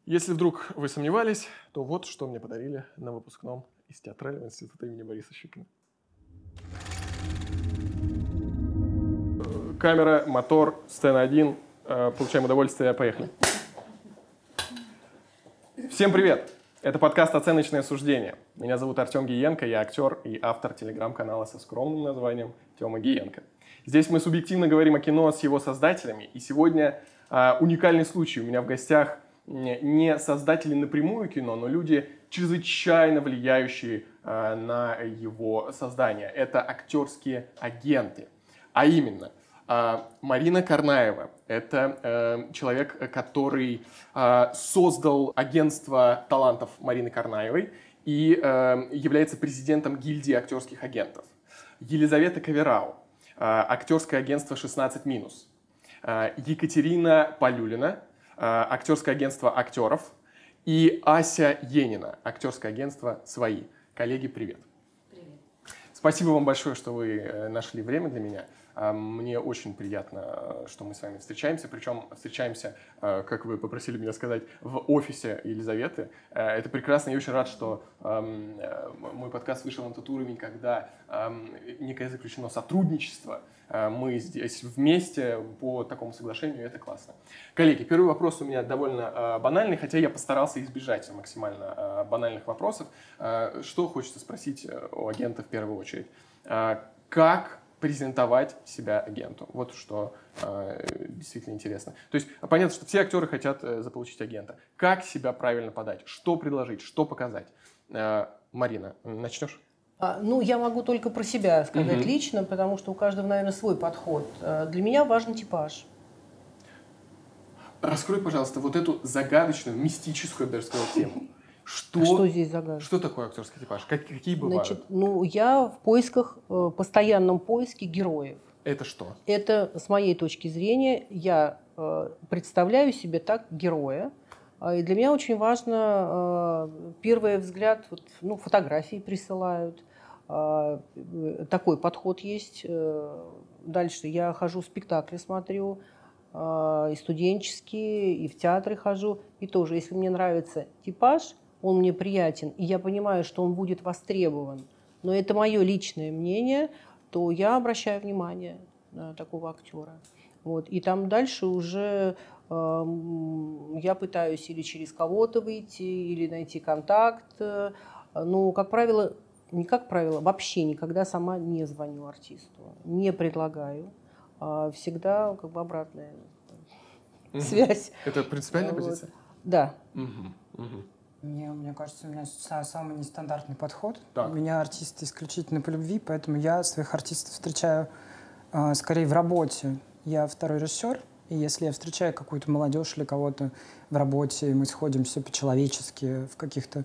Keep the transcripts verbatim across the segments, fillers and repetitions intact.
Если вдруг вы сомневались, то вот что мне подарили на выпускном из театрального института имени Бориса Щукина. Камера, мотор, сцена один. Получаем удовольствие. Поехали. Всем привет! Это подкаст «Оценочное суждение». Меня зовут Артем Гиенко, я актер и автор телеграм-канала со скромным названием «Тема Гиенко». Здесь мы субъективно говорим о кино с его создателями. И сегодня э, уникальный случай. У меня в гостях не создатели напрямую кино, но люди, чрезвычайно влияющие э, на его создание. Это актерские агенты. А именно, э, Марина Карнаева. Это э, человек, который э, создал агентство талантов Марины Карнаевой и э, является президентом гильдии актерских агентов. Елизавета Каверау. Э, актерское агентство шестнадцать минус. Э, Екатерина Полюлина. Актерское агентство актеров, и Ася Енина, актерское агентство «Свои». Коллеги, привет. Привет. Спасибо вам большое, что вы нашли время для меня. Мне очень приятно, что мы с вами встречаемся, причем встречаемся, как вы попросили меня сказать, в офисе Елизаветы. Это прекрасно, я очень рад, что мой подкаст вышел на тот уровень, когда некое заключено сотрудничество. Мы здесь вместе по такому соглашению, и это классно. Коллеги, первый вопрос у меня довольно банальный, хотя я постарался избежать максимально банальных вопросов. Что хочется спросить у агента в первую очередь? Как презентовать себя агенту? Вот что э, действительно интересно. То есть понятно, что все актеры хотят э, заполучить агента. Как себя правильно подать? Что предложить? Что показать? Э, Марина, начнешь? А, ну, я могу только про себя сказать угу. лично, потому что у каждого, наверное, свой подход. Для меня важен типаж. Раскрой, пожалуйста, вот эту загадочную, мистическую, я бы даже сказал, тему. Что, а что здесь загадка? Что такое актерский типаж? Как, какие бывают? Значит, ну, я в поисках, в постоянном поиске героев. Это что? Это, с моей точки зрения, я представляю себе так героя. И для меня очень важно, первый взгляд, вот, ну, фотографии присылают. Такой подход есть. Дальше я хожу в спектакли, смотрю. И студенческие, и в театры хожу. И тоже, если мне нравится типаж, он мне приятен, и я понимаю, что он будет востребован, но это мое личное мнение, то я обращаю внимание на такого актера. Вот. И там дальше уже э, я пытаюсь или через кого-то выйти, или найти контакт. Но, как правило, не как правило, вообще никогда сама не звоню артисту, не предлагаю. А всегда как бы обратная угу. связь. Это принципиальная вот. Позиция? Да. Угу. Угу. Мне, мне кажется, у меня самый нестандартный подход. Так. У меня артисты исключительно по любви, поэтому я своих артистов встречаю э, скорее в работе. Я второй режиссер, и если я встречаю какую-то молодежь или кого-то в работе, мы сходимся по-человечески в каких-то...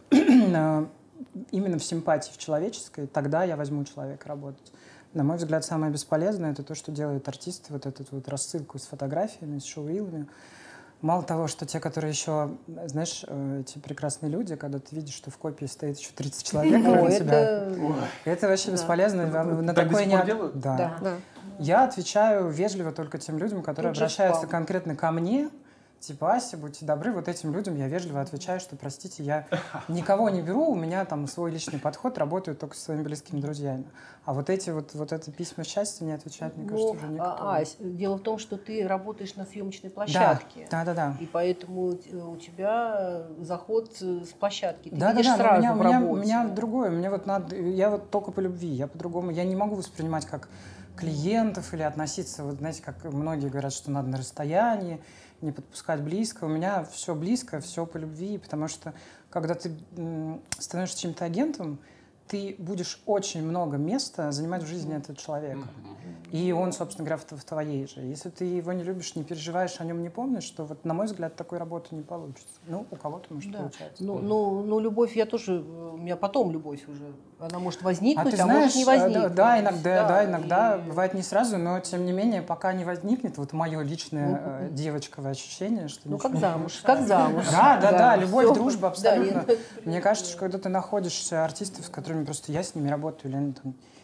именно в симпатии в человеческой, тогда я возьму человека работать. На мой взгляд, самое бесполезное — это то, что делают артисты, вот эту вот рассылку с фотографиями, с шоурилами. Мало того, что те, которые еще, знаешь, эти прекрасные люди, когда ты видишь, что в копии стоит еще тридцать человек О, у это... тебя, это вообще да. бесполезно. На так такое до сих пор не... делают? Да. Да. Да. Я отвечаю вежливо только тем людям, которые Тут обращаются конкретно ко мне. Типа, Ася, будьте добры, вот этим людям я вежливо отвечаю, что, простите, я никого не беру, у меня там свой личный подход, работаю только со своими близкими друзьями. А вот эти вот, вот это письма счастья не отвечают, мне кажется, ну, уже никто. А, Ась, дело в том, что ты работаешь на съемочной площадке. Да, да, да. да. И поэтому у тебя заход с площадки. Ты да, видишь да, да, сразу меня, в у меня, работе. у меня другое, мне вот надо, я вот только по любви, я по-другому, я не могу воспринимать как клиентов или относиться, вот знаете, как многие говорят, что надо на расстоянии, не подпускать близко. У меня все близко, все по любви, потому что когда ты становишься чьим-то агентом, ты будешь очень много места занимать в жизни этого человека. И он, собственно говоря, в твоей же. Если ты его не любишь, не переживаешь, о нем не помнишь, то, вот, на мой взгляд, такой работы не получится. Ну, у кого-то, может, да. получается. Ну, ну, ну, любовь я тоже... У меня потом любовь уже. Она может возникнуть, а, ты а знаешь, может не возникнуть. Да, да иногда, да, да, иногда и... бывает не сразу, но, тем не менее, пока не возникнет, вот мое личное ну, девочковое ощущение, что... Ну, как замуж, как замуж. Да, да, да, да, любовь, все. дружба, абсолютно. Да, Мне кажется, что когда ты находишь артистов, с которыми просто я с ними работаю, или они там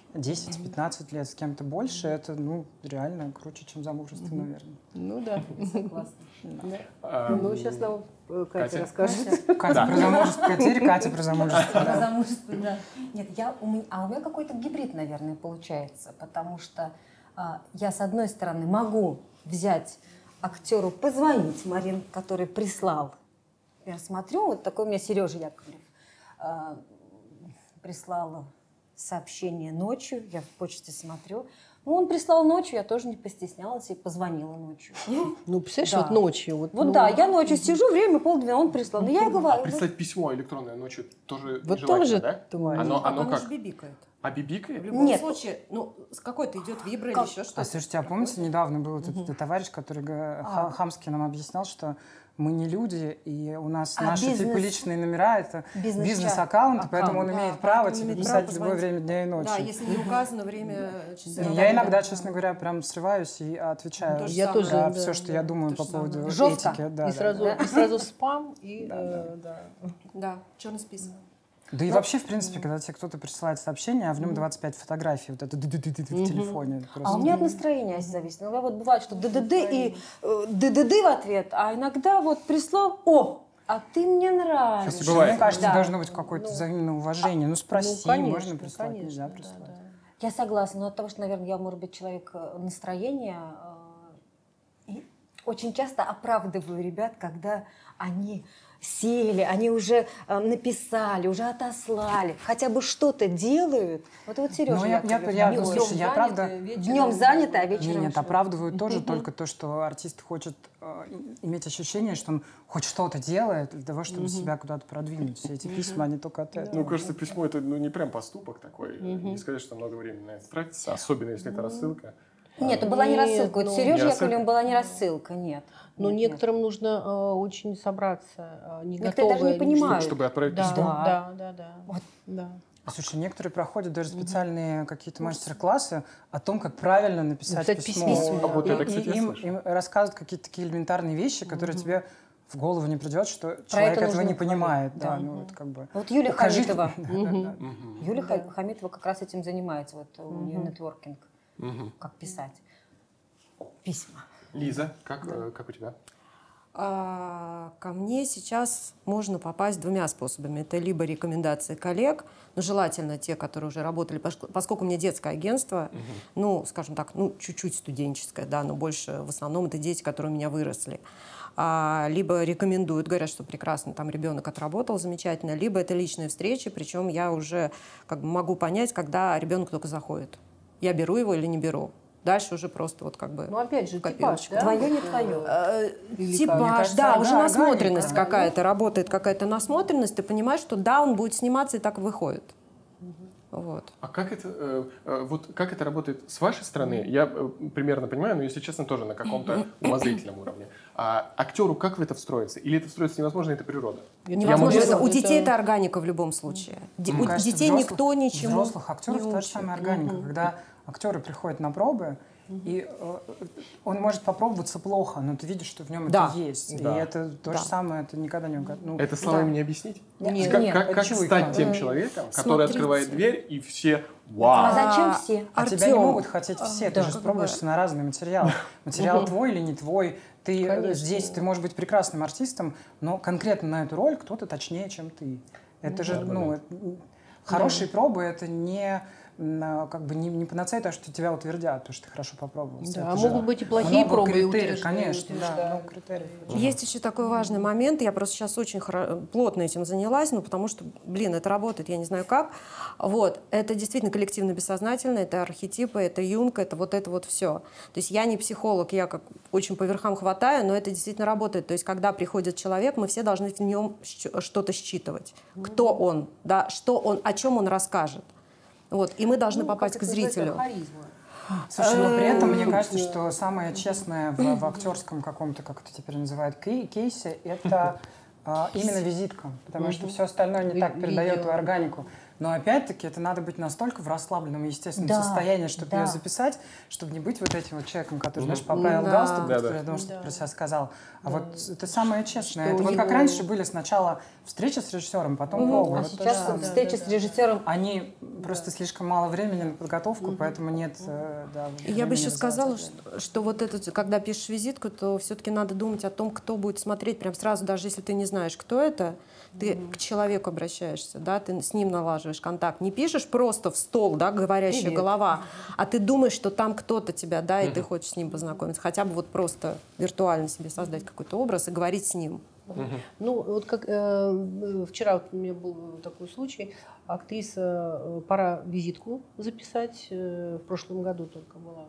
десять-пятнадцать лет, с кем-то больше, это, ну, реально круче, чем замужество, наверное. Ну да. Согласна. А, Ну, сейчас нам э, Катя Катя? расскажет. Катя Да. про замужество, теперь Катя про замужество. Про замужество, да. Нет, я, у меня, а у меня какой-то гибрид, наверное, получается, потому что а, я, с одной стороны, могу взять актеру, позвонить, Марин, который прислал. Я смотрю, вот такой у меня Сережа Яковлев а, прислал сообщение ночью, я в почте смотрю. Ну, он прислал ночью, я тоже не постеснялась и позвонила ночью. Ну, представляешь, Да. вот ночью. Вот, Вот ну, да, я ночью сижу, время полдвенадцатого, он прислал. Ну, я и говорю. А прислать письмо электронное ночью тоже Вот нежелательно, тоже да? тварь. Оно, оно Оно как? же бибикает. А бибикает? В любом Нет. случае, ну, с какой-то идет вибра Как? или еще А что-то. слушайте, а помните, недавно был этот uh-huh. товарищ, который га- ха- хамски нам объяснял, что мы не люди, и у нас А наши бизнес- типа личные номера — это бизнес-чат. бизнес-аккаунт, Аккаунт, поэтому он да, имеет поэтому право он тебе имеет писать право в любое позвонить. время дня и ночи. Да, если не указано время часа. И Да, я да, иногда, да. честно говоря, прям срываюсь и отвечаю То же Я самое. тоже, про да, все, что да, я думаю то по же поводу самое. Жестко. этики. Да, и, да, сразу, да. и сразу спам, и э, да. Да, черный список. Да и вообще, в принципе, когда тебе кто-то присылает сообщение, а в нем двадцать пять фотографий, вот это ды-ды-ды-ды в телефоне. это А просто- у меня от настроения зависит. Иногда вот бывает, что ДДД и э, ДДД в ответ, а иногда вот прислал, о, а ты мне нравишься. Кстати, бывает. Мне кажется, Да. должно быть какое-то взаимное уважение. Ну, спроси, ну, конечно, можно прислать, конечно, нельзя да, прислать. да. Я согласна, но от того, что, наверное, я, может быть, человек э, настроения, э, и очень часто оправдываю ребят, когда они сели, они уже э, написали, уже отослали, хотя бы что-то делают. Вот вот Сережа Ну, я- я- Яковлев, я- днем слушай, я правда- заняты, днем заняты, а вечером... Нет, что? оправдывают тоже только то, что артист хочет э, иметь ощущение, что он хоть что-то делает для того, чтобы себя куда-то продвинуть. Все эти письма, они только от этого. Ну, кажется, письмо это ну, не прям поступок такой. Не сказать, что много времени на это тратится, особенно если это рассылка. Нет, это была не Нет, рассылка. Вот ну- Сережа Не рассылка? Яковлев была не рассылка, нет. Но Нет, нет. некоторым нужно э, очень собраться, э, не Некоторые даже готовые. не понимают. Чтобы отправить Да, письмо. да, да, да. Вот. да. Слушай, некоторые проходят даже специальные какие-то мастер-классы о том, как правильно написать Написать письмо. письмо, А вот И- это, и кстати, я им, слышал. им рассказывают какие-то такие элементарные вещи, которые тебе в голову не придет, что человек это этого нужно не понимает. говорить, Да, да. ну, это как бы... Вот Юлия Укажи- Хамитова. Да, да, да. Юлия Ха- Хамитова как раз этим занимается, вот у нее нетворкинг, Мгм. как писать письма. Лиза, как, э, как у тебя? А, ко мне сейчас можно попасть двумя способами. Это либо рекомендации коллег, но желательно те, которые уже работали, пош- поскольку у меня детское агентство, ну, скажем так, ну, чуть-чуть студенческое, да, но больше в основном это дети, которые у меня выросли. А, либо рекомендуют, говорят, что прекрасно, там ребенок отработал замечательно, либо это личные встречи, причем я уже как бы могу понять, когда ребенок только заходит. Я беру его или не беру. Дальше уже просто вот как бы... Ну, опять же, типаж, копилочку. да? Твое, не твое. Э, Или Типаж, как? Мне кажется, да, да, уже органика. насмотренность Да. какая-то, работает какая-то насмотренность, ты понимаешь, что да, он будет сниматься и так и выходит. Вот. А как это, э, э, вот как это работает с вашей стороны? Я э, примерно понимаю, но, если честно, тоже на каком-то умозрительном уровне. А актеру как в это встроиться? Или это встроиться невозможно, это природа? Невозможно, могу- это- у Это- детей это органика в любом случае. Де- Мне У кажется, детей взрослых- никто ничему Взрослых актеров не та же учит. самая органика. Когда актеры приходят на пробы, и э, он может попробоваться плохо, но ты видишь, что в нем Да. это есть. Да. И это то же Да. самое, это никогда не... угад- Ну, Это словами не объяснить? Нет, как нет, как, как чуйка. стать тем человеком, который Смотрите. открывает дверь, и все А «Вау!» зачем все? А тебя не Артём, могут хотеть все, ты да, же как бы- спробуешься на разный материал. Материал твой или не твой. Ты э, Конечно. здесь, ты можешь быть прекрасным артистом, но конкретно на эту роль кто-то точнее, чем ты. Это же, ну, это, м, хорошие пробы — это не м, как бы не, не панацея, то, что тебя утвердят, то, что ты хорошо попробовал. Да, Это а же могут быть и плохие много пробы, и критериев, утверждают, конечно, да, утверждают. много критериев. Есть еще такой важный момент, я просто сейчас очень хоро- плотно этим занялась, ну, потому что, блин, это работает, я не знаю как. Вот, это действительно коллективно-бессознательно, это архетипы, это Юнг, это вот это вот все. То есть я не психолог, я как очень по верхам хватаю, но это действительно работает. То есть когда приходит человек, мы все должны в нем щ- что-то считывать. Кто он, да, что он, о чем он расскажет. Вот, и мы должны Ну, попасть как к это называется, зрителю. харизма. Слушай, но при этом мне кажется, что самое честное в, в актерском каком-то, как это теперь называют, кей- кейсе, это а, именно визитка, потому что все остальное не так Ви- передает видео. твою органику. Но опять-таки это надо быть настолько в расслабленном, естественном Да, состоянии, чтобы да. ее записать, чтобы не быть вот этим вот человеком, который, Мгм. знаешь, поправил Да. галстук, Да, который да. я думаю, что Да. про себя сказал. А Да. вот это самое честное. Что Это вот как его- раньше были сначала встречи с режиссером, потом Мгм. пробы. А Вот то же сейчас самое. встреча Да, с да, режиссером. Они просто слишком мало времени на подготовку, поэтому нет, э, да, Я бы времени еще развивать сказала, отдельно. что, что вот это, когда пишешь визитку, то все-таки надо думать о том, кто будет смотреть прям сразу, даже если ты не знаешь, кто это, ты к человеку обращаешься, да, ты с ним налаживаешь контакт. Не пишешь просто в стол, да, говорящая Привет. голова, а ты думаешь, что там кто-то тебя, да, и ты хочешь с ним познакомиться. Хотя бы вот просто виртуально себе создать какой-то образ и говорить с ним. Ну, вот как э, вчера вот у меня был такой случай, актриса, э, пора визитку записать, э, в прошлом году только была.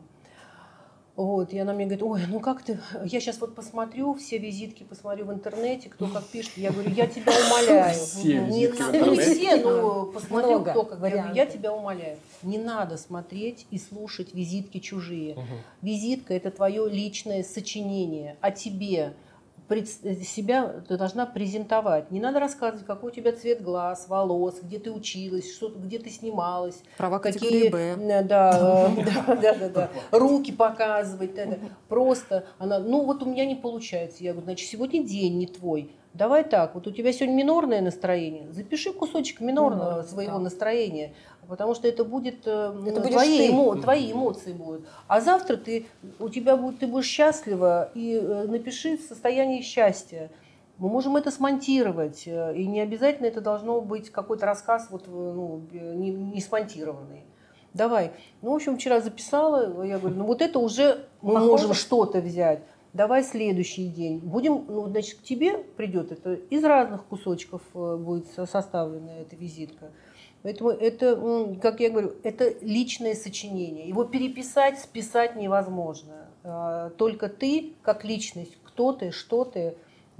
Вот, и она мне говорит, ой, ну как ты, я сейчас вот посмотрю все визитки, посмотрю в интернете, кто как пишет. Я говорю, я тебя умоляю. Все Не визитки в надо- не интернете? все, но посмотрю, Много кто как. Я говорю, я вариантов. тебя умоляю. Не надо смотреть и слушать визитки чужие. Визитка – это твое личное сочинение о тебе. Пред- себя ты должна презентовать. Не надо рассказывать, какой у тебя цвет глаз, волос, где ты училась, что, где ты снималась. Права Какие, категории Б. э, да, э, да, да, да, да, руки показывать. да, да. Просто она, ну вот у меня не получается. Я говорю, значит, сегодня день не твой. Давай так, вот у тебя сегодня минорное настроение, запиши кусочек минорного Минорное, своего да. настроения, потому что это будет, э, Это будешь твои, ты. эмо- твои эмоции будут. А завтра ты, у тебя будет, ты будешь счастлива, и э, напиши в состоянии счастья. Мы можем это смонтировать, э, и не обязательно это должно быть какой-то рассказ вот, э, ну, э, не, не смонтированный. Давай. Ну, в общем, вчера записала, я говорю, ну вот это уже мы Похоже? можем что-то взять. Давай следующий день. Будем, ну, значит, к тебе придет это из разных кусочков э, будет со- составлена эта визитка. Поэтому это, м, как я говорю, это личное сочинение. Его переписать, списать невозможно. А, Только ты, как личность, кто ты, что ты,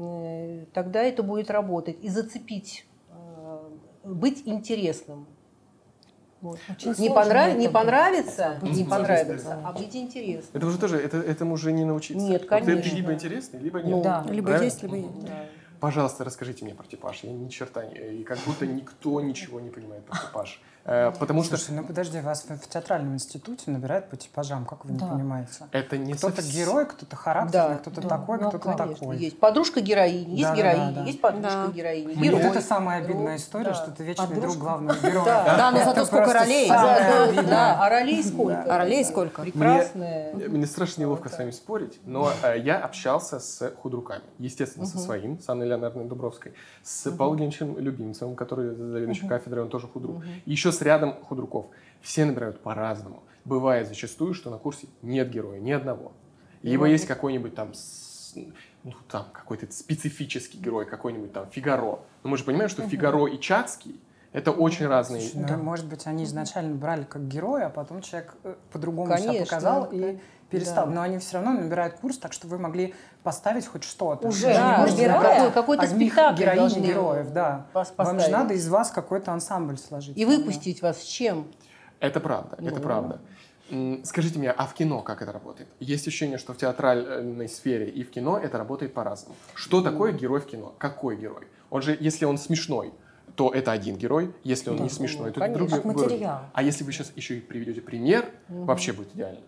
э, тогда это будет работать. И зацепить, э, быть интересным. Вот. Очень Не, сложно понрав- это не быть. понравится, Быть не интересным. понравится, а быть интересным. Это уже тоже, это, этому уже не научиться. Нет, Вот конечно. ты либо интересный, либо нет. Ну, Да. Либо Правильно? есть, либо нет. Да. Пожалуйста, расскажите мне про типаж. Я ни черта не... И как будто никто ничего не понимает про типаж. Э, Потому что Слушай, ну подожди, вас в, в театральном институте набирают по типажам, как вы не Да. понимаете? это не Кто-то совсем- герой, кто-то характерный, Да, кто-то да. такой, Ну, кто-то Конечно, такой. есть подружка героини, есть Да, да, героиня, да, да. есть подружка Да. героини, Мне вот герой. это самая обидная друг, история, да. что ты вечный Подружка. друг главного героя. Да. Да, но Это зато сколько просто ролей. самое Да, обидное. да, а ролей сколько? А ролей сколько? Прекрасная. Мне, мне страшно неловко с вами спорить, но э, я общался с худруками. Естественно, со своим, с Анной Леонардовной Дубровской, с Павлом Евгеньевичем Любимцевым, который заведующий кафедрой, он тоже худрук. И еще с рядом худруков. Все набирают по-разному. Бывает зачастую, что на курсе нет героя, ни одного. Либо есть какой-нибудь там, с- ну, там какой-то специфический герой, какой-нибудь там Фигаро. Но мы же понимаем, что Фигаро и Чацкий — это очень разные. Слушай, ну, может быть, они изначально брали как героя, а потом человек э, по-другому себя Конечно, показал да. и перестал. Да. Но они все равно набирают курс, так что вы могли поставить хоть что-то. Уже, Вы же да, не можете героя, набрать какой- какой-то одних спектакль героинь и должны героев, да. пос- Вам же поставить. надо из вас какой-то ансамбль сложить. И выпустить вас с чем? Это правда, это Ну. правда. М, Скажите мне, а в кино как это работает? Есть ощущение, что в театральной сфере и в кино это работает по-разному. Что такое герой в кино? Какой герой? Он же, если он смешной, то это один герой. Если он Да, не смешной, то конечно. это другой Как герой. материал. А если вы сейчас еще и приведете пример, вообще будет идеально.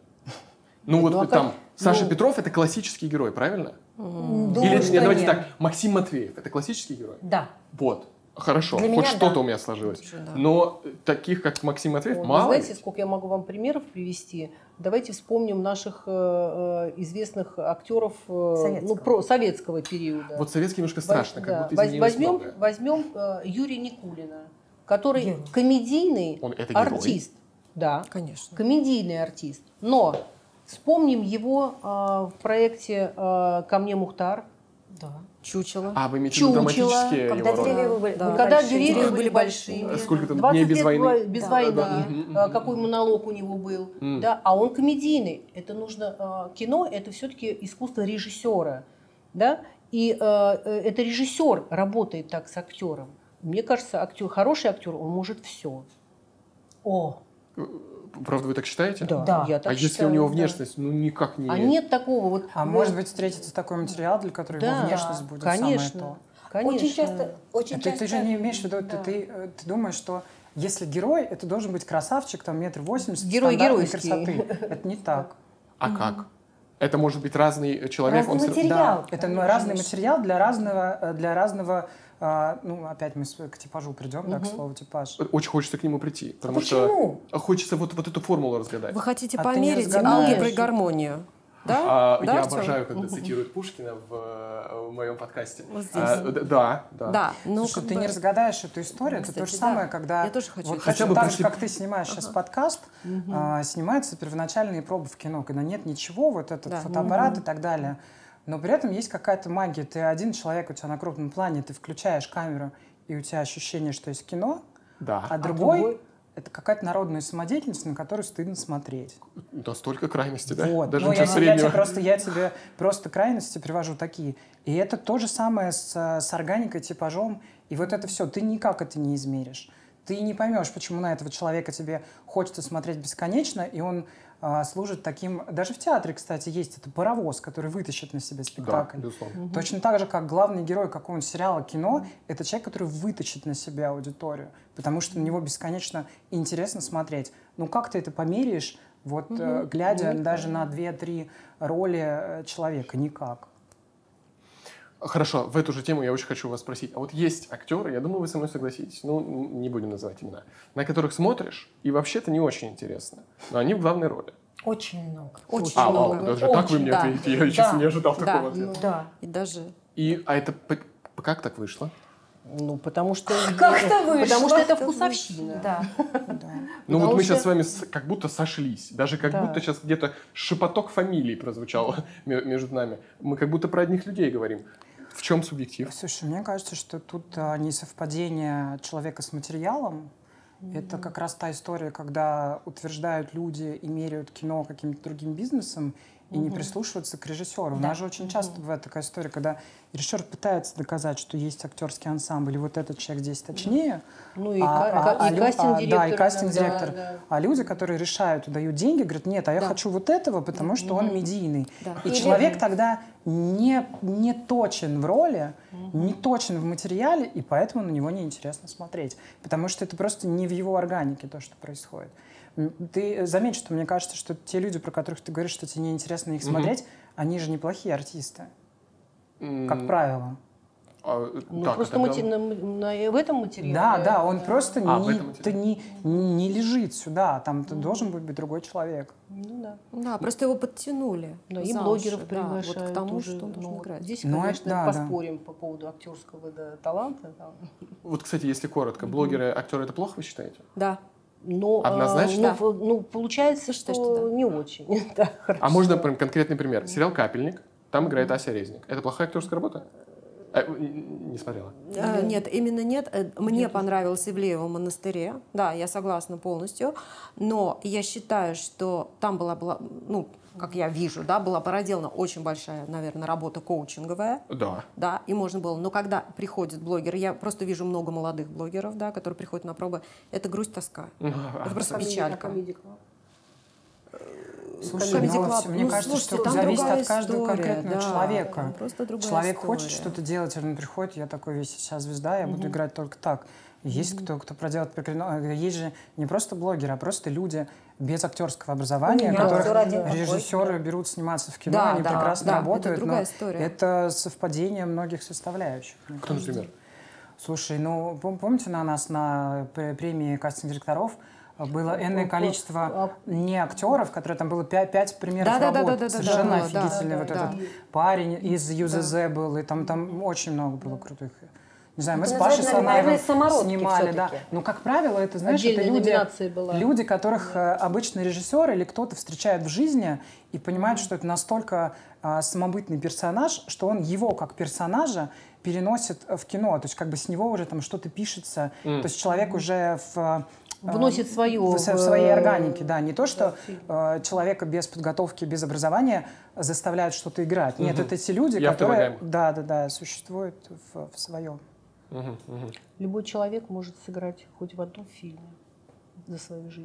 Ну вот ну, а там как- Саша ну- Петров — это классический герой, правильно? Думаю, Или что нет, давайте нет. так, Максим Матвеев — это классический герой? Да. Вот. Хорошо, Для хоть меня что-то да. у меня сложилось. Уже да. Но таких, как Максим Матвеев, Вот, мало. Вы знаете, ведь. сколько я могу вам примеров привести? Давайте вспомним наших э, э, известных актеров э, Советского. ну, про, советского периода. Вот советский немножко страшно, Воз- как да. будто Воз- изменилось возьмем, многое. возьмем э, Юрия Никулина, который Герой. комедийный Он это герой? артист. Да, Конечно. комедийный артист. Но вспомним его э, в проекте э, «Ко мне Мухтар». Да. Чучело. А вы имеете в виду Чучело, драматические Когда его роли? деревья были, Да. были Когда большие. деревья Деревья были были большими. Сколько там двадцать дней без лет войны? во- без Да. войны. Да, да. Мгм, А, мгм. Какой монолог у него был. М. Да, а он комедийный. Это нужно... а, Кино – это все-таки искусство режиссера. Да? И а, э, это режиссер работает так с актером. Мне кажется, актер, хороший актер, он может все. О, Правда, вы так считаете? Да. я так А если считаю, у него да. внешность, ну никак не... А нет такого. Вот, А вот- может быть, встретится такой материал, для которого Да, его внешность будет конечно, самое то. конечно. очень часто, очень Это часто. ты же не имеешь в виду, Да. ты, ты, э, ты думаешь, что если герой, это должен быть красавчик, там, метр восемьдесят, Герой стандартной геройский. красоты. Это не так. А как? Это может быть разный человек. Разный он с- материал. Да, это конечно. разный материал для разного, для разного, а, ну, опять мы с- к типажу придем, да, к слову типаж. Очень хочется к нему прийти. Потому почему? что хочется вот, вот эту формулу разгадать. Вы хотите А ты не померить разгадаешь. алгебру и гармонию? Да? А, Да, я Артём? обожаю, когда цитируют Пушкина в, э, в моем подкасте. Вот здесь. А, д- да, да. Да, ну, Слушай, как ты бы- не разгадаешь эту историю, это то Кстати, же да. самое, когда Я тоже хочу вот это Хотя точно бы так принцип- же, как ты снимаешь сейчас подкаст, а, снимаются первоначальные пробы в кино, когда нет ничего, вот этот Да. фотоаппарат и так далее, но при этом есть какая-то магия. Ты один человек, у тебя на крупном плане, ты включаешь камеру, и у тебя ощущение, что есть кино, Да. а другой, другой? это какая-то народная самодеятельность, на которую стыдно смотреть. Настолько крайности, да? Вот. Даже Ну, ничего я, те- я тебе среднего. просто, я тебе просто крайности привожу такие. И это то же самое с, с органикой, типажом. И вот это все, ты никак это не измеришь. Ты не поймешь, почему на этого человека тебе хочется смотреть бесконечно, и он а, служит таким... Даже в театре, кстати, есть это паровоз, который вытащит на себе Да, спектакль. безусловно. Точно так же, как главный герой какого-нибудь сериала, кино, это человек, который вытащит на себя аудиторию, потому что на него бесконечно интересно смотреть. Ну как ты это померяешь, вот э, глядя даже на две-три роли э, человека? Никак. Хорошо, в эту же тему я очень хочу вас спросить. А вот есть актеры, я думаю, вы со мной согласитесь, ну, не будем называть имена, на которых смотришь, и вообще-то не очень интересно, но они в главной роли. Очень много. Очень А, много. а, даже так вы Очень, мне да. ответите? Я, честно, Да. не ожидал Да. такого ответа. Ну да. И даже... И, а это п- как так вышло? Ну, потому что... Как-то вышло. Потому что это вкусовщина. Да. Да. Ну вот Потому мы что- сейчас с вами с- как будто сошлись. Даже как Да. будто сейчас где-то шепоток фамилий прозвучал ме- между нами. Мы как будто про одних людей говорим. В чем субъектив? Слушай, мне кажется, что тут а, несовпадение человека с материалом. Это как раз та история, когда утверждают люди и меряют кино каким-то другим бизнесом и не прислушиваются к режиссеру. У нас же очень часто бывает такая история, когда режиссер пытается доказать, что есть актерский ансамбль, и вот этот человек здесь точнее. Ну и, а- ка- а- ка- и а лю- а, кастинг-директор. Да, и кастинг-директор. Да, да. А люди, которые решают и дают деньги, говорят, нет, а я Да. хочу вот этого, потому что он медийный. Да. И Или- человек тогда не, не точен в роли, не точен в материале, и поэтому на него неинтересно смотреть. Потому что это просто не в его органике то, что происходит. М, Ты заметь, что мне кажется, что те люди, про которых ты говоришь, что тебе неинтересно их Мгм. смотреть, они же неплохие артисты, М, как правило. а, Ну, так, просто а мати- тогда- на- на- в этом материале... Да, да, он просто А, в не, этом ты не, не лежит сюда, там ты должен быть другой человек. Ну да. Да, просто его подтянули. Да, и за блогеров уши, да, приглашают вот к тому, тоже. что он должен Ну, играть. Здесь, Ну, это конечно, да, да. поспорим по поводу актерского да, таланта. да. Вот, кстати, если коротко, блогеры, актеры, это плохо вы считаете? Да. Но, Однозначно? а, ну, в- ну, получается, что, Считаю, что да. не очень. Да, хорошо. А можно прям конкретный пример? Сериал «Капельник», там играет Ася Резник. Это плохая актерская работа? А, н- не смотрела. А, Нет, именно нет. Э, Мне понравилось Ивлеева в монастыре. Да, я согласна полностью. Но я считаю, что там была, была ну, как я вижу, да, была проделана очень большая, наверное, работа коучинговая. Да. Да, и можно было. Но когда приходит блогер, я просто вижу много молодых блогеров, да, которые приходят на пробы, это грусть, тоска. Это просто Комедия- печалька. комедия клаб. Слушай, Comedy ну, Club. всё- мне Ну, кажется, слушайте, что там зависит другая от каждого история, конкретного да, человека. там просто другая Человек история. хочет что-то делать, он приходит, я такой весь вся звезда, я буду играть только так. Есть кто, кто проделает прекрасно. Есть же не просто блогеры, а просто люди без актерского образования, У меня которых актер один такой. режиссеры берут сниматься в кино, Да, они да, прекрасно да, это работают, другая но история. это совпадение многих составляющих. мне Кто, кажется. например? Слушай, ну пом- помните, на нас на пр- премии кастинг-директоров было энное количество не актеров, которые там было пять, пять примеров Да-да-да-да-да-да, работ. да, Совершенно было, да, офигительный да, вот да. этот парень из ЮЗЗ был, и там, там очень много было крутых. Не знаю, мы Это с Пашей называется, наверное, Санаевым самородки снимали, да. всё-таки. Ну, как правило, это, знаешь, это Отдельная люди, номинация была. люди, которых э, обычно режиссер или кто-то встречает в жизни и понимает, что это настолько а, самобытный персонаж, что он его как персонажа переносит в кино. То есть как бы с него уже там что-то пишется. То есть человек уже в... Вносит свое в, в- в своей органике, да, не то, что в фильм. э, человека без подготовки, без образования заставляют что-то играть. Нет, это те люди, И которые, автомагами. да, да, да, существуют в, в своем. Мгм, мгм. Любой человек может сыграть хоть в одном фильме за свою жизнь.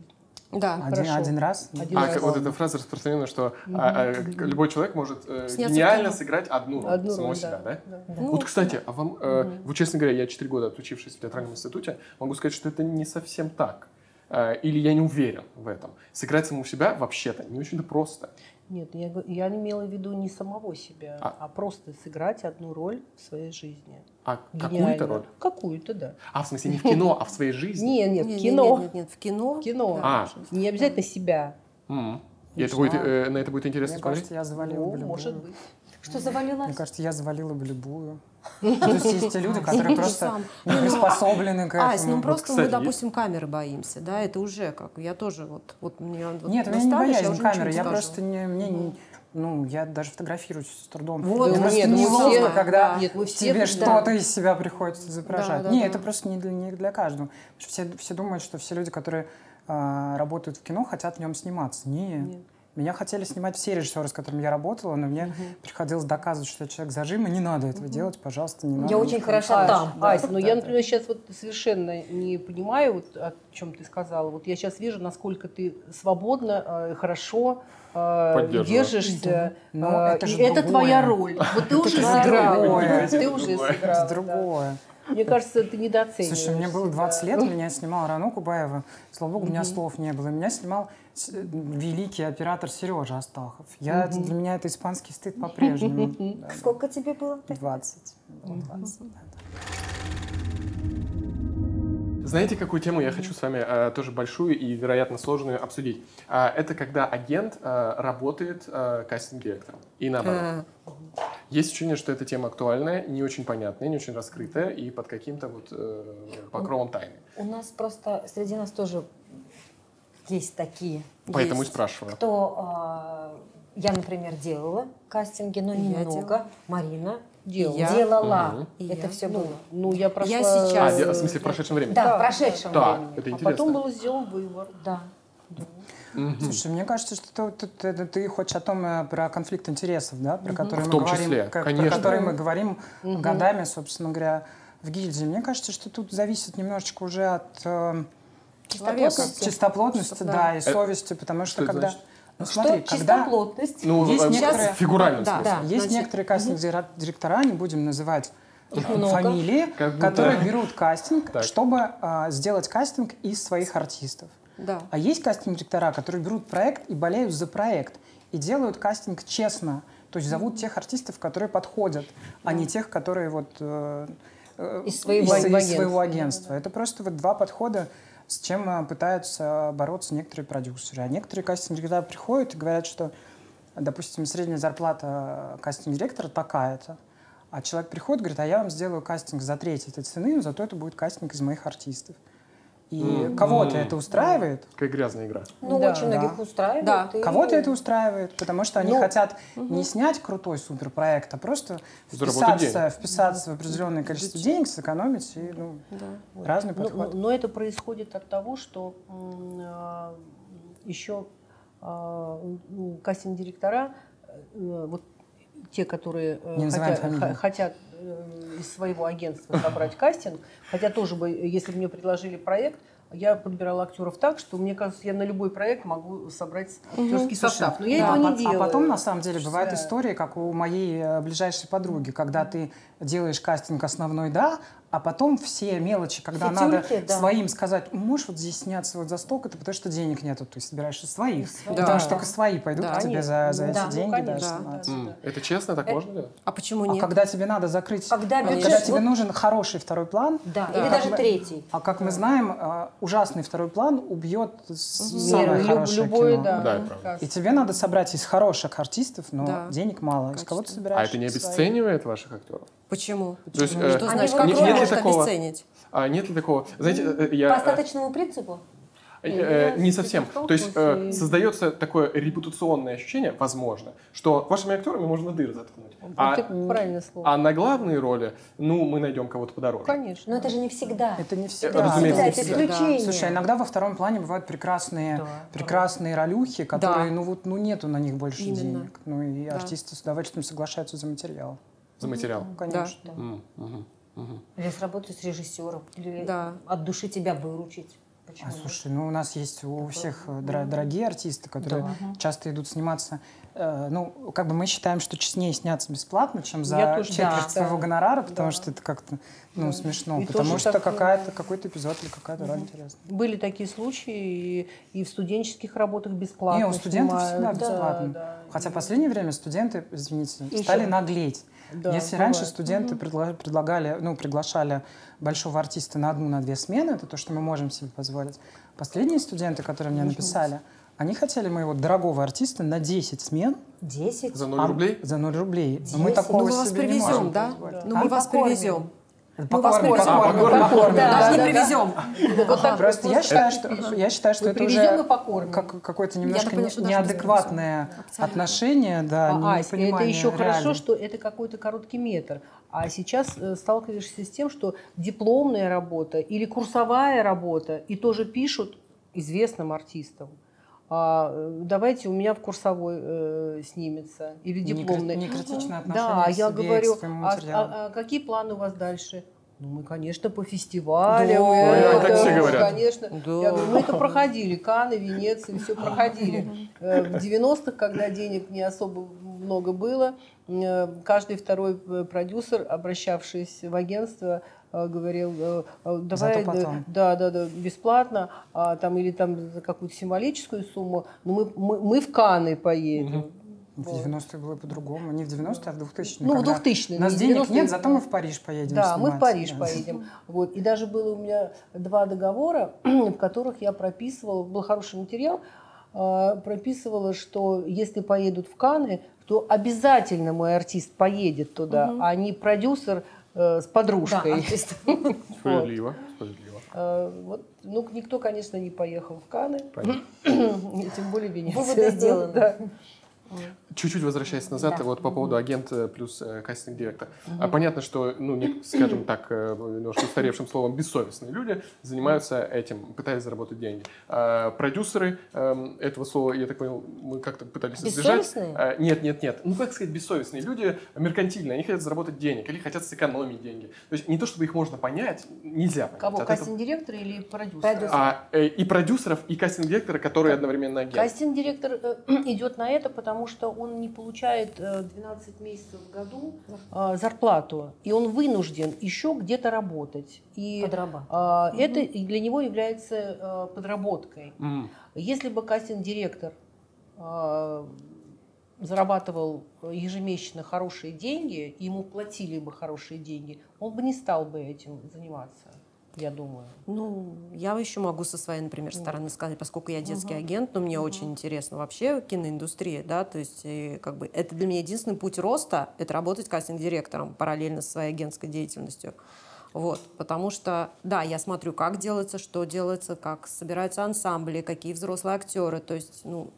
Да. Один, Хорошо. один раз. Один А раз. к- вот эта фраза распространенная, что а, а, к- любой человек может э, Сняться в гениально кино. сыграть одну роль Одну самого роль, себя, да? да. Ну, Вот, кстати, а вам, э, вы, честно говоря, я четыре года отучившись в театральном институте, могу сказать, что это не совсем так. Э, или я не уверен в этом. Сыграть самого себя вообще-то не очень-то просто. Нет, я, го- я имела в виду не самого себя, А- а, просто сыграть одну роль в своей жизни. А Гениально. какую-то роль? Какую-то, да. А, в смысле, не в кино, а в своей жизни? Нет, нет, Не, в не, кино. Нет, нет, нет, в кино. В кино. А. Не обязательно себя. М. И Не это будет, знаю. э, на это будет интересно Мне смотреть? кажется, я завалила Ну, бы любую. может быть. Что завалилась? Мне кажется, я завалила бы любую. То есть есть те люди, которые просто Сам. не приспособлены к Ась, этому. ну просто кстати, мы, допустим, камеры боимся, да, это уже как, я тоже вот, вот мне вот Нет, у меня не достанешь, я боязнь уже ничего камеры, не я скажу. просто не, мне не, ну, я даже фотографируюсь с трудом. Вот, Мне ну, просто нет, мы неловко, все- когда да. Нет, мы все тебе да. что-то из себя приходится изображать. Да, да, не, да. это просто не для, не для каждого. Потому что все, все думают, что все люди, которые а, работают в кино, хотят в нем сниматься. Не. Нет. Меня хотели снимать все режиссеры, с которыми я работала, но мне приходилось доказывать, что я человек зажима, не надо этого делать, пожалуйста, не надо. Я очень хороша Ась, там. Ась, ну Да, я, да. например, сейчас вот совершенно не понимаю, вот, о чем ты сказала. Вот я сейчас вижу, насколько ты свободно, э, хорошо э, Поддерживаю. держишься. Ну, э, это и же это другое. твоя роль. Вот ты уже Это сыграла. другое. Ты уже Другое. сыграла. Это другое. да. Мне кажется, ты недооцениваешь. Слушай, мне было себя. двадцать лет, меня снимал Рану Кубаева. Слава богу, у меня слов не было. И меня снимал с- великий оператор Сережа Астахов. Я, это- Для меня это испанский стыд по-прежнему. Да, Сколько тебе было? да. двадцать. Было двадцать, да, да. Знаете, какую тему я хочу с вами э, тоже большую и, вероятно, сложную обсудить? А, это когда агент э, работает э, кастинг-директором. И наоборот. А, Есть ощущение, что эта тема актуальная, не очень понятная, не очень раскрытая и под каким-то вот э, покровом тайны. У нас просто, среди нас тоже есть такие, Поэтому и Есть. спрашиваю. кто, э, я, например, делала кастинги, но И я немного. делала. Марина Делала. Я. делала. Мгм. И Это я. все Ну, было. ну, я прошла... Я сейчас- А, э, де- в смысле, в прошедшем времени? Да, Да, в прошедшем Так, времени. это А интересно. потом был сделан выбор. Да. Мгм. Слушай, мне кажется, что ты, ты- ты- ты хочешь о том, э, про конфликт интересов, да, про который В мы том говорим, числе, как- про конечно. который мы говорим годами, собственно говоря, в гильдии. Мне кажется, что тут зависит немножечко уже от э, Человека. чистоплотности, Да. да, и Э, совести, потому что что это когда... значит? Ну, Что смотри, когда... чистоплотность? Ну, Есть э, некоторые- в фигуральном Да, смысле. да. Есть Значит, некоторые кастинг-директора, не будем называть Их много. фамилии, Как будто- которые берут кастинг, Так. чтобы а, сделать кастинг из своих артистов. Да. А есть кастинг-директора, которые берут проект и болеют за проект, и делают кастинг честно. То есть зовут тех артистов, которые подходят, а не тех, которые вот э, э, Из своего из, из агентства. своего агентства. Это просто вот два подхода, с чем э, пытаются бороться некоторые продюсеры. А некоторые кастинг-директора приходят и говорят, что, допустим, средняя зарплата кастинг-директора такая-то, а человек приходит и говорит, а я вам сделаю кастинг за треть этой цены, зато это будет кастинг из моих артистов. И М. кого-то М. это устраивает, Какая грязная игра. Ну, Да. очень Да. многих устраивает. Да. и- кого-то это устраивает, потому что они Ну, хотят не снять крутой суперпроект, а просто Заработать вписаться, вписаться в определенное количество денег, сэкономить и ну, Да. разный Но, подход. но это происходит от того, что м, а, еще а, м, кастинг-директора, э, вот те, которые э, Не называем хотят, фамилии. х- хотят э, из своего агентства забрать кастинг, хотя тоже бы, если бы мне предложили проект, я подбирала актеров так, что мне кажется, я на любой проект могу собрать актерский состав. Но я Да, этого а не по- делаю. А потом, на самом деле, бывают Да. истории, как у моей э, ближайшей подруги, когда ты делаешь кастинг основной, да, а потом все мелочи, когда надо Фитюльки, да. своим сказать, можешь вот здесь сняться вот за столько-то, потому что денег нету, ты собираешь из своих. своих. Потому Да. что только свои пойдут Да, к тебе за, за ну, эти да, ну, деньги, да, конечно, сниматься. да, М. да. Это честно, так можно делать? А почему А нет? когда тебе надо закрыть, Когда когда бюджет... тебе вот- нужен хороший второй план, Да, Да. или Как даже мы- третий. а как мы знаем, э, ужасный второй план убьет с- Нет, самое люб- хорошее любое, кино. да. Да, это правда. каст. И тебе надо собрать из хороших артистов, но Да. денег мало. Из кого ты Качество. собираешь? А это не свои? обесценивает ваших актеров? Почему? То есть, Ну, э, что Они значит, вот как нет его ли может такого- обесценить? А нет ли такого? Знаете, э, По я... э, остаточному принципу? Э, Нет, э, я не с совсем. этим То есть э, столкнулась и- создается такое репутационное ощущение, возможно, что вашими актерами можно дыры заткнуть. Вот А, это правильное слово. а на главные роли, ну, мы найдем кого-то подороже. Конечно. Но это же не всегда. Это не Э, всегда. разумеется, Да, не это всегда. исключение. Слушай, иногда во втором плане бывают прекрасные, Да. прекрасные ролюхи, которые, Да. ну вот, ну нету на них больше Именно. денег. Ну и Да. артисты с удовольствием соглашаются за материал. За материал. Ну, конечно. М, мгм, мгм. Или сработать с режиссером, или Да. от души тебя выручить. Почему? А, слушай, ну у нас есть у всех дор- дорогие артисты, которые Да. часто идут сниматься. Э, ну, как бы мы считаем, что честнее сняться бесплатно, чем за Я тоже четверть так своего считаю. гонорара, потому Да. что это как-то ну, Да. смешно. И Потому тоже что так, какая-то, э, какой-то эпизод или какая-то роль интересная. Были такие случаи, и, и в студенческих работах бесплатно Не, у студентов снимают. всегда бесплатно. Да, да. Хотя И- в последнее время студенты, извините, Еще. стали наглеть. Да, Если бывает. раньше студенты предла- предлагали, ну, приглашали большого артиста на одну, на две смены, это то, что мы можем себе позволить. Последние студенты, которые мне написали, они хотели моего дорогого артиста на десять смен Десять? За ноль а- рублей? за ноль рублей. Десять? Мы Ну, такого мы вас себе не можем привезем, да? позволить. Ну, А? мы вас Покормим. привезем. Покормим, Мы вас покормим, покормим. покормим, Да, да, не да, привезем. Вот так Просто вот я просто считаю, так что, пишут. я считаю, что Мы это привезем уже и покормим. как, какое-то Я немножко так поняла, не- что даже неадекватное Абсолютно. отношение, да, А, Ась, это непонимание еще хорошо, реалий. что это какой-то короткий метр. А сейчас э, сталкиваешься с тем, что дипломная работа или курсовая работа, и тоже пишут известным артистам. А, э, давайте у меня в курсовой э, снимется. Или дипломной. Некритичное отношение Да, к я себе, говорю, к своему а, материалу. а- а какие планы у вас дальше? Ну, мы, конечно, по фестивалям. Да, э, Ой, так все да, говорят. Конечно. Да. Я говорю, мы это проходили. Канны, Венеции, все проходили. Э, В девяностых, когда денег не особо много было, э, каждый второй э, продюсер, обращавшись в агентство, э, говорил, э, э, давай, Зато потом. да, да, да, бесплатно, а, там, или там за какую-то символическую сумму, но мы, мы, мы в Канны поедем. В Вот. девяностые было по-другому. Не в девяностые, а в двухтысячные. Ну, в когда двухтысячные, У нас не в денег девяностые. нет, зато мы в Париж поедем Да, мы в сниматься. Париж Да. поедем. Вот. И даже было у меня два договора, в которых я прописывала, был хороший материал, э, прописывала, что если поедут в Канны, то обязательно мой артист поедет туда, а не продюсер э, с Да, подружкой. артист. Справедливо, справедливо. Э, вот. Ну, никто, конечно, не поехал в Канны, Понятно. тем более Венеция. Выводы сделаны. Да. Чуть-чуть возвращаясь назад, Да. вот по поводу агента плюс э, кастинг-директор. А понятно, что, ну, не- скажем так, э, немножко устаревшим словом, бессовестные люди занимаются этим, пытаясь заработать деньги. А продюсеры э, этого слова, я так понял, мы как-то пытались избежать. Бессовестные? А, нет, нет, нет. Ну, как сказать, бессовестные люди, меркантильные, они хотят заработать денег или хотят сэкономить деньги. То есть не то, чтобы их можно понять, нельзя понять. Кого, От этого- кастинг-директор или продюсер? Продюсер. А, э, и продюсеров, и кастинг-директора, которые одновременно агент. Кастинг-директор э, идет на это, потому что он не получает э, двенадцать месяцев в году э, зарплату, и он вынужден еще где-то работать. И Подрабатывать. э, это и для него является э, подработкой. М. Если бы кастинг-директор э, зарабатывал ежемесячно хорошие деньги, и ему платили бы хорошие деньги, он бы не стал бы этим заниматься, я думаю. Ну, я еще могу со своей, например, стороны сказать, поскольку я детский агент, но мне очень интересно вообще киноиндустрия, да, то есть и, как бы, это для меня единственный путь роста, это работать кастинг-директором параллельно со своей агентской деятельностью. Вот, потому что, да, я смотрю, как делается, что делается, как собираются ансамбли, какие взрослые актеры, то есть, ну,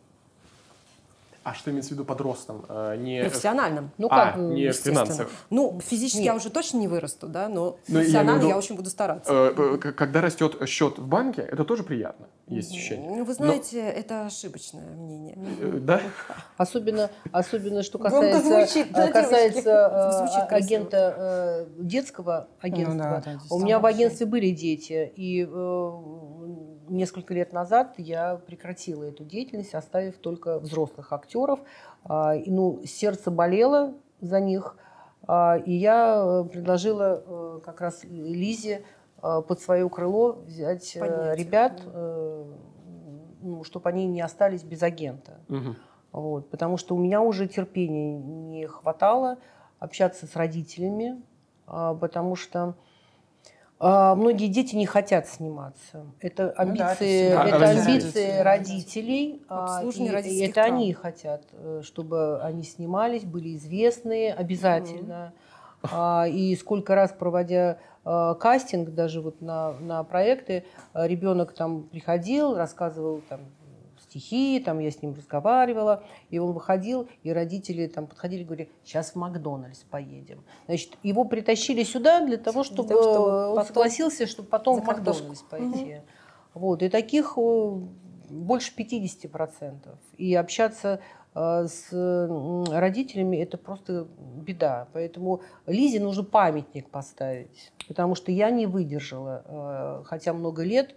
А что имеется в виду под ростом? А, не... профессиональным. Ну А, как, не естественно. финансово. Ну, физически Нет. я уже точно не вырасту, да, но Ну, я профессионально имею в я, виду, очень буду стараться. Э, к- Когда растет счет в банке, это тоже приятно, есть ощущение. Ну, вы знаете, это ошибочное мнение. Э, Да? Особенно, особенно что Громко касается, звучит, да, э, касается э, Звучит а- красиво. агента, э, детского агентства. Ну да, да, У действительно. меня в агентстве были дети, и э, несколько лет назад я прекратила эту деятельность, оставив только взрослых актеров. А, и, ну, сердце болело за них, а, и я э, предложила э, как раз Лизе э, под свое крыло взять э, Поднять их, ребят, да. э, ну, чтобы они не остались без агента. Мгм. Вот, потому что у меня уже терпения не хватало общаться с родителями, а, потому что а, многие дети не хотят сниматься. Это Ну да, амбиции, это всегда это родители. амбиции родителей, а, Обслуживание и- и родительских это прав. они хотят, э, чтобы они снимались, были известные обязательно. А, И сколько раз проводя э, кастинг, даже вот на, на проекты, э, ребенок там приходил, рассказывал там стихи, там я с ним разговаривала, и он выходил, и родители там подходили и говорили: сейчас в Макдональдс поедем. Значит, его притащили сюда для того, чтобы, того, чтобы он потом согласился, чтобы потом за в картошку. Макдональдс пойти. Вот, и таких э, больше пятидесяти процентов. И общаться э, с м, родителями – это просто беда. Поэтому Лизе нужно памятник поставить, потому что я не выдержала, э, хотя много лет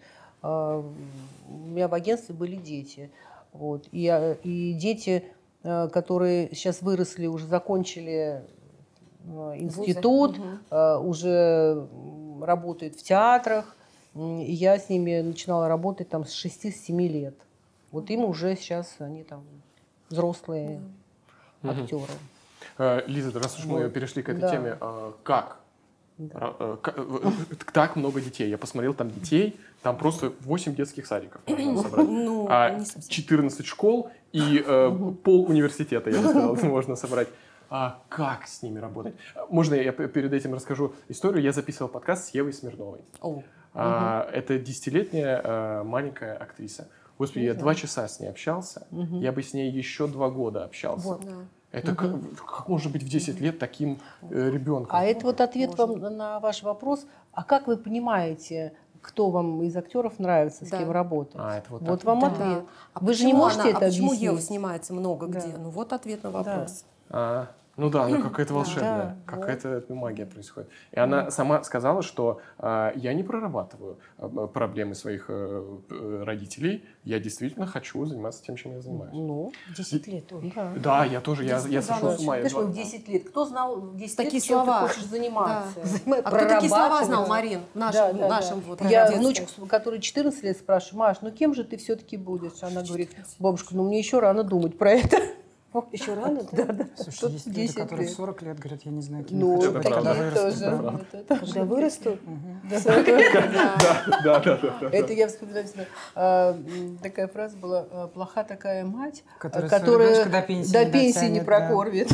у меня в агентстве были дети. Вот. И, и дети, которые сейчас выросли, уже закончили институт, Вузы. Уже работают в театрах. И я с ними начинала работать там с шести-семи лет. Вот им уже сейчас они там взрослые mm. актеры. Uh, Лиза, раз уж вот. мы перешли к этой да. теме, uh, как? Да. Uh, как? Так много детей. Я посмотрел, там детей, там просто восемь детских садиков можно собрать. Ну, а четырнадцать школ и uh, пол университета, я бы сказал, можно собрать. А как с ними работать? Можно я перед этим расскажу историю? Я записывал подкаст с Евой Смирновой. Oh. А, uh-huh. Это десятилетняя а, маленькая актриса. Господи, я два часа с ней общался, uh-huh. я бы с ней еще два года общался. Вот, да. Это uh-huh. как, как можно быть в десять лет таким э, ребенком? А это вот ответ вам на ваш вопрос. А как вы понимаете, кто вам из актеров нравится, с да. кем работать? А, это вот вот так. вам да. ответ. А вы же не можете она, это а почему объяснить? Ева снимается много да. где? Ну вот ответ на вопрос. Да. А, ну да, ну какая-то волшебная, да, какая-то вот. магия происходит. И она сама сказала, что а, я не прорабатываю а, проблемы своих а, родителей, я действительно хочу заниматься тем, чем я занимаюсь. Ну, десять лет. Да. да, я тоже, я, я сошел с ума. Знаешь, в десять лет. Кто знал в десять такие лет, чем слова. ты хочешь заниматься? Да. А кто такие слова знал, Марин, в нашем, да, да, нашем да. вот Я детстве. внучку, которой четырнадцать лет, спрашиваю: Маш, ну кем же ты все-таки будешь? Она говорит: бабушка, ну мне еще рано думать про это. Еще рано? Да, да. Слушай, есть люди, которые в сорок лет говорят, я не знаю, кем ну, я хочу быть, когда вырасту. Когда вырастут? Да, да, да. Это я вспоминаю всегда. Такая фраза была: плоха такая мать, которая до пенсии не прокормит.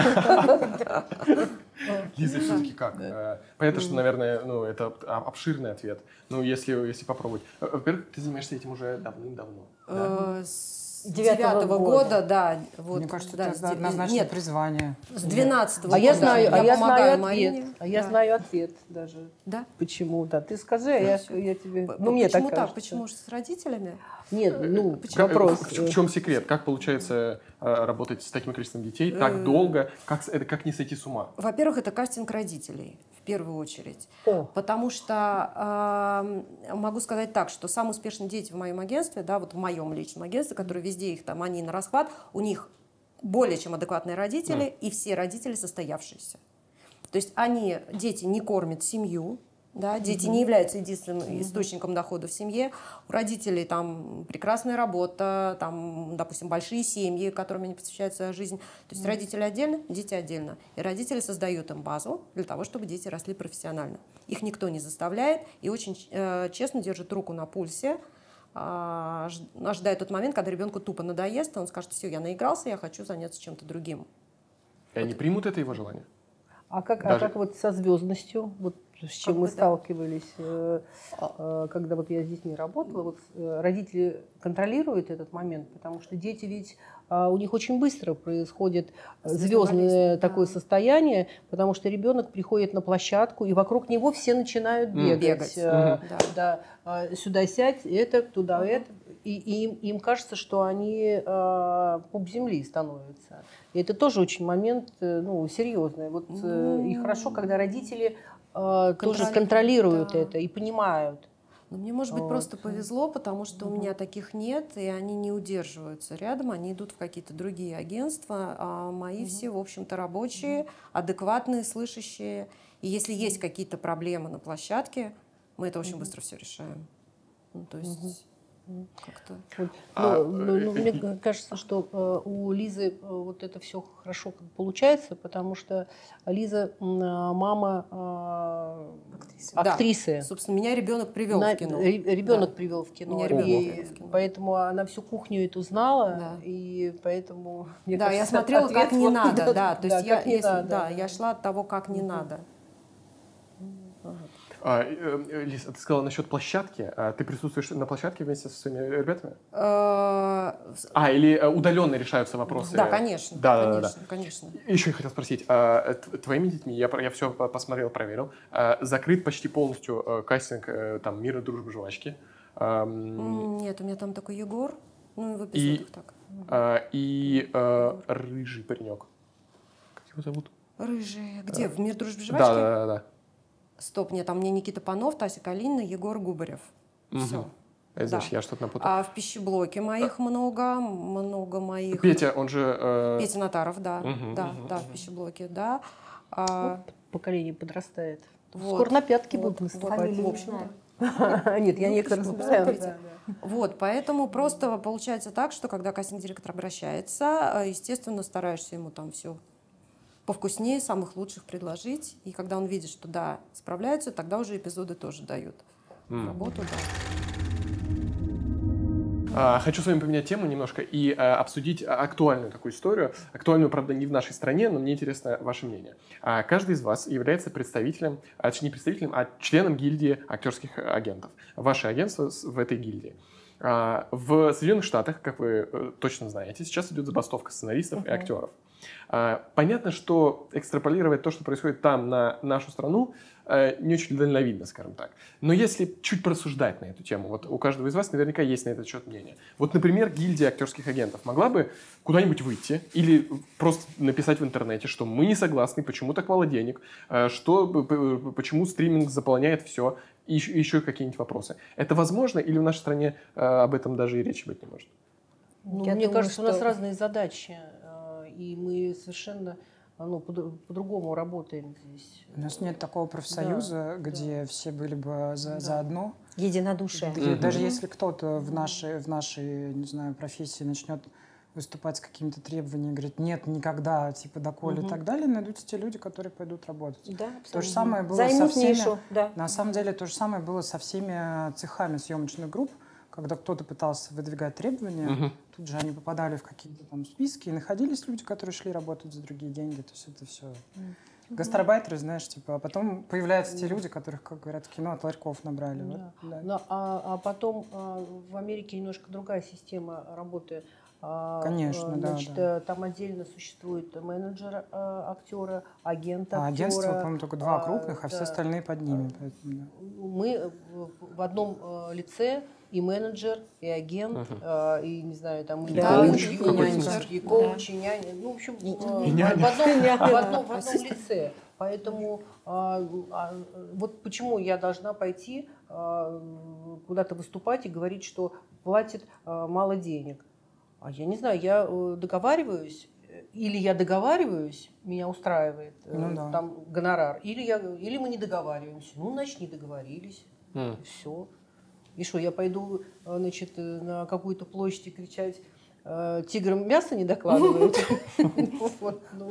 Лиза, все-таки как? Понятно, что, наверное, ну, это обширный ответ. Ну, если, если попробовать. Во-первых, ты занимаешься этим уже давным-давно. Да? С девятого года, да. Вот, Мне кажется, да, это однозначное нет, призвание. с двенадцатого а года я знаю, а я, я помогаю знаю Марине. ответ. А я да. знаю ответ даже. Да? Почему? Да, ты скажи, а я, я тебе... П- Ну, мне почему так так? кажется. Почему же с родителями? Нет, ну, Как, вопрос. В, в чем секрет? Как получается э, работать с таким количеством детей так долго? Как, это, как не сойти с ума? Во-первых, это кастинг родителей, в первую очередь. О. Потому что э, могу сказать так, что самые успешные дети в моем агентстве, да, вот в моем личном агентстве, которые везде их там, они на расхват, у них более чем адекватные родители, mm. и все родители состоявшиеся. То есть они, дети не кормят семью, да, дети mm-hmm. не являются единственным mm-hmm. источником дохода в семье. У родителей там прекрасная работа, там, допустим, большие семьи, которыми они посвящают свою жизнь. То есть mm-hmm. родители отдельно, дети отдельно. И родители создают им базу для того, чтобы дети росли профессионально. Их никто не заставляет и очень э, честно держит руку на пульсе, э, ожидая тот момент, когда ребенку тупо надоест, и он скажет: все, я наигрался, я хочу заняться чем-то другим. И вот. Они примут это его желание? А как, а как вот со звездностью, вот с чем как мы бы, сталкивались, э, э, когда вот я с детьми работала, вот э, родители контролируют этот момент, потому что дети ведь, э, у них очень быстро происходит звездное такое да. состояние, потому что ребенок приходит на площадку, и вокруг него все начинают бегать. бегать. Э, да. Да, э, сюда сядь, это, туда, uh-huh. это. И, и им, им кажется, что они э, пуп земли становятся. И это тоже очень момент ну, серьезный. Вот, э, и хорошо, когда родители э, тоже контролируют да. это и понимают. Но мне, может быть, вот. просто повезло, потому что угу. у меня таких нет, и они не удерживаются рядом, они идут в какие-то другие агентства, а мои угу. все, в общем-то, рабочие, угу. адекватные, слышащие. И если есть какие-то проблемы на площадке, мы это очень угу. быстро все решаем. Ну, то есть... Угу. Как-то. Вот. А, ну, ну, ну, мне кажется, что э, у Лизы э, вот это все хорошо получается, потому что Лиза э, мама э, актрисы. актрисы. Да. Собственно, меня ребенок привел На, в кино. Ребенок да. привел в кино. Меня ребенок и привел в кино. Поэтому она всю кухню эту знала, да. и поэтому. Мне да, кажется, я смотрела, как не вот, надо. Да, да, то да, есть я, не если, надо, да, да. я шла от того, как не mm-hmm. надо. А, Лиз, ты сказала насчет площадки. А ты присутствуешь на площадке вместе со своими ребятами? А, или удаленно решаются вопросы? Да, конечно. Да, конечно, да, да. конечно. Еще я хотел спросить. А, твоими детьми, я, я все посмотрел, проверил, а, закрыт почти полностью кастинг там, «Мира, дружбы, жвачки». А, Нет, у меня там такой Егор. Ну, в эпизодах и, так. А, и а, рыжий паренек. Как его зовут? Рыжий. Где? А, в «Мир, дружбы, жвачки»? Да, да, да. Стоп, нет, там мне Никита Панов, Тася Калинина, Егор Губарев. Угу. Все. Это значит, Да. я что-то напутал. А в пищеблоке моих много, много моих. Петя, он же... э, Петя Натаров, да, Мгм, да, мгм, да, мгм. в пищеблоке, да. А, Поколение подрастает. вот, Скоро на пятки вот, будут вот, наступать. в общем, знаю. да. Нет, я Ну, некоторым да, постоянно. Петя. Вот, поэтому просто получается так, что когда кастинг-директор обращается, естественно, стараешься ему там все повкуснее, самых лучших предложить. И когда он видит, что да, справляются, тогда уже эпизоды тоже дают в работу, да. А, Хочу с вами поменять тему немножко и а, обсудить а, актуальную такую историю. Актуальную, правда, не в нашей стране, но мне интересно ваше мнение. А, Каждый из вас является представителем, а, точнее не представителем, а членом гильдии актерских агентов. Ваше агентство с- в этой гильдии. А, В Соединенных Штатах, как вы э, точно знаете, сейчас идет забастовка сценаристов и актеров. А, Понятно, что экстраполировать то, что происходит там, на нашу страну, э, не очень дальновидно, скажем так. Но если чуть порассуждать на эту тему, вот у каждого из вас наверняка есть на этот счет мнение. Вот, например, гильдия актерских агентов могла бы куда-нибудь выйти или просто написать в интернете, что мы не согласны, почему так мало денег, э, что, п- п- почему стриминг заполняет все, и еще, еще какие-нибудь вопросы. Это возможно или в нашей стране э, об этом даже и речи быть не может? Ну, Я мне думаю, кажется, у нас что- разные задачи, э, и мы совершенно э, ну, по- по-другому работаем здесь. У нас нет такого профсоюза, Да, где все были бы за, Да. заодно. Единодушие. И даже если кто-то в нашей, в нашей, не знаю, профессии начнет выступать с какими-то требованиями, говорит, нет, никогда, типа, доколе и так далее, найдутся те люди, которые пойдут работать. Да, То же абсолютно. самое было Займут со всеми, нишу, да. на самом деле то же самое было со всеми цехами съемочных групп, когда кто-то пытался выдвигать требования, Мгм. тут же они попадали в какие-то там списки, и находились люди, которые шли работать за другие деньги, то есть это все... Гастарбайтеры, знаешь, типа, а потом появляются те люди, которых, как говорят, в кино от ларьков набрали. Вот, Да. да. Но, а, а потом а, в Америке немножко другая система работы. А, Конечно, а, да, значит, да. э, там отдельно существует менеджер а, актера, агент актера. А агентство, по-моему, только два а, крупных, а все да. остальные под ними. Поэтому, да. Мы в в одном э, лице и менеджер, и агент, э, и, не знаю, там, и Да, коуч, и и, нянчик. и коуч, и няня. Ну, в общем, э, в, няня. в одном, в одном- в одном лице. Поэтому а, а, вот почему я должна пойти а, куда-то выступать и говорить, что платит а, мало денег. А я не знаю, я э, договариваюсь, э, или я договариваюсь, меня устраивает э, Ну да. там гонорар, или, я, или мы не договариваемся. Ну, значит, не договорились. М. Все. И что, я пойду, э, значит, э, на какую-то площадь и кричать, э, тиграм мясо не докладывают? Вот, ну,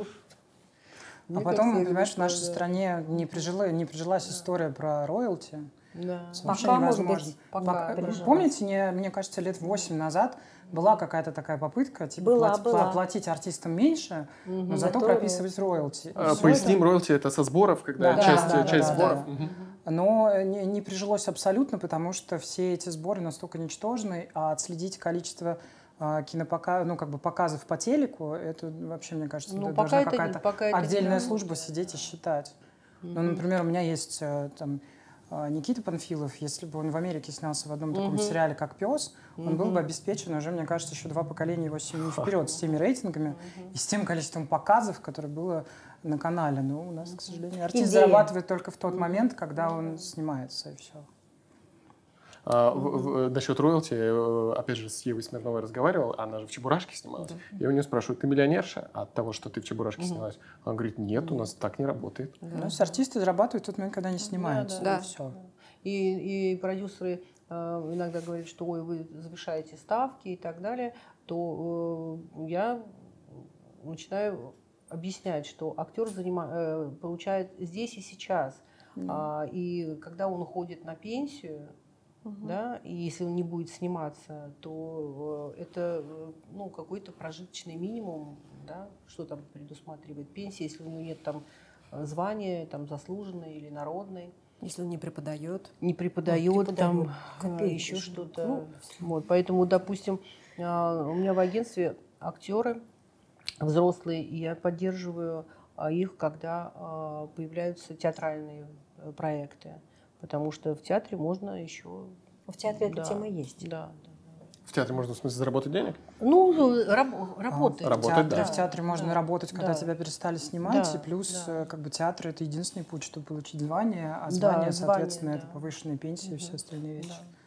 А мне потом, кажется, понимаешь, в такое, нашей да. стране не, прижила, не прижилась история про роялти. Да. Вообще Пока, может невозможно. быть, пока Пока- прижилась. Помните, не, мне кажется, лет восемь назад была какая-то такая попытка типа, Была, плати- была. платить артистам меньше, но зато Зато прописывать роялти. И А, всё Поясним, это- роялти это со сборов, когда Да, часть, да, да, часть да, сборов. да. Мгм. Но не, не прижилось абсолютно, потому что все эти сборы настолько ничтожны, а отследить количество а, кинопока... ну, как бы показов по телеку, это вообще, мне кажется, Ну, да- пока должна это не- какая-то пока это не отдельная работает, служба да. сидеть и считать. Ну, например, у меня есть э, там э, Никита Панфилов, если бы он в Америке снялся в одном таком сериале, как «Пес», он был бы обеспечен уже, мне кажется, еще два поколения его семьи вперед с теми рейтингами и с тем количеством показов, которое было на канале. Но у нас, к сожалению, артист Идея. зарабатывает только в тот момент, когда он снимается, и все. А, в- в- насчет роялти, э, опять же, с Евой Смирновой разговаривал, она же в «Чебурашке» снималась. Я у нее спрашиваю, ты миллионерша от того, что ты в «Чебурашке» снялась? Она говорит, нет, у нас так не работает. У нас артисты зарабатывают в тот момент, когда они снимаются, да. и все. И, и продюсеры э, иногда говорят, что ой, вы завышаете ставки и так далее, то э, я начинаю объяснять, что актер занима- э, получает здесь и сейчас. А, и когда он уходит на пенсию, да, и если он не будет сниматься, то э, это э, ну, какой-то прожиточный минимум, да, что там предусматривает пенсия, если у него нет там э, звания там, заслуженной или народной. Если он не преподает. Не преподает, преподает. там Копейки еще же. что-то. Ну, Вот, поэтому, допустим, а, у меня в агентстве актеры взрослые, и я поддерживаю а, их, когда а, появляются театральные э, проекты. Потому что в театре можно еще... В театре эта Да, тема есть. Да, да. В театре можно, в смысле, заработать денег? Ну, раб- работает. В Работать, театре, да. в театре можно Да, работать, когда да. тебя перестали снимать, Да, и плюс да. э, как бы театр — это единственный путь, чтобы получить звание, а Да, звание, звание, соответственно, да. это повышенная пенсия и все остальные вещи. Да.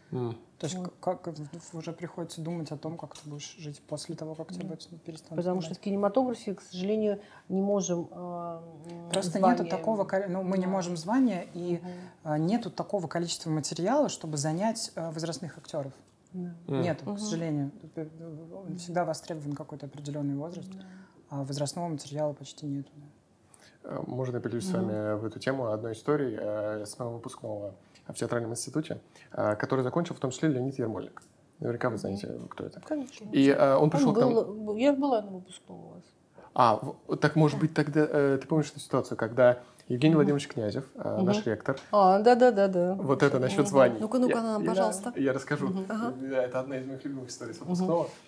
Mm. То есть как, как уже приходится думать о том, как ты будешь жить после того, как тебя будет перестанут Потому снимать. что в кинематографе, к сожалению, не можем э, Просто звание... нету такого, ну, мы не можем звания, и угу. нету такого количества материала, чтобы занять возрастных актеров. Да. Нету, угу. к сожалению. Всегда востребован какой-то определенный возраст, да. а возрастного материала почти нету. Да. Можно я поделюсь mm. с вами в эту тему одной историей э, с моего выпускного в театральном институте, э, который закончил в том числе Леонид Ермольник. Наверняка вы знаете, mm. кто это. Конечно. И э, он пришел он к нам... был, я была на выпускном у вас. А, так может быть тогда... Э, ты помнишь эту ситуацию, когда Евгений mm. Владимирович Князев, э, mm-hmm. наш ректор... А, да-да-да. Вот это насчет званий. Ну-ка, ну-ка, я, нам, я, пожалуйста. Я расскажу. Mm-hmm. Ага. Это одна из моих любимых историй с выпускного. Mm-hmm.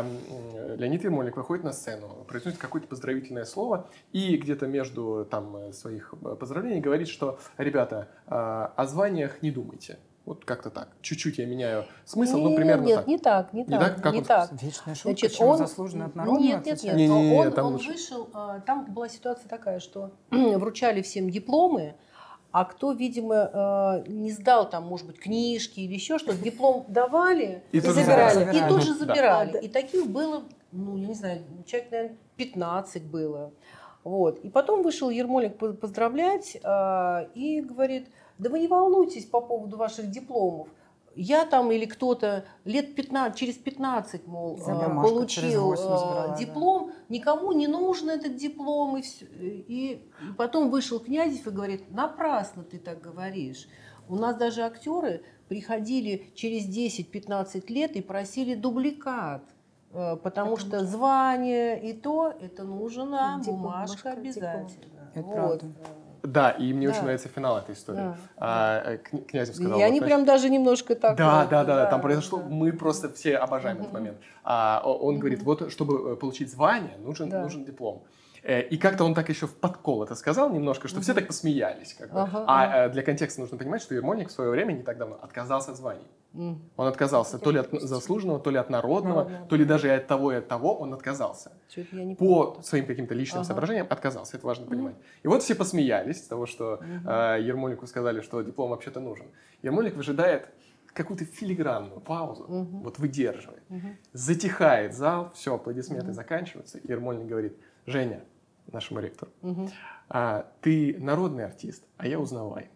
Леонид Ермольник выходит на сцену, произносит какое-то поздравительное слово и где-то между там, своих поздравлений говорит, что, ребята, о званиях не думайте. Вот как-то так. Чуть-чуть я меняю смысл, не, но примерно нет, так. Нет, не так, не, не так. так? Как не он так. Вечная шутка, Значит, чем он... заслуженно от народа. Нет, нет, нет. Не, не, не, он там он лучше. вышел, там была ситуация такая, что вручали всем дипломы, а кто, видимо, не сдал там, может быть, книжки или еще что-то, диплом давали и, и забирали. забирали. И тут же Да. забирали. И таких было, ну, я не знаю, человек, наверное, пятнадцать было. Вот. И потом вышел Ермольник поздравлять э, и говорит, да вы не волнуйтесь по поводу ваших дипломов. Я там или кто-то лет пятнадцать, через пятнадцать, мол, Забермашка получил забрала, диплом, да. Никому не нужен этот диплом. И, все. И, и потом вышел Князев и говорит, напрасно ты так говоришь. У нас даже актеры приходили через десять-пятнадцать лет и просили дубликат. Потому это что нужно. Звание и то, это нужна бумажка обязательно. Это вот. правда. Да, и мне да. очень нравится финал этой истории. Да. А, Князев сказал... И вот, они значит, прям даже немножко так... Да, вот, да, да, да, там произошло... да. Мы просто все обожаем uh-huh. этот момент. А, он uh-huh. говорит, вот чтобы получить звание, нужен, да. нужен диплом. И как-то он так еще в подкол это сказал немножко, что uh-huh. все так посмеялись. Как бы. uh-huh. А для контекста нужно понимать, что Ермольник в свое время, не так давно, отказался от званий. Mm. Он отказался то ли от заслуженного, то ли от народного, mm-hmm. то ли даже и от того, и от того он отказался. Я не По помню. своим каким-то личным ага. соображениям отказался, это важно mm-hmm. понимать. И вот все посмеялись с того, что mm-hmm. э, Ермольнику сказали, что диплом вообще-то нужен. Ермольник выжидает какую-то филигранную паузу, mm-hmm. вот выдерживает. Mm-hmm. Затихает зал, все, аплодисменты mm-hmm. заканчиваются. И Ермольник говорит, Женя, нашему ректору, mm-hmm. а, ты народный артист, а я узнаваемый.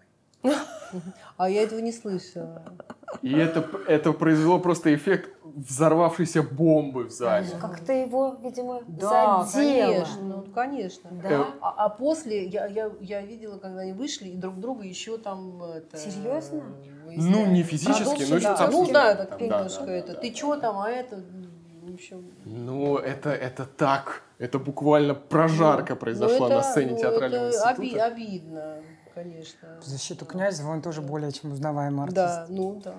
А я этого не слышала. И это, это произвело просто эффект взорвавшейся бомбы в зале. Как-то его, видимо, да, задело. Конечно, ну, конечно. Да. А, а после я, я, я видела, когда они вышли, и друг друга еще там... Это, Серьезно? Ну, не физически, но да. чуть Ну, да, так там, немножко да, да, это. да, Ты да, что да. там, а это... В общем... Ну, это, это так. Это буквально прожарка ну, произошла это, на сцене ну, театрального это института. Оби- обидно, конечно. В защиту Князева он тоже более чем узнаваемый артист. Да, ну да.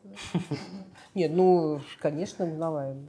Нет, ну, конечно, узнаваемый.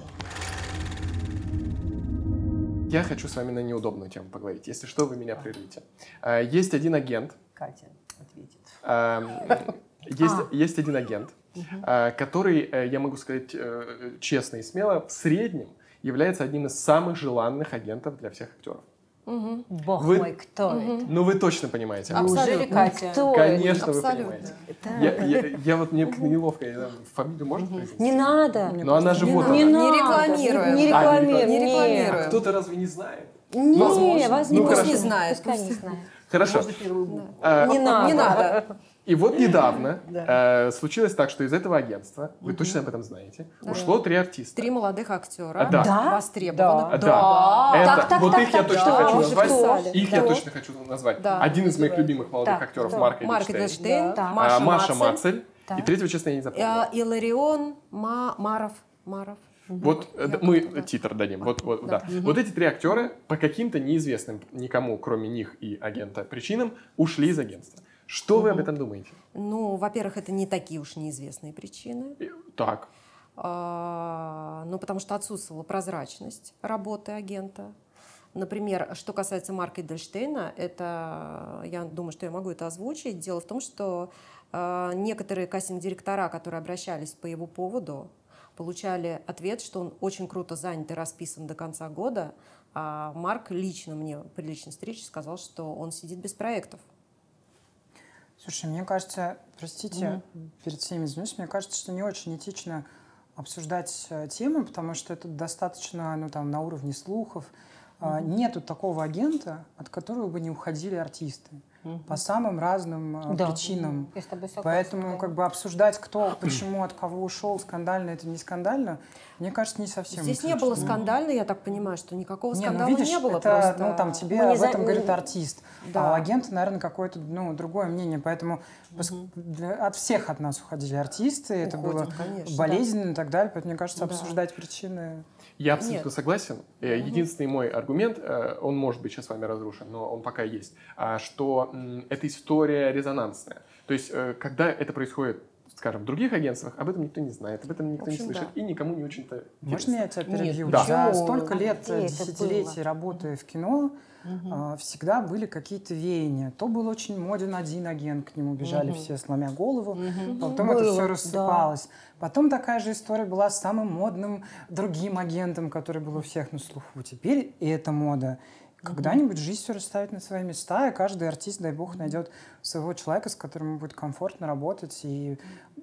Я хочу с вами на неудобную тему поговорить. Если что, вы меня прервите. Есть один агент. Катя ответит. Есть, есть один агент, который, я могу сказать честно и смело, в среднем является одним из самых желанных агентов для всех актеров. Угу. Бог вы, мой, кто угу. это? Ну, вы точно понимаете. Неужели Катя? Кто Конечно, это? вы понимаете. Я, я, я вот мне угу. неловко, я, фамилию можно произнести? Не надо. Но она же не вот не она. Не рекламируем. Не рекламируем. Не рекламируем. А кто-то разве не знает? Не, возможно. возможно. Ну, пусть не знает. Пускай не знает. Хорошо. А, не надо. Не надо. И вот недавно да. э, случилось так, что из этого агентства, вы угу. точно об этом знаете, да. ушло три артиста. Три молодых актера. А, да. Да? Востребованных. Да. да. Это, так, так, вот так, их так, я точно так, хочу так, назвать. писали. Их да. я точно хочу назвать. Да. Один из моих любимых молодых так, актеров, да. Марк Марк Эдельштейн. Эдельштейн, Да. Маша, Маша Мацель. Мацель. Так. И третьего, честно, я не запомнил. Иларион Ма- Маров. Маров. Вот Я мы да. титр дадим. Вот, вот, Да. да. Угу. Вот эти три актера по каким-то неизвестным никому, кроме них и агента, причинам ушли из агентства. Что угу. вы об этом думаете? Ну, во-первых, это не такие уж неизвестные причины. И, так. А, ну, потому что отсутствовала прозрачность работы агента. Например, что касается Марка Эдельштейна, это, я думаю, что я могу это озвучить. Дело в том, что а, некоторые кастинг-директора, которые обращались по его поводу, получали ответ, что он очень круто занят и расписан до конца года, а Марк лично мне при личной встрече сказал, что он сидит без проектов. Слушай, мне кажется, простите, mm-hmm. перед всеми извинюсь, мне кажется, что не очень этично обсуждать э, темы, потому что это достаточно, ну, там, на уровне слухов. Mm-hmm. Э, нету такого агента, от которого бы не уходили артисты. Mm-hmm. По самым разным э, да. причинам. Я с тобой согласна, Поэтому да. как бы обсуждать, кто, почему, от кого ушел, скандально это не скандально, мне кажется, не совсем. Здесь не было скандально, я так понимаю, что никакого не, скандала ну, видишь, не было. Это, просто... ну, там тебе Мы об этом за... говорит артист. Да. А у агента, наверное, какое-то, ну, другое мнение. Поэтому угу. для, от всех от нас уходили артисты. Уходим, это было конечно, болезненно да. и так далее. Поэтому, мне кажется, да. обсуждать причины... Я абсолютно Нет. согласен. Единственный мой аргумент, он может быть сейчас с вами разрушен, но он пока есть, что эта история резонансная. То есть, когда это происходит, скажем, в других агентствах, об этом никто не знает, об этом никто общем, не слышит, да. и никому не очень-то интересно. Можно я тебя перебью? Да. За столько лет, десятилетий работы в кино, угу. всегда были какие-то веяния. То был очень моден один агент, к нему бежали угу. все, сломя голову, угу. потом было, это все рассыпалось. Да. Потом такая же история была с самым модным другим агентом, который был у всех на слуху. Теперь и эта мода. Когда-нибудь жизнь все расставит на свои места, и каждый артист, дай бог, найдет своего человека, с которым ему будет комфортно работать. И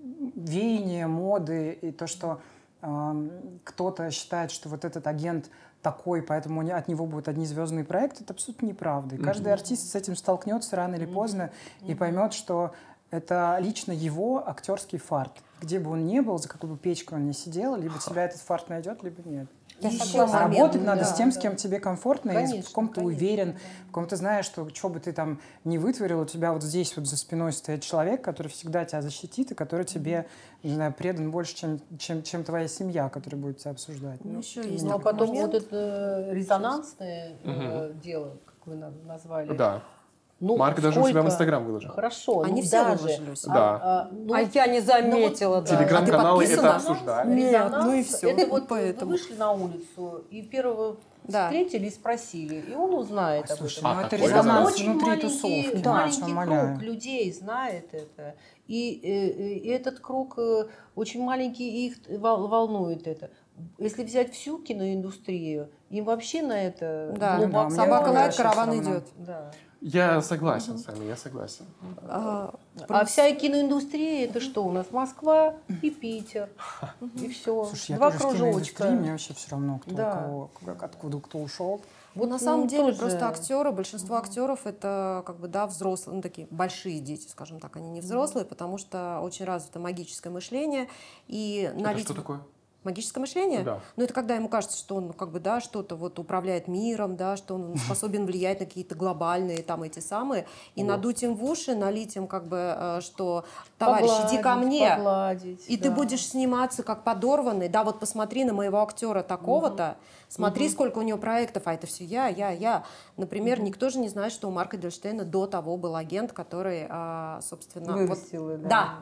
веяние, моды, и то, что э, кто-то считает, что вот этот агент такой, поэтому от него будут одни звездные проекты, это абсолютно неправда. И каждый mm-hmm. артист с этим столкнется рано или поздно mm-hmm. и поймет, что это лично его актерский фарт. Где бы он ни был, за какой бы печкой он ни сидел, либо тебя этот фарт найдет, либо нет. Я Еще работать надо да, с тем, да. с кем тебе комфортно, конечно, и в ком ты уверен, да. в ком ты знаешь, что что бы ты там не вытворил, у тебя вот здесь вот за спиной стоит человек, который всегда тебя защитит и который тебе, не знаю, предан больше, чем, чем, чем твоя семья, которая будет тебя обсуждать. Ну, еще есть ну, а потом момент. Вот это резонансное э, дело, как вы назвали. Да. Ну, Марк даже у себя в Инстаграм выложил. Хорошо. Они ну, все даже, выложили у себя. Да. А, а, ну, а я не заметила. Ну, вот, да. Телеграм-каналы а это обсуждают. Нет, ну и все. Это вот поэтому. Вы вышли на улицу и первого да. встретили и спросили, и он узнает а, об слушай, этом. Ну, это резонанс очень внутри маленький, тусовки. Да, маленький умоляю. круг людей знает это. И, и, и этот круг очень маленький, и их волнует это. Если взять всю киноиндустрию, им вообще на это да, глубоко... Да, собака лает, караван идет. Да. Я согласен угу. с вами, я согласен. А, а вся киноиндустрия это что? У нас Москва и Питер. И все. Слушай, Два я кружочка. В мне вообще все равно, кто да. кого, откуда кто ушел. Вот на самом ну, деле тоже... просто актеры, большинство угу. актеров это как бы да взрослые, ну такие большие дети, скажем так, они не взрослые, угу. потому что очень развито магическое мышление и это налить... что такое? Магическое мышление? Да. Ну, это когда ему кажется, что он как бы, да, что-то вот управляет миром, да, что он способен влиять на какие-то глобальные там эти самые, и вот. Надуть им в уши, налить им как бы, что товарищ, погладить, иди ко мне, погладить, и да. ты будешь сниматься как подорванный, да, вот посмотри на моего актера такого-то, угу. смотри, угу. сколько у него проектов, а это все я, я, я. Например, угу. никто же не знает, что у Марка Эдельштейна до того был агент, который, собственно... Вырастил, вот, да. Да,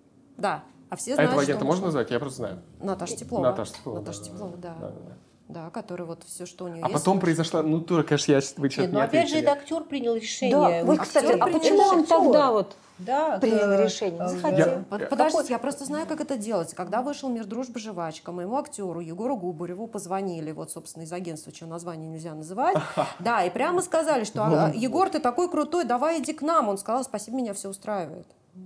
да. А все а знают, этого агента что можно назвать? Я просто знаю. Наташа Теплова. Наташа Теплова, Наташа да, Теплова, да. Да, да, да. Да, который вот все, что у нее а есть. А потом произошла, ну, тоже, конечно, я вы что-то Нет, не но опять ответили. же, это актер принял решение. Да, вы, кстати, актер а принял почему он актер. тогда вот да, принял это, решение? Не захотел. Я, Подождите, Какой? я просто знаю, как это делать. Когда вышел «Мир, дружба, жвачка», моему актеру Егору Губареву позвонили, вот, собственно, из агентства, чье название нельзя называть, да, и прямо сказали, что Егор, ты такой крутой, давай иди к нам. Он сказал, спасибо, меня все устраивает.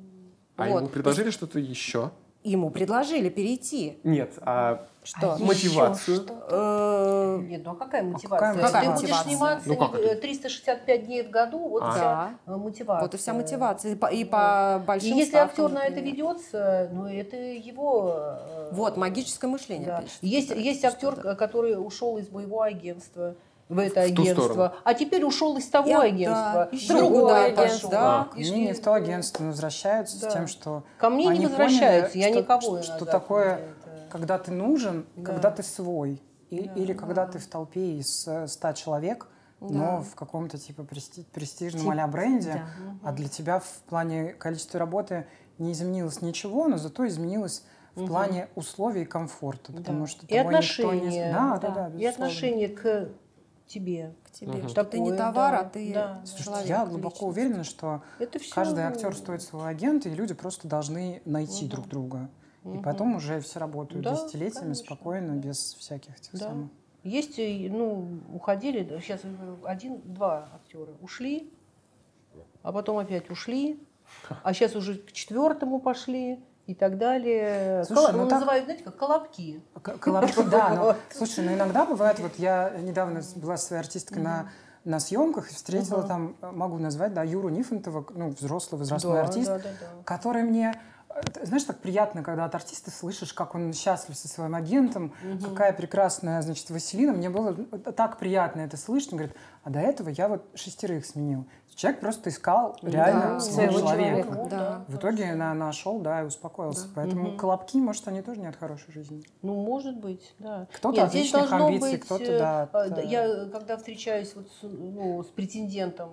А ему предложили что-то еще? Ему предложили перейти. Нет, а что? Мотивацию? Что? Нет, ну а какая мотивация? Какая Ты мотивация? будешь сниматься ну, как триста шестьдесят пять дней в году, вот а. вся мотивация. Вот и вся мотивация. И по, и по большим И если ставкам, актер на это ведется, ну это его... Вот, магическое мышление. Да. Опять, есть да, есть актер, да. который ушел из моего агентства. В это в агентство, а теперь ушел из того Я, агентства, да, и еще другое агентство. Да. Ко мне не в то агентство возвращаются да. с тем, что ко мне они не возвращаются, поняли, я что, никого что, что такое, это... когда ты нужен, да. когда ты свой, и, да, или да. когда ты в толпе из ста человек, да. но в каком-то типа прести, престижном а-ля бренде, да. а для тебя в плане количества работы не изменилось ничего, но зато изменилось в угу. плане условий и комфорта, потому да. что и отношения, не... да, да, да, да, и отношение к тебе, к тебе, угу. что ты не товар, да, а ты да. человек. Я глубоко уверена, что каждый актер стоит своего агента, и люди просто должны найти угу. друг друга. И угу. потом уже все работают да, десятилетиями конечно. Спокойно, без всяких этих да. самых. Есть, ну, уходили, сейчас один-два актера ушли, а потом опять ушли, А сейчас уже к четвертому пошли и так далее. Слушай, Кол- ну ну, так- называют, знаете, как колобки. К- Колобки, да. Но, слушай, ну иногда бывает, вот я недавно была со своей артисткой на, на съемках и встретила там, могу назвать, да, Юру Нифонтова, ну, взрослый, возрастной Да, артист, да, да, да. который мне... э, Знаешь, так приятно, когда от артиста слышишь, как он счастлив со своим агентом, какая прекрасная, значит, Василина. Мне было так приятно это слышать. Он говорит, а до этого я вот шестерых сменил. Человек просто искал реально Да, своего своего человека. человека. Да. В итоге на, нашел, да, и успокоился. Поэтому колобки, может, они тоже не от хорошей жизни. Ну, может быть, да. Кто-то Нет, от здесь личных должно амбиций, быть, кто-то, э, да, от, э, да, э, Я, когда встречаюсь вот с, ну, с претендентом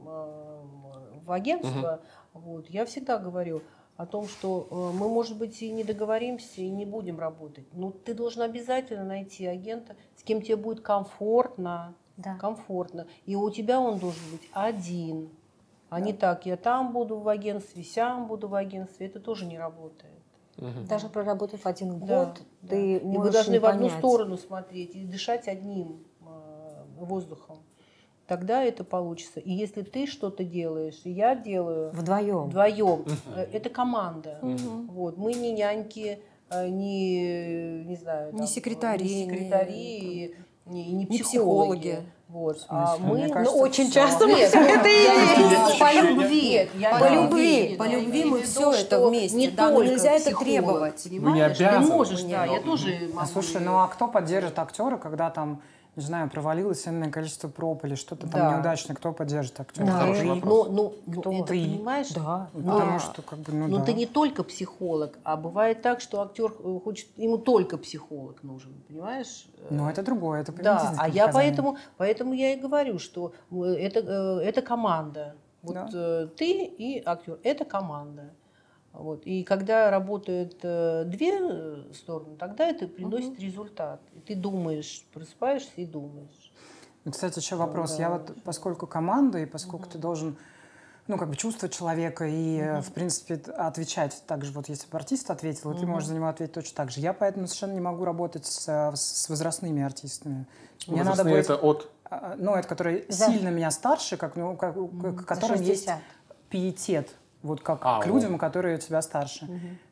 э, в агентство, вот, я всегда говорю о том, что э, мы, может быть, и не договоримся, и не будем работать. Но ты должен обязательно найти агента, с кем тебе будет комфортно, Да. комфортно. И у тебя он должен быть один. А не так, я там буду в агентстве, сям буду в агентстве. Это тоже не работает. Даже проработав один Да, год, да. ты И вы можешь должны не в одну понять. сторону смотреть и дышать одним э, воздухом. Тогда это получится. И если ты что-то делаешь, и я делаю Вдвоем. вдвоем, э, это команда. Вот. Мы не няньки, э, не, не знаю, Не там, секретари, не не- секретари, не, не не психологи. психологи. Вот. В А смысле? мы Мне ну, кажется, очень всё. часто мы Нет, всё это и я- есть. По любви. Нет, я- По да. любви. По Я любви имею мы в виду, всё это что вместе, не да, но только нельзя это психолог, требовать. Понимаешь? Вы не обязаны. Ты можешь, Нет. да, я тоже могу. А слушай, ну а кто поддержит актера, когда там, не знаю, провалилось энное количество проб или что-то там Да. неудачно, кто поддержит актера? Да. Хороший и- вопрос. Ну, ну, ну, Кто? это Ты. понимаешь? Да. Ну, потому А, что, как бы, ну, Ну, да. ты не только психолог, а бывает так, что актер э, хочет, ему только психолог нужен, понимаешь? Ну, это другое, это Да, принудительное а я наказание. поэтому, поэтому я и говорю, что э, это, э, это команда. Вот Да. э, ты и актер, это команда. Вот. И когда работают э, две э, стороны, тогда это приносит результат. И ты думаешь, просыпаешься и думаешь. Ну, кстати, еще вопрос. Да. Я вот, поскольку команда, и поскольку ты должен, ну, как бы чувствовать человека и, э, в принципе, т- отвечать так же, вот если бы артист ответил, и ты можешь за него ответить точно так же. Я поэтому совершенно не могу работать с, э, с возрастными артистами. Мне надо Возрастные быть, это от... а, ну, это которые За- сильно меня старше, как, ну, как, у- к За которым есть шестьдесят. пиетет, вот как А, к вот. людям, которые тебя старше.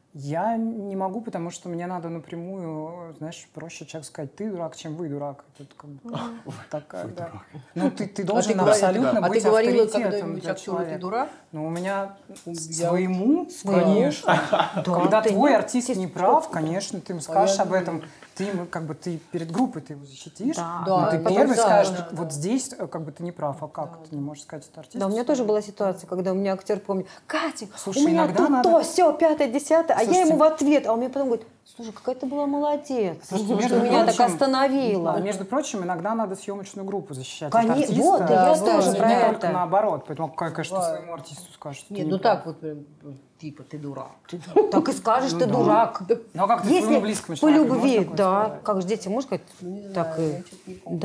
Я не могу, потому что мне надо напрямую, знаешь, проще человеку сказать, ты дурак, чем вы дурак. Тут как бы такая, да. Ну, ты, ты должен а ты, говори- абсолютно а быть ты говорила авторитетом когда-нибудь для актеру, ты человека. дурак? Ну, у меня Я- своему, Своему? конечно. Когда ты твой не- артист не прав, конечно, ты ему скажешь об этом. Ты ему, как бы, ты перед группой ты его защитишь. Да. но Да, ты ну, первый да, скажешь, да, вот да. здесь, э, как бы, ты не прав. А как ты не можешь сказать это артисту? Да, у меня тоже была ситуация, когда у меня актер, помню, Катя, Слушай, у меня иногда тут надо- то, все, пятое, десятое, а я Слушайте, ему в ответ, а он мне потом говорит, слушай, какая ты была молодец, Слушайте, что между меня так прочим- остановило. А, между прочим, иногда надо съемочную группу защищать Коне- от артиста. вот, да, я А тоже не про это. только наоборот. Поэтому какая, конечно, Бывает. своему артисту скажешь, что ты Нет, не ну прав. так вот, прям, типа, ты дурак. Так и скажешь, Ну ты да. дурак. Ну а как ты Если своему близкому по человеку любви, можешь такое да, сказать? как же дети, можешь сказать, Не так знаю, и, я что-то не помню.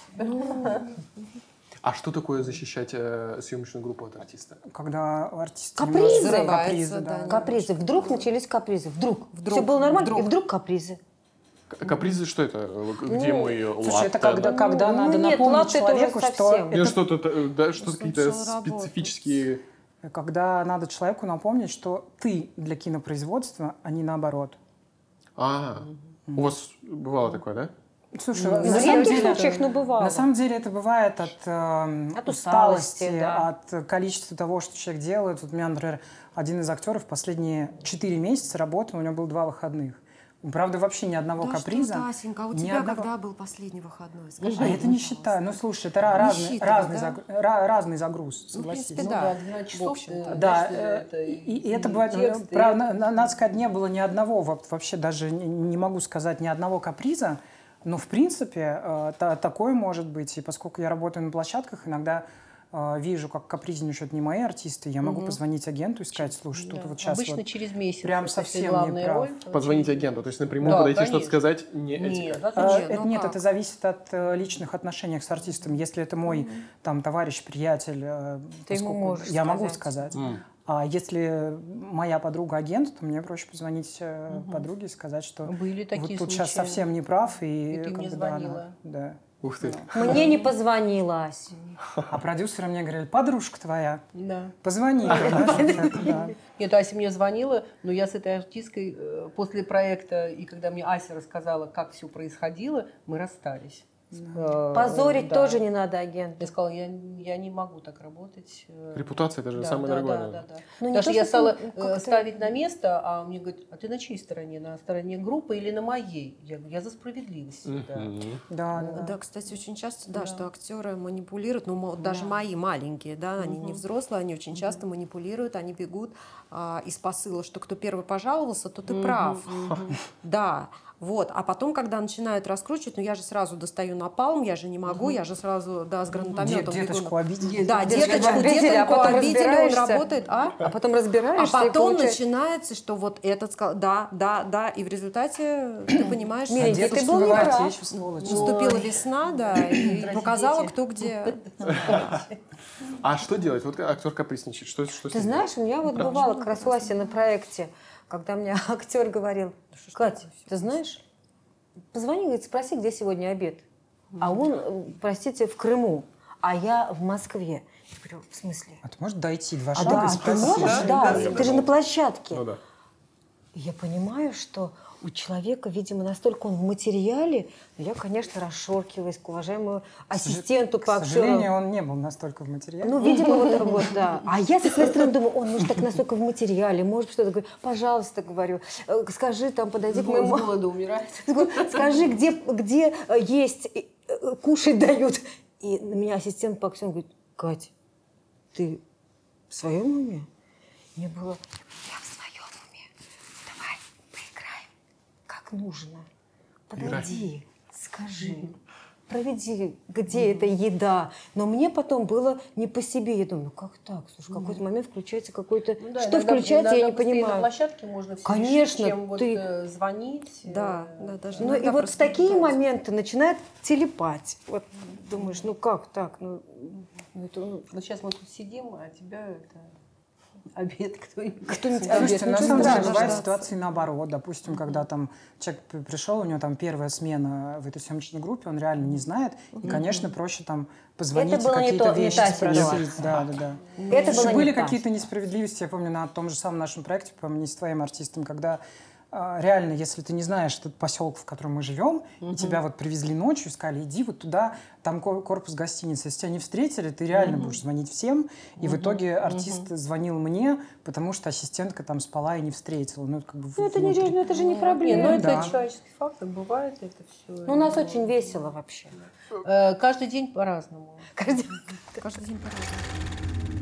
да? А что такое защищать э, съемочную группу от артиста? Когда у артиста Капризы. немножко Зарывается, капризы, да, да. Капризы, вдруг начались капризы, вдруг, Вдруг, все было нормально, вдруг. и вдруг капризы. К- Капризы что это? Где Ну, мы Слушай, латте, это когда, да? когда Ну, надо нет, напомнить латте это уже человеку, что совсем. Ну, это что-то, э, да, что-то какие-то начал работать. специфические... когда надо человеку напомнить, что ты для кинопроизводства, а не наоборот. А, у вас бывало такое, да? Слушай, В на самом редких деле, случаях, но бывало. на самом деле это бывает от, э, От усталости, усталости, да. от количества того, что человек делает. Вот у меня, например, один из актеров последние четыре месяца работал, у него было два выходных. Правда, вообще ни одного Да каприза. что, Тасенька, а у ни тебя одного- когда был последний выходной? Скажи А мне, это не пожалуйста. считаю. Ну, слушай, это ра- Не разный, считывай, разный, да? загруз, ра- разный загруз, Ну, в согласись. принципе, Ну да. да, двенадцать часов. В общем-то. э, Да, знаешь, э, это и, и это и бывает, ну, текст, и- прав- на- на- надо сказать, не было ни одного, во- вообще даже не, не могу сказать ни одного каприза, но в принципе э, та- такое может быть, и поскольку я работаю на площадках, иногда э, вижу, как капризничают не мои артисты, я могу позвонить агенту и сказать, слушай, тут Да. вот сейчас Обычно вот через месяц. прям если совсем не главная прав. роль, то Позвонить через- агенту, то есть напрямую Да, подойти, конечно. что-то сказать, не Нет, этика. да, А, Слушай, это, ну нет, как? это зависит от э, личных отношений с артистом. Если это мой там товарищ, приятель, э, Ты ему поскольку можешь я могу сказать. сказать. А если моя подруга агент, то мне проще позвонить э, подруге и сказать, что Были такие вот тут сейчас случаи. совсем не прав и, И ты как мне бы, да, звонила. она- да. Ух ты. Мне не позвонила Ася. А продюсеры мне говорили, подружка твоя, Да. позвони. Да. Нет, Ася мне звонила, но я с этой артисткой э, после проекта, и когда мне Ася рассказала, как все происходило, мы расстались. Э, Позорить да. тоже не надо агента. Я сказала, я, я не могу так работать. Репутация — это же Да, самое да, дорогое. да, наверное. да, да. Ну, не Потому то, что я что стала ты, ну, э, как-то- ставить на место, а он мне говорит, а ты на чьей стороне? На стороне группы или на моей? Я говорю, я за справедливость. всегда». Мгм. Да, Да, да. кстати, очень часто, да, Да. что актеры манипулируют, ну, мо- даже мои маленькие, да, они не взрослые, они очень часто манипулируют, они бегут а, из посыла, что кто первый пожаловался, то ты прав. Да, вот. А потом, когда начинают раскручивать, ну, я же сразу достаю напалм, я же не могу, я же сразу, да, с гранатометом Де- бегу. Деточку обидели. Да, Деточку деточку, обидели, а детоньку потом обидели, он разбираешься. работает, а? А потом А разбираешься и потом получается- начинается, что вот этот сказал, да, да, да, и в результате ты понимаешь, А Миленький, ты деточка был бывает неправ. еще сволочь. наступила весна, да, и Здравствуйте, показала, дети. кто где. А что делать? Вот актер капризничает. Что, что с Ты ним знаешь, у меня вот бывало как раз у Аси на проекте, когда мне актер говорил, Кать, ты знаешь, позвони, говорит, спроси, где сегодня обед. А он, э, простите, в Крыму, а я в Москве. Я говорю, в смысле? А ты можешь дойти два А шага да, и ты спросить? можешь? Да, ты же на площадке. Ну да. И я понимаю, что у человека, видимо, настолько он в материале, я, конечно, расшоркиваюсь к уважаемому ассистенту К по актеру. сожалению, он не был настолько в материале. Ну, видимо, вот, вот, да. А я со своей стороны думаю, он, может, так настолько в материале, может, что-то говорю, пожалуйста, говорю, э, скажи, там, подойди к С моему... голода умирает. Скажи, где, где э, есть, э, э, кушать дают. И на меня ассистент по актеру говорит, Кать, ты в своем уме? Мне было, я в своем уме. Давай поиграем, как нужно. Подойди, скажи, проведи, где эта еда. Но мне потом было не по себе. Я думаю, ну как так? Слушай, в какой-то момент включается какой-то... Ну да, что иногда- включается, я иногда не быстрее на понимаю. площадке можно все Конечно, решить, чем вот, ты- э, звонить. Да, э, да, даже Ну и иногда вот в просто такие да. моменты начинает телепать. Вот думаешь, ну как так? Ну, ну, это, ну, Вот сейчас мы тут сидим, а тебя это обед кто-нибудь. Кто-нибудь обед. Слушайте, на ничего самом деле страшного. бывают Да. ситуации наоборот. Допустим, когда там человек п- пришел, у него там первая смена в этой съемочной группе, он реально не знает, и, конечно, проще там позвонить Это и было не какие-то то- не вещи та спросить. ситуация. Да, да, да. Это Слушай, было были не та. какие-то несправедливости, я помню, на том же самом нашем проекте, по-моему, не с твоим артистом, когда а, реально, если ты не знаешь этот поселок, в котором мы живем, и тебя вот привезли ночью, и сказали, иди вот туда, там ко- корпус гостиницы. Если тебя не встретили, ты реально будешь звонить всем. И в итоге артист звонил мне, потому что ассистентка там спала и не встретила. Ну, это как бы ну, это, не, внутри. ну, это же не Не, проблема. ну это Да. человеческий фактор, бывает это все. Ну, у нас очень весело вообще. Каждый день по-разному. Каждый день по-разному.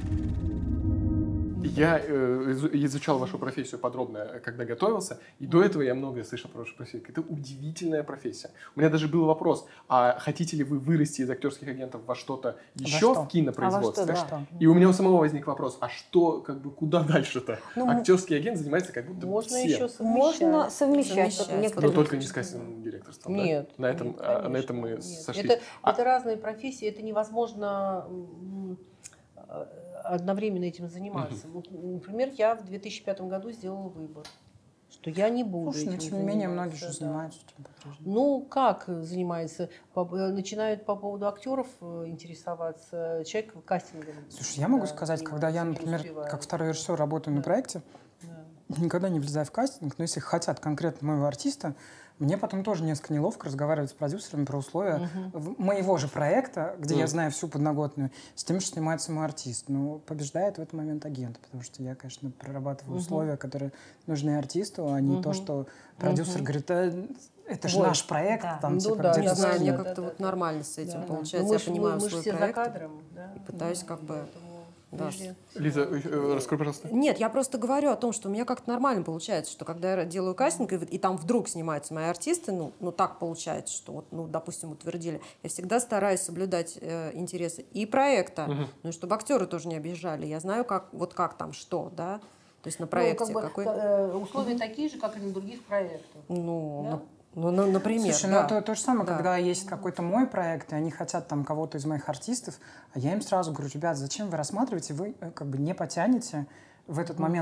Я э, изу- изучал вашу профессию подробно, э, когда готовился, и до этого я многое слышал про вашу профессию. Это удивительная профессия. У меня даже был вопрос, а хотите ли вы вырасти из актерских агентов во что-то еще что? в кинопроизводстве? А во что, да. И у меня у самого возник вопрос, а что, как бы, куда дальше-то? Ну, Актерский агент занимается как будто Можно всем. еще совмещать. Можно совмещать. Совмещать. Вот Но некоторые- только не с кастинговым директорством, да? Нет. На этом, нет, а, на конечно, этом мы нет. сошлись. Это, А- это разные профессии, это невозможно м, э, одновременно этим заниматься. Вот, например, я в две тысячи пятом году сделала выбор, что я не буду Слушай, но этим тем не менее заниматься, многие же да. занимаются этим по-прежнему. Ну, как занимается? По- э, Начинают по поводу актеров э, интересоваться, человек кастингом. Слушай, я могу да, сказать, когда я, занимается, не например, успевает. как второй режиссер работаю на проекте, Да. никогда не влезаю в кастинг, но если хотят конкретно моего артиста, мне потом тоже несколько неловко разговаривать с продюсерами про условия в- моего же проекта, где я Мгм. знаю всю подноготную, с тем, что снимается мой артист. Но побеждает в этот момент агент, потому что я, конечно, прорабатываю Мгм. условия, которые нужны артисту, а не то, Мгм. что продюсер Мгм. говорит, «Э, это же Вот. наш проект, Да. там, Ну типа, да, где Не да, ты знаю, мне да, как-то да, вот да. нормально с этим Да. получается. Ну, мы Я ж- понимаю мы, мы ж свой все проект. за кадром, да? и пытаюсь как бы- Поэтому да. везде. Лиза, э, раскрой, пожалуйста. Нет, я просто говорю о том, что у меня как-то нормально получается, что когда я делаю кастинг, и, и там вдруг снимаются мои артисты, ну, ну так получается, что вот, ну, допустим, утвердили, я всегда стараюсь соблюдать э, интересы и проекта, Мгм. ну, и чтобы актеры тоже не объезжали. Я знаю, как, вот как там, что, да, то есть на Ну, проекте как бы, какой... э, условия такие же, как и на других проектах. Ну, Да? на- ну, на- например, Слушай, да. ну это то же самое, Да. когда есть какой-то мой проект, и они хотят там кого-то из моих артистов, а я им сразу говорю, ребят, зачем вы рассматриваете, вы э, как бы не потянете в этот момент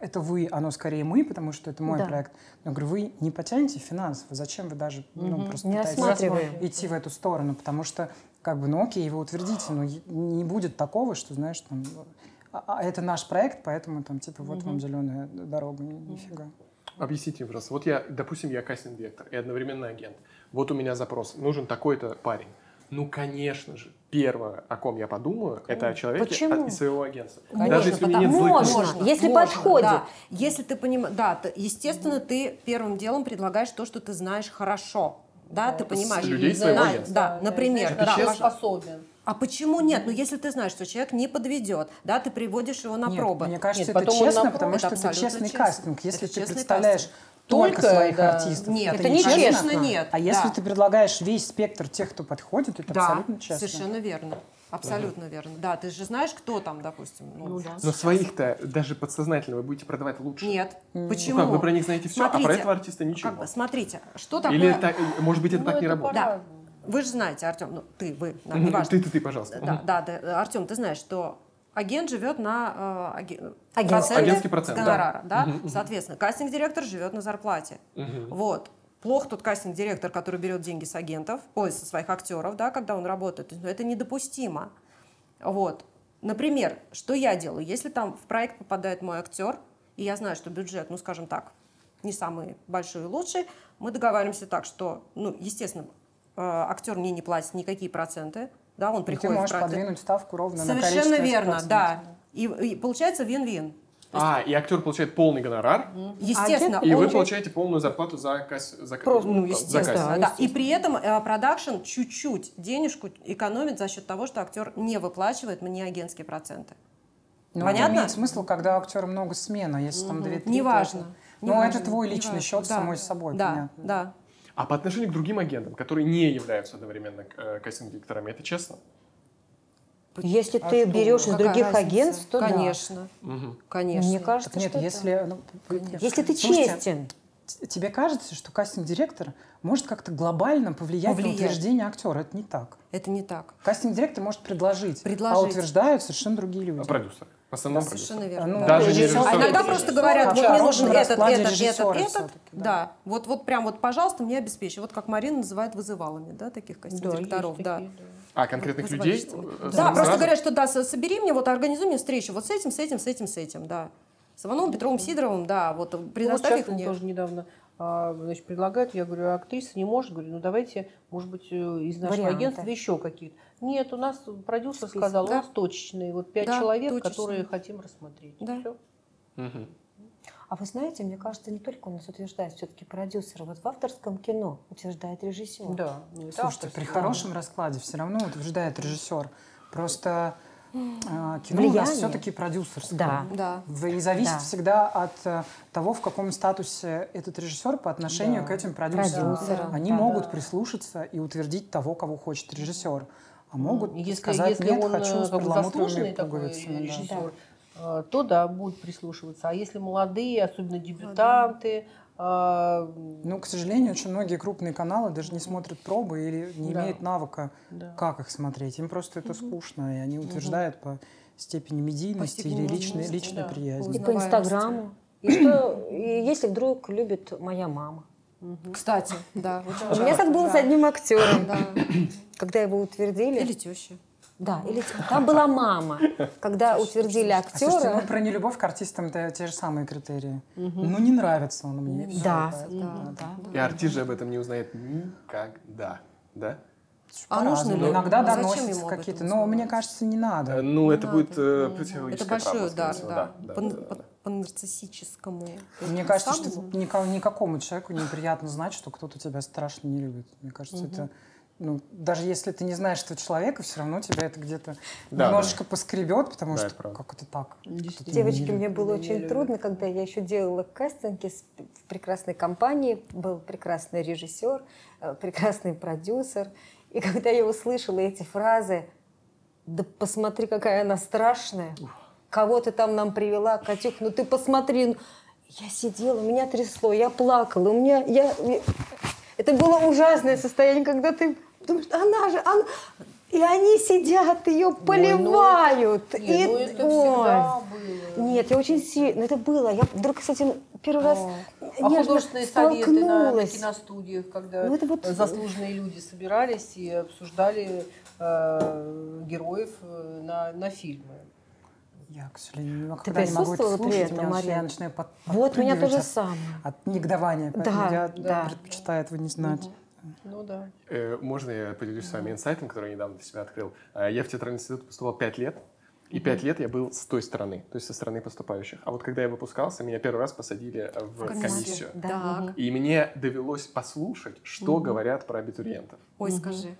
это вы, оно скорее мы, потому что это мой Да. проект. Но говорю, вы не потянете финансово, зачем вы даже ну, Мгм. просто Не пытаетесь осматриваем. идти в эту сторону, потому что как бы, ну окей, вы утвердите, но е- не будет такого, что, знаешь, там, а, а это наш проект, поэтому там типа вот вам зеленая дорога, ни- нифига. Объясните мне, пожалуйста. Вот я, допустим, я кастинг-директор и одновременно агент. Вот у меня запрос. Нужен такой-то парень. Ну, конечно же, первое, о ком я подумаю, это о человеке Почему? от- из своего агентства. Можно, Даже если у меня нет потому- злых Можно. намерений. Если подходит. Да. Если ты понимаешь, да, ты- естественно, ты первым делом предлагаешь то, что ты знаешь хорошо. Да, ты понимаешь. людей Да, своего да, агентства. Да, например. Это да, честно? способен. А почему нет? Ну, если ты знаешь, что человек не подведет, да, ты приводишь его на Нет, пробы. мне кажется, Нет, это потом он честно, на потому пробы. что Это это абсолютно честный честно. кастинг. Если Это ты честный представляешь кастинг. только, Только, своих да. артистов, Нет, Это не конечно, честно. нет. а если Да. ты предлагаешь весь спектр тех, кто подходит, это Да, абсолютно честно. совершенно верно. Абсолютно верно. Да, ты же знаешь, кто там, допустим. Ну, Ну да. Но своих-то даже подсознательно вы будете продавать лучше. Нет. Ну Почему? как, вы про них знаете все, а Смотрите, про этого артиста ничего. Как бы, смотрите, что такое... Или так- может быть, это Ну, так не это работает? Да. по-разному. Вы же знаете, Артем, ну ты, вы, да, Мгм. неважно. Ты, ты, ты, пожалуйста. Да, Мгм. да, да, Артем, ты знаешь, что агент живет на э, аге- Агентский. проценте Агентский процент, с гонорара, да? Мгм, мгм. Соответственно, кастинг-директор живет на зарплате. Мгм. Вот. Плох тот кастинг-директор, который берет деньги с агентов, ой, со своих актеров, да, когда он работает. То есть, ну, это недопустимо. Вот. Например, что я делаю? Если там в проект попадает мой актер, и я знаю, что бюджет, ну, скажем так, не самый большой и лучший, мы договариваемся так, что, ну, естественно, э, актер мне не платит никакие проценты, да, он И ты приходит в можешь проект. подвинуть ставку ровно на Совершенно количество верно, процентов. да. И, и получается вин-вин. А, и актер получает полный гонорар, Естественно, и вы он- получаете полную зарплату за, кас... за... Просто, ну, за естественно, кастинг. да. И при этом э, продакшн чуть-чуть денежку экономит за счет того, что актер не выплачивает мне агентские проценты. Ну, Понятно? это имеет смысл, когда у актера много смен, а если там две-три, то Неважно. это- неважно, Ну, это твой личный неважно. счет с Да, самой собой, да, понятно. Да, А по отношению к другим агентам, которые не являются одновременно э, кастинг-директорами, это честно? Если А ты что? берешь из Какая других разница? агентств, то да. Конечно, Мгм. конечно. Мне кажется, Так нет, что если... это- ну, Если ты Слушайте, честен. т- тебе кажется, что кастинг-директор может как-то глобально повлиять, Повлиять. на утверждение актера? Это не так. Это не так. Кастинг-директор может предложить, Предложить. а утверждают совершенно другие люди. А продюсер? В основном Совершенно продюсер. верно. Ну, Даже не режиссер- режиссер. А иногда тоже. просто говорят, В вот мне нужен хорошем этот, раскладе этот, этот, режиссера этот. всё-таки, да. Да, вот, вот прям вот, пожалуйста, мне обеспечи. Вот как Марина называет вызывалами, да, таких Да, кастинг-директоров, есть да. такие, да. А, конкретных людей? Вызывальщицами. э, Да, сразу? просто говорят, что да, со- собери мне, вот организуй мне встречу вот с этим, с этим, с этим, с этим, да. С Ивановым, Петровым, Сидоровым, да, вот Ну, вот предоставь сейчас их он мне. тоже недавно а, значит, предлагает, я говорю, а актриса не может, говорю, ну давайте, может быть, э, из нашего Варианты. агентства еще какие-то. Нет, у нас продюсер сказал, Да. у нас точечные, вот пять Да, человек, точечные. которые хотим рассмотреть. Да. Всё. Мгм. А вы знаете, мне кажется, не только у нас утверждает все-таки продюсер. Вот в авторском кино утверждает режиссер. Да, ну, это Слушайте, авторство. при хорошем раскладе все равно утверждает режиссер. Просто э, кино у Влияние. нас все-таки продюсерское. Да. Да. В- И зависит Да. всегда от э, того, в каком статусе этот режиссер по отношению Да. к этим продюсерам. Продюсерам, Они да. могут прислушаться и утвердить того, кого хочет режиссер. А могут Если, сказать, если нет, он хочу э, с как бы перламутровыми заслуженный такой пуговицами. да. режиссер, э, то да, будет прислушиваться. А если молодые, особенно дебютанты, э, Ну, к сожалению, очень многие крупные каналы даже не смотрят пробы или не Да. имеют навыка, да. как их смотреть. Им просто это скучно, и они утверждают по степени медийности степени или личной, медийности, личной да. И приязни. по Инстаграму. И что, и если вдруг любит моя мама. Кстати, да. очень У меня часто, так было да. с одним актером, Да. когда его утвердили. Или теща. Да, или там была мама, когда утвердили А слушайте, ну актера. про нелюбовь к артистам это те же самые критерии. Ну, не нравится он мне. всё, Да, поэтому, да, да. да. И артист же об этом не узнает никогда. Да? А нужно По-разному. ли? Иногда Ну, зачем доносятся ему об какие-то, этом но мне узнавать? кажется, не Э, надо. Ну, это надо. будет э, Это психологическая большой травма, удар, скорее всего. да. да, По, да, да, по- да. по нарциссическому. Мне этому кажется, что самому. нико- никакому человеку неприятно знать, что кто-то тебя страшно не любит. Мне кажется, это... Ну, даже если ты не знаешь этого человека, все равно тебя это где-то Да, немножечко поскребет, потому Да, что это правда. как это так? Действительно. Девочки, не мне было Не очень любят. трудно, когда я еще делала кастинги с- в прекрасной компании, был прекрасный режиссер, э, прекрасный продюсер. И когда я услышала эти фразы, да посмотри, какая она страшная, кого ты там нам привела, Катюх, ну ты посмотри. ну». Я сидела, меня трясло, я плакала, у меня, я... я- Это было ужасное состояние, когда ты думаешь, она же, она... И они сидят, ее поливают. Ой, ну, не, и... ну это Ой. всегда было. Нет, я очень сильно... Это было. Я вдруг, кстати, первый раз А нежно художественные советы на, на столкнулась. киностудиях, когда Ну, это вот- заслуженные люди собирались и обсуждали э, героев э, на, на фильмы. Я, к сожалению, Ты когда не могу это присутствовала при слушать, этом, у меня Марина? я начинаю под, Вот у меня то же подпрыгивать самое. от, от негодования, поэтому Да, я да. предпочитаю этого не знать. Ну да. Э, Можно я поделюсь с вами инсайтом, который я недавно для себя открыл? Э, Я в театральный институт поступал пять лет, и пять лет я был с той стороны, то есть со стороны поступающих. А вот когда я выпускался, меня первый раз посадили в Комиссию. комиссию. Да. Так. Мгм. И мне довелось послушать, что говорят про абитуриентов. Ой, скажи.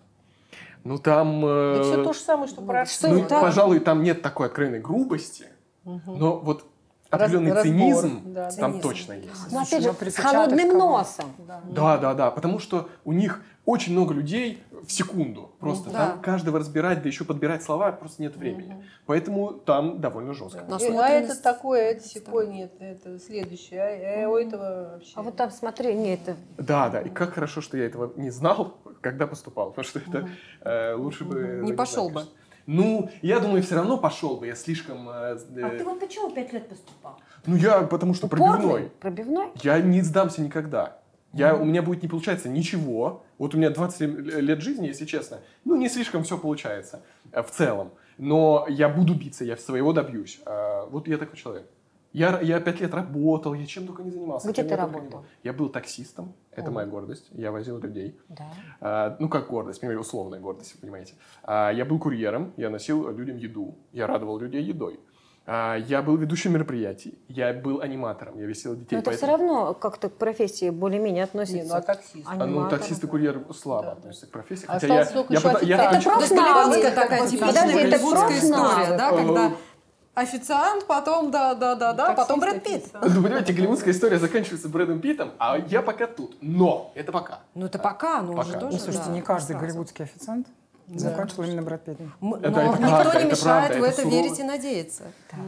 Ну там... э, Да все то же самое, что про что ну, не так? пожалуй, там нет такой откровенной грубости, но вот определенный Раз- разбор, цинизм да. там Цинизм. точно есть. Но Слушай, опять же, ну, при с Сычатых холодным кого? носом. Да, да, да, потому что у них очень много людей в секунду. Просто Да. там каждого разбирать, да еще подбирать слова, просто нет времени. Поэтому там довольно жестко. Да. И- а Насмотренность. это такое, это секое, нет, это следующее. А, а у этого вообще... А вот там, смотри, не, это... Да, да, и как хорошо, что я этого не знал, когда поступал, потому что это э, лучше бы... Не ну, пошел знаю, бы. конечно. Ну, я думаю, все равно пошел бы, я слишком... э, А э, ты вот почему пять лет поступал? Ну, я потому что Упорный? пробивной. Пробивной? Я не сдамся никогда. Я, у меня будет не получаться ничего. Вот у меня двадцать лет жизни, если честно. Ну, не слишком все получается э, в целом. Но я буду биться, я своего добьюсь. А, вот я такой человек. Я, я пять лет работал, я чем только не занимался. Где чем ты я только не работал? был. Я был таксистом, это моя гордость. Я возил людей. Да. А, ну, как гордость, понимаете, условная гордость, вы понимаете. А, я был курьером, я носил людям еду. Я радовал людей едой. А, я был ведущим мероприятий. Я был аниматором, я веселил детей. Но это все поэтому- равно как-то к профессии более-менее относится. Не, ну а таксист. А, ну, Аниматор, таксист и да. курьер слабо Да, да. относятся к профессии. Осталось Хотя я, только я, еще пота- я официант. хочу- Это То есть профнавык. голливудская такая Подожди, типичная это голливудская профнавык. история, да, Э, когда официант, потом да-да-да-да, потом Брэд Питт. Ну, понимаете, голливудская история заканчивается Брэдом Питтом, а я пока тут. Но это пока. Ну это пока, ну уже Пока. тоже, Ну, слушайте, да, не каждый сразу. голливудский официант закончил именно Брэд Питтом. М- Это- Но это никто правда, не это мешает правда, в это это сурово. верить и надеяться.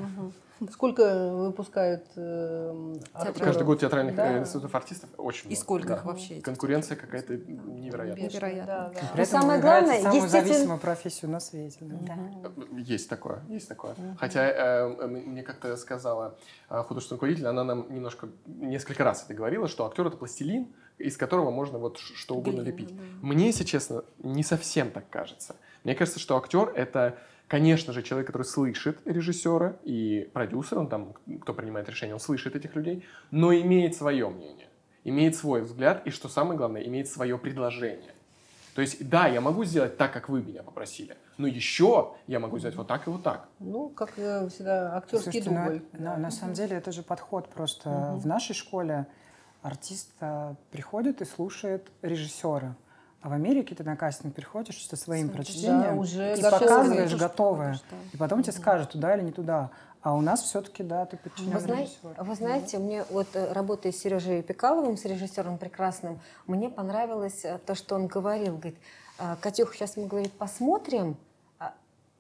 Сколько выпускают э, актеров? Каждый год театральных Да. э, институтов артистов очень И много. сколько Да. их вообще? этих? Конкуренция какая-то невероятная. Невероятно. Да, да. При этом самое вы играете главное, самую естественно- зависимую профессию на свете. да. Есть такое, есть такое. Хотя э, э, мне как-то сказала э, художественный руководитель, она нам немножко, несколько раз это говорила, что актер — это пластилин, из которого можно вот ш- что угодно Глина, лепить. да. Мне, если честно, не совсем так кажется. Мне кажется, что актер — это, конечно же, человек, который слышит режиссера и продюсера, он там, кто принимает решение, он слышит этих людей, но имеет свое мнение, имеет свой взгляд и, что самое главное, имеет свое предложение. То есть, да, я могу сделать так, как вы меня попросили, но еще я могу сделать вот так и вот так. Ну, как э, всегда, актерский Слушайте, ну, дубль. на, на самом деле это же подход просто. В нашей школе артист а, приходит и слушает режиссера. А в Америке ты на кастинг приходишь со своим Да, прочтением уже и готовый. показываешь Тоже готовое. покажешь, да. И потом тебе скажут, туда или не туда. А у нас все-таки, да, ты подчинен Вы, знаете, режиссеру. вы знаете, мне вот э, работая с Сережей Пикаловым, с режиссером прекрасным, мне понравилось э, то, что он говорил. Говорит, «А, Катюха, сейчас мы, говорит, посмотрим а,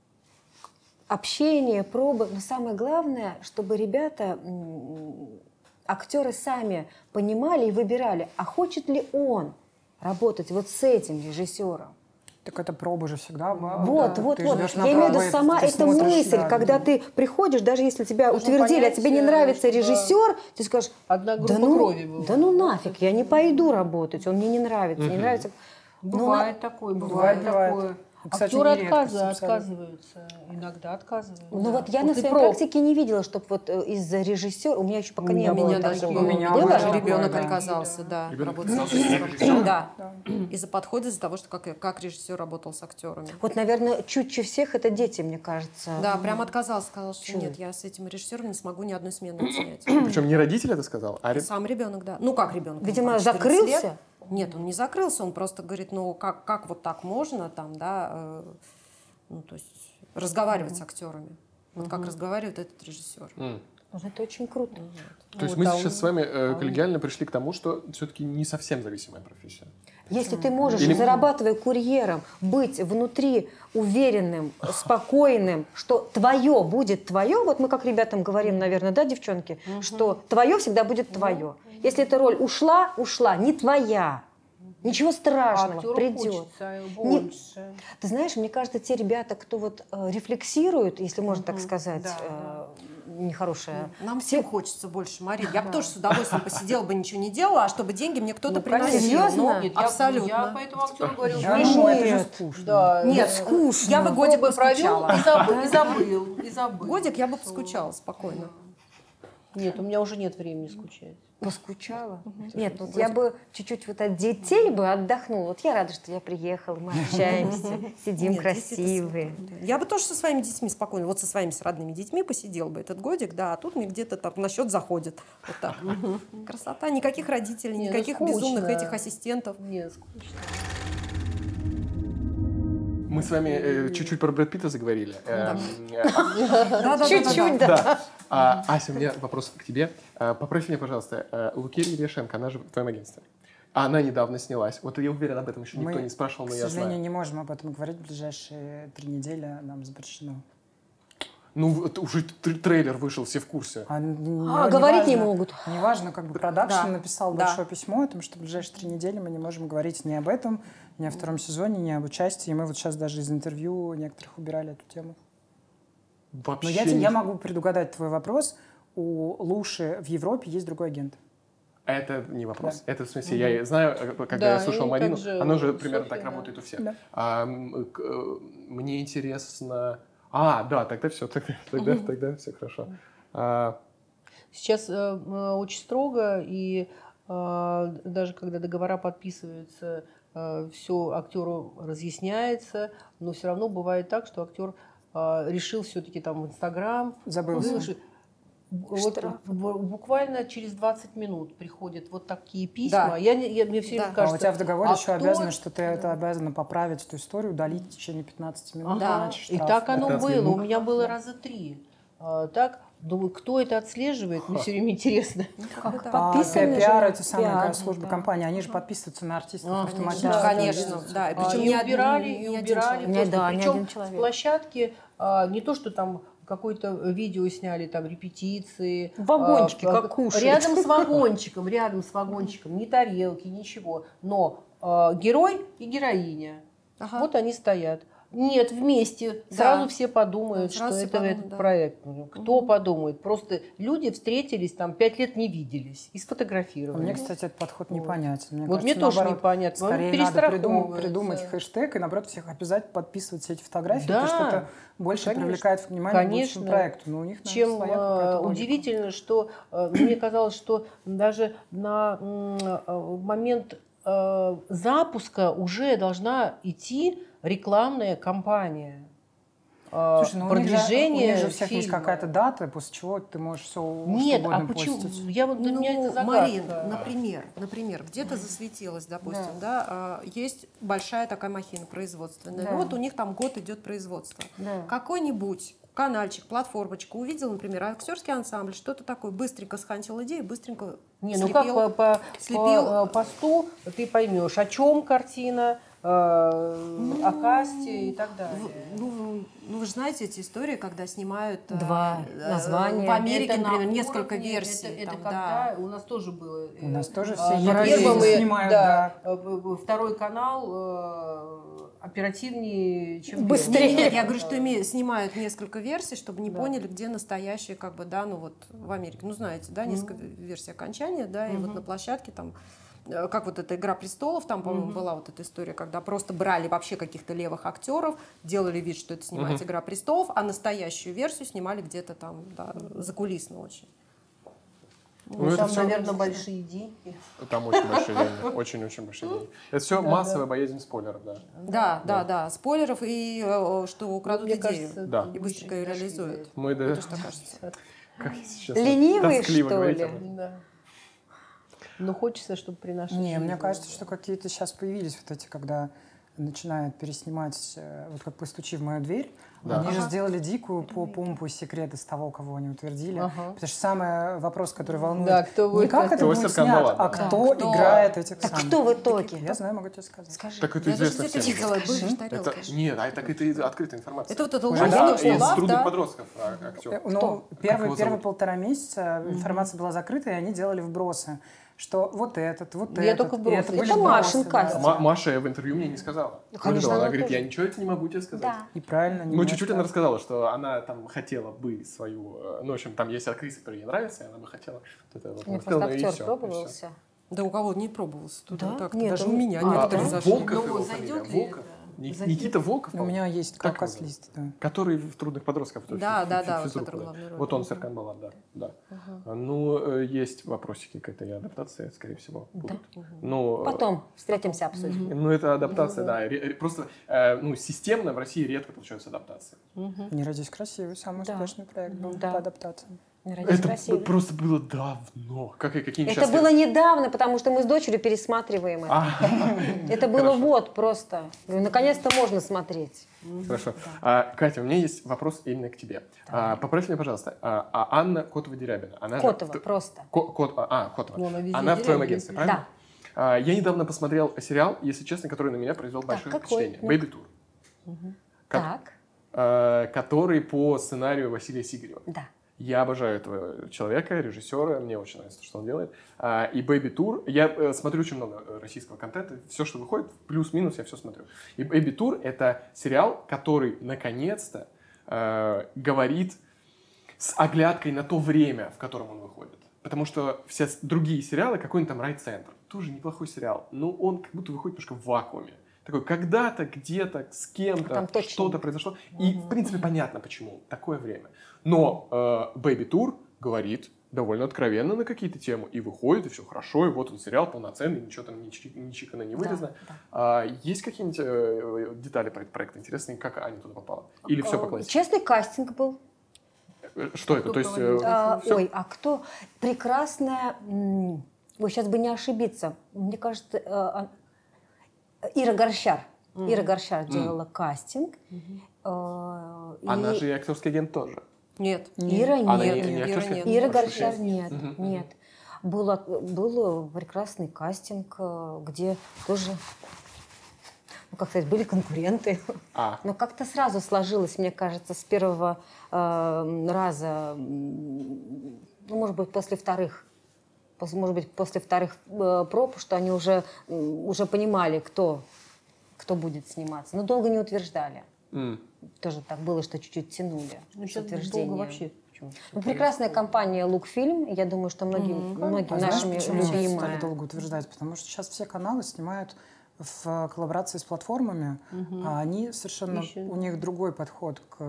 общение, пробы, но самое главное, чтобы ребята, м, актеры сами понимали и выбирали, а хочет ли он работать вот с этим режиссером. Так это проба же всегда была. Вот, да. вот, Ты вот. ждешь на Я имею в виду пробы, сама ты эта смотришь, мысль, да, когда да. ты приходишь, даже если тебя Нужно утвердили, понять, а тебе не э, нравится чтобы режиссер, ты скажешь, Одна группа да ну, крови была. да ну нафиг, я не пойду работать, он мне не нравится, не нравится. Ну, Бывает такое, бывает, Бывает, такое. бывает. Кстати, Актеры не редкость отказа- абсолютно. отказываются, иногда отказываются. Ну да. вот я на После своей проб. практике не видела, чтобы вот э, из-за режиссера, у меня еще пока У не меня было меня даже такого. у меня был было даже такое, ребенок да. отказался, да, Ребенок работать с отказался из-за режиссером. режиссера? Да, из-за подхода, из-за того, что как, как режиссер работал с актерами. Вот, наверное, чуть-чуть всех это дети, мне кажется. Да, прям отказался, сказал, что Чего? нет, я с этим режиссером не смогу ни одной смены отснять. Причем не родитель это сказал, а... ре- Сам ребенок, да. Ну как ребенок? Видимо, ему четырнадцать закрылся? лет. Нет, он не закрылся, он просто говорит, ну как, как вот так можно там, да, э, ну то есть разговаривать с актерами. Вот как разговаривает этот режиссер. М. Ну, это очень круто. То есть Вот, мы а сейчас он- с вами э, а он- коллегиально пришли к тому, что все-таки не совсем зависимая профессия. Если ты можешь, Или- зарабатывая курьером, быть внутри уверенным, спокойным, что твое будет твое, вот мы как ребятам говорим, наверное, да, девчонки, что твое всегда будет твое. Если эта роль ушла, ушла, не твоя. Ничего страшного, Актеру придет. хочется Не- больше. Ты знаешь, мне кажется, те ребята, кто вот э, рефлексируют, если можно так Мгм. сказать, Да, э, нехорошее. Нам всем хочется больше, Марин. Я бы тоже с удовольствием посидела бы, ничего не делала, а чтобы деньги мне кто-то Ну, приносил. серьезно? Ну, Нет, я- абсолютно. Я поэтому актеру говорю, Я ну, думаю, это же нет. скучно. да, Нет, да. скучно. Я бы Год годик бы провел поскучала. и забыл, и забыл, и забыл. Годик я бы поскучала спокойно. Нет, у меня уже нет времени скучать. Поскучала? Нет, вот я бы чуть-чуть вот от детей бы отдохнула. Вот я рада, что я приехала, мы общаемся, сидим Нет, дети это красивые. супер, да. Я бы тоже со своими детьми спокойно, вот со своими с родными детьми посидела бы этот годик, да, а тут мне где-то там на счет заходит. Вот так. Красота, никаких родителей, Не, ну никаких скучно. безумных этих ассистентов. Нет, скучно. Мы с вами э, чуть-чуть про Брэд Питта заговорили. Эм, э, Да-да-да-да-да. Чуть-чуть, да. Да. А, Ася, у меня вопрос к тебе. А, Поправь меня, пожалуйста, э, Лукерья Ярошенко, она же в твоем агентстве. А она недавно снялась. Вот я уверен, об этом еще никто Мы, не спрашивал, но к я сожалению, знаю. не можем об этом говорить. В ближайшие три недели нам запрещено. Ну, вот уже тр- трейлер вышел, все в курсе. А, н- А, говорить не неважно- могут. Неважно, как бы продакшн Да, написал да. большое письмо о том, что в ближайшие три недели мы не можем говорить ни об этом, ни о втором сезоне, ни об участии. И мы вот сейчас даже из интервью некоторых убирали эту тему. Вообще Но я, те- не- я могу предугадать твой вопрос. У Луши в Европе есть другой агент. Это не вопрос. Это в смысле, я и знаю, э, когда Да, я слушал и Марину, также она же Софья, примерно так да. работает у всех. Да. А, м, к- э, мне интересно... А, да, тогда все, тогда, тогда, тогда все хорошо. А, Сейчас э, э, очень строго, и э, даже когда договора подписываются, все актеру разъясняется, но все равно бывает так, что актер э, решил все-таки там в Инстаграм Забылся. выложить. Вот Штраф. б- буквально через двадцать минут приходят вот такие письма. Да. Я, не- я- мне все Да. время А кажется, у тебя в договоре а еще кто- обязано, что ты это обязана поправить эту историю, удалить в течение пятнадцати минут. Ага. иначе И штраф. так оно пятнадцать было. минут. У меня было раза три. А, так, думаю, кто это отслеживает? Мне все время интересно. Как бы да. А, Подписаны пи- пиар, же, эти самые пиар, как службы да. компании, они же подписываются на артистов Ага, автоматически. да, Конечно, да. И А, причем и не один- убирали, не и один убирали. человек. Не, просто. да, не Причем один с человек. площадки а, не то, что там какое-то видео сняли, там репетиции. В вагончике, а, как кушают. Рядом с вагончиком, рядом с вагончиком, ни тарелки, ничего. Но а, герой и героиня, Ага. вот они стоят. Нет, вместе. Да. Сразу все подумают, Да, сразу что все это подумают, этот да. проект. Ну, Кто подумает? Просто люди встретились, там пять лет не виделись и А сфотографировали. Мне, кстати, этот подход непонятен. Мне Вот кажется, мне тоже наоборот, непонятно. Он Скорее надо придум- перестраховывается. придумать хэштег и, наоборот, всех обязать подписывать все эти фотографии, Да, потому что это больше конечно. привлекает внимание к Конечно. будущему проекту. Но у них, наверное, Чем своя э, какая-то логика. удивительно, что э, мне казалось, что даже на м, э, момент э, запуска уже должна идти рекламная кампания. э, Слушай, ну у них, же, у продвижение них же у всех есть фильма. какая-то дата, после чего ты можешь все Нет, что а угодно почему? постить. Я вот для меня это Ну, загадка. Марин, например, например, где-то засветилось, допустим, да, а, есть большая такая махина производственная. Да. Ну, вот у них там год идет производство. Да. Какой-нибудь канальчик, платформочка увидел, например, актерский ансамбль, что-то такое, быстренько схантил идею, быстренько Не, ну слепил. как по, по, слепил. по, э, посту ты поймешь, о чем картина, э, о касте и так далее. В- Ну, ну, вы же знаете эти истории, когда снимают э, Два э, названия. в Америке, Это на например, несколько уровне, версий. Это, это там, когда да. у нас тоже было. У нас тоже э, все на европейцы первом и- снимают, да, э, э, второй канал э, оперативнее, чем Быстрее. первый. Нет, я говорю, что ими снимают несколько версий, чтобы не Да. поняли, где настоящие, как бы, да, ну вот в Америке. Ну, знаете, да, несколько версий окончания, да, и вот на площадке там, э, как вот эта «Игра престолов», там, по-моему, была вот эта история, когда просто брали вообще каких-то левых актеров, делали вид, что это снимается «Игра престолов», а настоящую версию снимали где-то там, да, закулисно очень. Ну, это Там, всё- наверное, большие деньги. Там очень большие деньги. Очень-очень большие деньги. Это все массовая боязнь спойлеров, да. Да, да, да, спойлеров и э, что украдут Мне идею. кажется, Да. И быстренько ее очень реализуют. Мы да, Мне тоже так кажется. как сейчас Ленивые, тоскливо что говорить ли? об этом. Да. Но хочется, чтобы при нашей Не, мне жизни кажется, было. что какие-то сейчас появились вот эти, когда начинают переснимать, э, вот как «Постучи в мою дверь», Да. они же Ага. сделали дикую по помпу секрет из того, кого они утвердили. Ага. Потому что самый вопрос, который волнует, Да, кто не будет как это? это будет Остер снято, Камбала, а да. кто Кто? играет этих Так самых. кто в итоге? Я знаю, могу тебе сказать. Скажи. Так это Я даже известно где-то всем. видела, были же Это, тарелки. нет, а так это открытая информация. Это вот это Уже лучший да? Да, лучший из лав, трудных да? подростков а, актер. Э, Кто? Ну, Как первые, его первые зовут? полтора месяца информация была закрыта, и они делали вбросы. что вот этот, вот Я этот. только и вбросы. это Это были Машин вбросы, да. кастинг. Ма- Маша в интервью мне не сказала. Конечно, Вырезала. Она она говорит, тоже. я ничего это не могу тебе сказать. Да. И правильно. Ну, немножко. чуть-чуть она рассказала, что она там хотела бы свою... э, Ну, в общем, там есть актрисы, которые ей нравятся, и она бы хотела вот это вот. Мне сделала, просто и всё, актер и всё. пробовался. Да у кого не пробовался туда. Да? Так, Нет, даже он- у меня А, некоторые Вол- зашли. Волков Ну, его зайдет фамилия. ли Волков? это? Ник- Зайдет? Никита Волков? У меня есть Как его кавказ-лист, да. Который в «Трудных подростках». Да, фи- да, фи- да, вот физрук, который да. главную роль. Вот он, Серкан Балат, да. да. Ну, э, есть вопросики к этой адаптации, скорее всего, будут. Ну, э, Потом встретимся, обсудим. Ну, это адаптация, да. ре- ре- Просто, э, ну, системно в России редко получаются адаптации. «Не родись красивой» — самый Да. успешный проект был Да. по адаптации. Не родись Это красивой. б- просто было давно. Как и какие Это было недавно, потому что мы с дочерью пересматриваем это. Это было вот просто. Говорю, наконец-то можно смотреть. Хорошо. А, Катя, у меня есть вопрос именно к тебе. А, поправь меня, пожалуйста. А, а Анна Котова-Дерябина, она же Котова в т- просто. Ко- Кот- а, а, Котова. Ну, она везде Она в твоем Дерябина агентстве, пишет. правильно? А, я недавно посмотрел сериал, если честно, который на меня произвел большое какой? впечатление. Ну-ка. «Бэйби Тур», Так, а, который по сценарию Василия Сигарева. да. Я обожаю этого человека, режиссера, мне очень нравится то, что он делает. А, И «Бэйби Тур», я э, смотрю очень много э, российского контента, все, что выходит, плюс-минус, я все смотрю. И «Бэйби Тур» — это сериал, который, наконец-то, э, говорит с оглядкой на то время, в котором он выходит. Потому что все с- другие сериалы, какой-нибудь там «Райцентр», тоже неплохой сериал, но он как будто выходит немножко в вакууме. Такой, когда-то, где-то, с кем-то, Там точно. что-то произошло. И, в принципе, понятно, почему. Такое время. Но э, «Бэйби Тур» говорит довольно откровенно на какие-то темы. И выходит, и все хорошо, и вот он сериал полноценный, ничего там ни, чи- ни чикано, ни вырезано. Да, да. А, есть какие-нибудь э, детали про этот проект интересные, как Аня туда попала? Или все по Э, классике? Честный кастинг был. Э, Что это? Кто То есть, проводил? э, А, всё- Ой, а кто? Прекрасная... м, Ой, сейчас бы не ошибиться. Мне кажется, э, а- Ира Горщар. Ира Горщар делала кастинг. Э, Она и же и актерский агент тоже. Нет. Ира Она нет. не- не Ира актерская? нет. Ира Прошу Горщар прощения. нет. Мгм. Нет. Был, от- был прекрасный кастинг, э, где тоже, ну, как сказать, были конкуренты. А, Но как-то сразу сложилось, мне кажется, с первого э, раза, м, ну, может быть, после вторых, после, может быть, после вторых э, проб, что они уже, м, уже понимали, кто, кто будет сниматься. Но долго не утверждали. м. Тоже так было, что чуть-чуть тянули Ну, с сейчас утверждением. долго вообще. Почему? Ну, прекрасная компания «Лукфильм». Я думаю, что многим, многим А знаешь, нашими почему сейчас стали любимая. долго утверждать? Потому что сейчас все каналы снимают в коллаборации с платформами, а они совершенно, Ищут. у них другой подход к...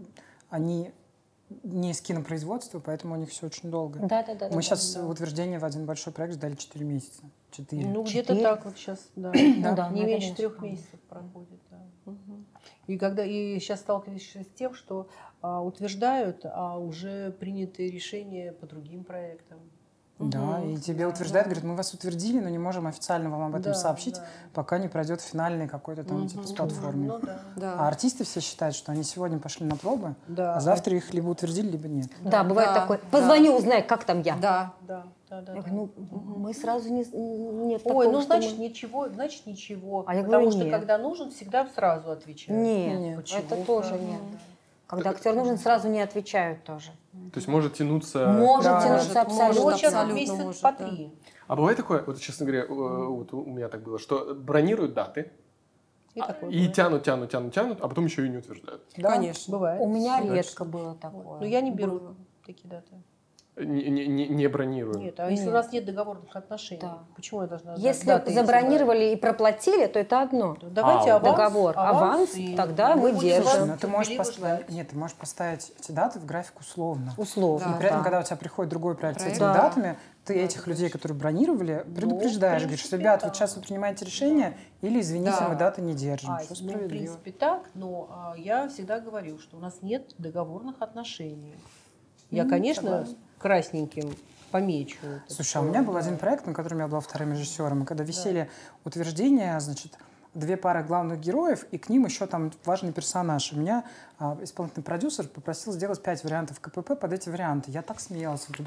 Они не из кинопроизводства, поэтому у них все очень долго. Да, да, да. Мы сейчас утверждение в один большой проект ждали четыре месяца. четыре. Ну, где-то Четыре? так вот сейчас, да. Ну да, Не ну, меньше конечно. трех месяцев проходит, да. Мгм. И когда и сейчас сталкиваешься с тем, что а, утверждают, а уже приняты решения по другим проектам. Да, и тебе утверждают, говорят, мы вас утвердили, но не можем официально вам об этом Да, сообщить, да. пока не пройдет финальный какой-то там типа с платформы. Ну да. Да. А артисты все считают, что они сегодня пошли на пробы, Да. а завтра их либо утвердили, либо нет. Да, бывает Да, такое. да. Позвони, узнай, как там я. Да. Да, да, да. Я да. говорю, ну, мы сразу не... Нет Ой, такого, ну что значит мы- ничего, значит ничего. А я Потому говорю, что нет. когда нужен, всегда сразу отвечают. Нет, Нет. Почему? это тоже Правда. нет. Когда актер нужен, сразу не отвечают тоже. То есть может тянуться... Может да, тянуться может, абсолютно. может, Ну, вот сейчас абсолютно месяца может, по да. три. А бывает такое, вот, честно говоря, э, вот у меня так было, что бронируют даты, И а- такое и бывает. тянут, тянут, тянут, тянут, а потом еще и не утверждают. Да? Конечно. Бывает. У меня Значит, редко было такое. Но я не беру Было. такие даты. Не, не, не- не бронируют. Нет, а если Нет. у нас нет договорных отношений, Да. почему я должна знать Если даты эти забронировали и проплатили, то это одно. даты? Давайте А, аванс, договор. Аванс, и тогда мы будем держим. вас Но ты можешь терпеливо поставить, ждать. нет, ты можешь поставить эти даты в график условно. Условно. И при этом, да. когда у тебя приходит другой проект с Проект. этими Да. датами, ты этих людей, которые бронировали, предупреждаешь, в говоришь, принципе, ребят, да. вот сейчас вы принимаете решение, или, извините, Да. мы даты не держим. А, Все ну, в справедливо. принципе, так, но а, я всегда говорю, что у нас нет договорных отношений. Я, конечно, красненьким помечу. это Слушай, а у всё, меня был да. один проект, на котором я была вторым режиссером, и когда висели утверждения, значит, две пары главных героев, и к ним еще там важный персонаж. И меня а, исполнительный продюсер попросил сделать пять вариантов КПП под эти варианты. Я так смеялась. Вот, ребят,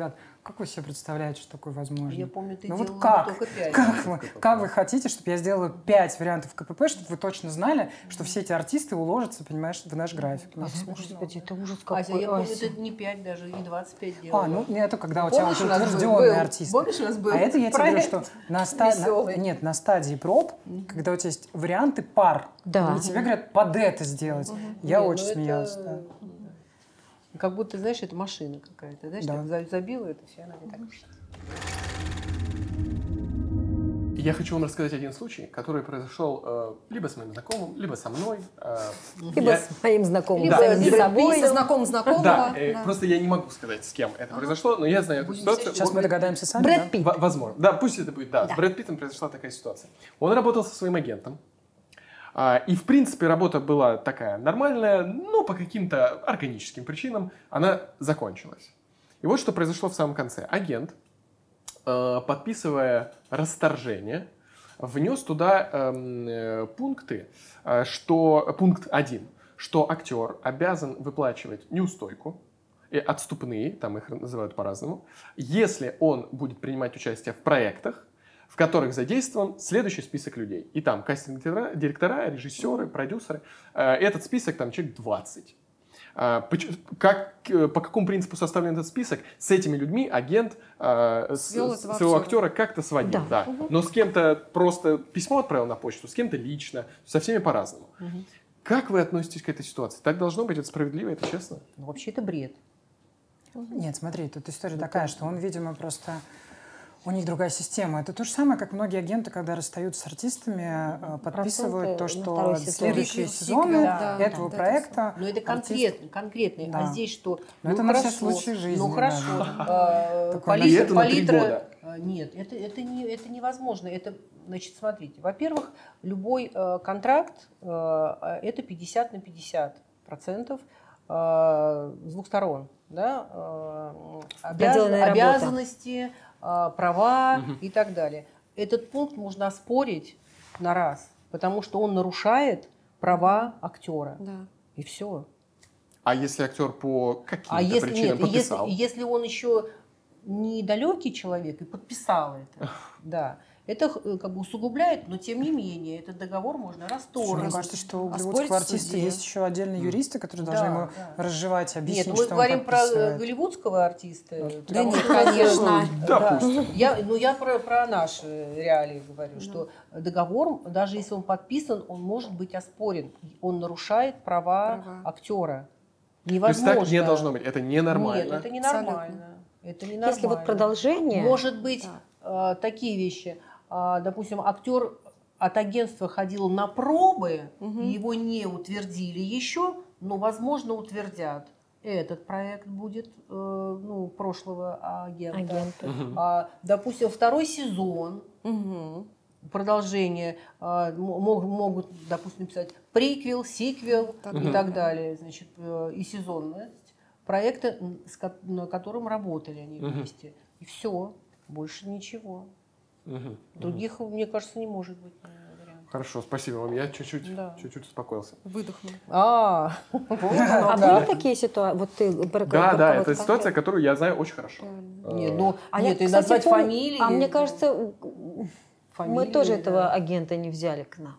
как вы себе представляете, что такое возможно? Я помню, ты ну делала вот как? только пять. Как вы, как вы хотите, чтобы я сделала пять вариантов КПП, чтобы вы точно знали, что все эти артисты уложатся, понимаешь, в наш график? Ну, Господи, это ужас какой. Ася, я помню, Ася. ты не пять даже, и двадцать пять делала. А, ну это когда у Помнишь, тебя у нас был- утвержденный был- артист. помнишь, у нас был А это я тебе говорю, проект что на, ста- на- весёлый? нет, на стадии проб, когда у тебя есть варианты пар, Да. и тебе говорят под это сделать. Я Не, очень ну это- смеялась. Да. Как будто, знаешь, это машина какая-то, знаешь, Да. так за- забила это все, она не так. Я хочу вам рассказать один случай, который произошел э, либо с моим знакомым, либо со мной. э, Либо я- с моим знакомым, Либо своим с собой. Со знаком знакомого. Да, э, да. просто я не могу сказать, с кем это произошло, но я знаю эту ситуацию. Сейчас мы догадаемся сами. Брэд да? Питт. В- Возможно. Да, пусть это будет, да. С Брэд Питтом произошла такая ситуация. Он работал со своим агентом. а, И, в принципе, работа была такая нормальная, но по каким-то органическим причинам она закончилась. И вот что произошло в самом конце. Агент, э, подписывая расторжение, внес туда эм, э, пункты, э, что пункт один, что актер обязан выплачивать неустойку, и отступные, там их называют по-разному, если он будет принимать участие в проектах, в которых задействован следующий список людей. И там кастинг-директора, директора, режиссеры, продюсеры. Э, Этот список, там человек двадцать. А, поч- Как, э, по какому принципу составлен этот список? С этими людьми агент э, с- Свел с- этого своего актера. актера как-то сводил. Да. Да. Но с кем-то просто письмо отправил на почту, с кем-то лично, со всеми по-разному. Как вы относитесь к этой ситуации? Так должно быть, это справедливо, это честно? Ну, вообще это бред. Нет, смотри, тут история такая, что он, видимо, просто... У них другая система. Это то же самое, как многие агенты, когда расстаются с артистами, э, подписывают то, на что второй сезон. следующие Сиквел, сезоны да, этого да, проекта... Но это артист- конкретно, конкретно. Да. А здесь что? Но ну, это на все хорошо, случаи жизни, Ну да. хорошо. э, Такое палитра- И это на три палитра- года. э, Нет, это, это, не, это невозможно. Это, значит, смотрите. Во-первых, любой э, контракт э, это пятьдесят на пятьдесят процентов э, с двух сторон. Да? Э, обяз- Проделанная работа. обязанности, э, права и так далее. Этот пункт можно оспорить на раз, потому что он нарушает права актера. Да. И все. А если актер по каким-то А если причинам нет, и если, подписал? и если он еще недалекий человек и подписал это, да, это э, как бы усугубляет, но тем не менее этот договор можно Мне расторгнуть. кажется, что у Оспорить голливудского в артиста суде. есть еще отдельные юристы, которые Да, должны ему да. разжевать, объяснить, Нет, мы что говорим он про э, подписывает. голливудского артиста. Ну, Да потому нет, что у нас, конечно. э, Допустим. Я, ну, я про, про наши реалии говорю, что договор, даже если он подписан, он может быть оспорен. Он нарушает права, Права. актера. То есть Невозможно. так не должно быть, это ненормально. Нет, это ненормально. Это ненормально. Если вот продолжение... Может быть, э, такие вещи. Э, допустим, актер от агентства ходил на пробы, Мгм. его не утвердили еще, но, возможно, утвердят. Этот проект будет э, ну, прошлого агента. агента. Мгм. А, допустим, второй сезон, Мгм. продолжение, а, м- мог- могут, допустим, написать приквел, сиквел Так и далее. так далее, значит, э, и сезонность проекта, м, с ко- на котором работали они Мгм. вместе. И все, больше ничего. Мгм. Других, мне кажется, не может быть э, вариантов. Хорошо, спасибо вам. Я чуть-чуть, Да. чуть-чуть успокоился. Выдохнул. А, вот А оно, да. были такие ситуации? Вот ты про- Да, про да, кого-то это ситуация, конкретно? которую я знаю очень хорошо. Правильно. Нет, ну, А нет, я, и кстати, назвать помню- фамилии. А мне кажется, мы фамилии, тоже да. этого агента не взяли к нам.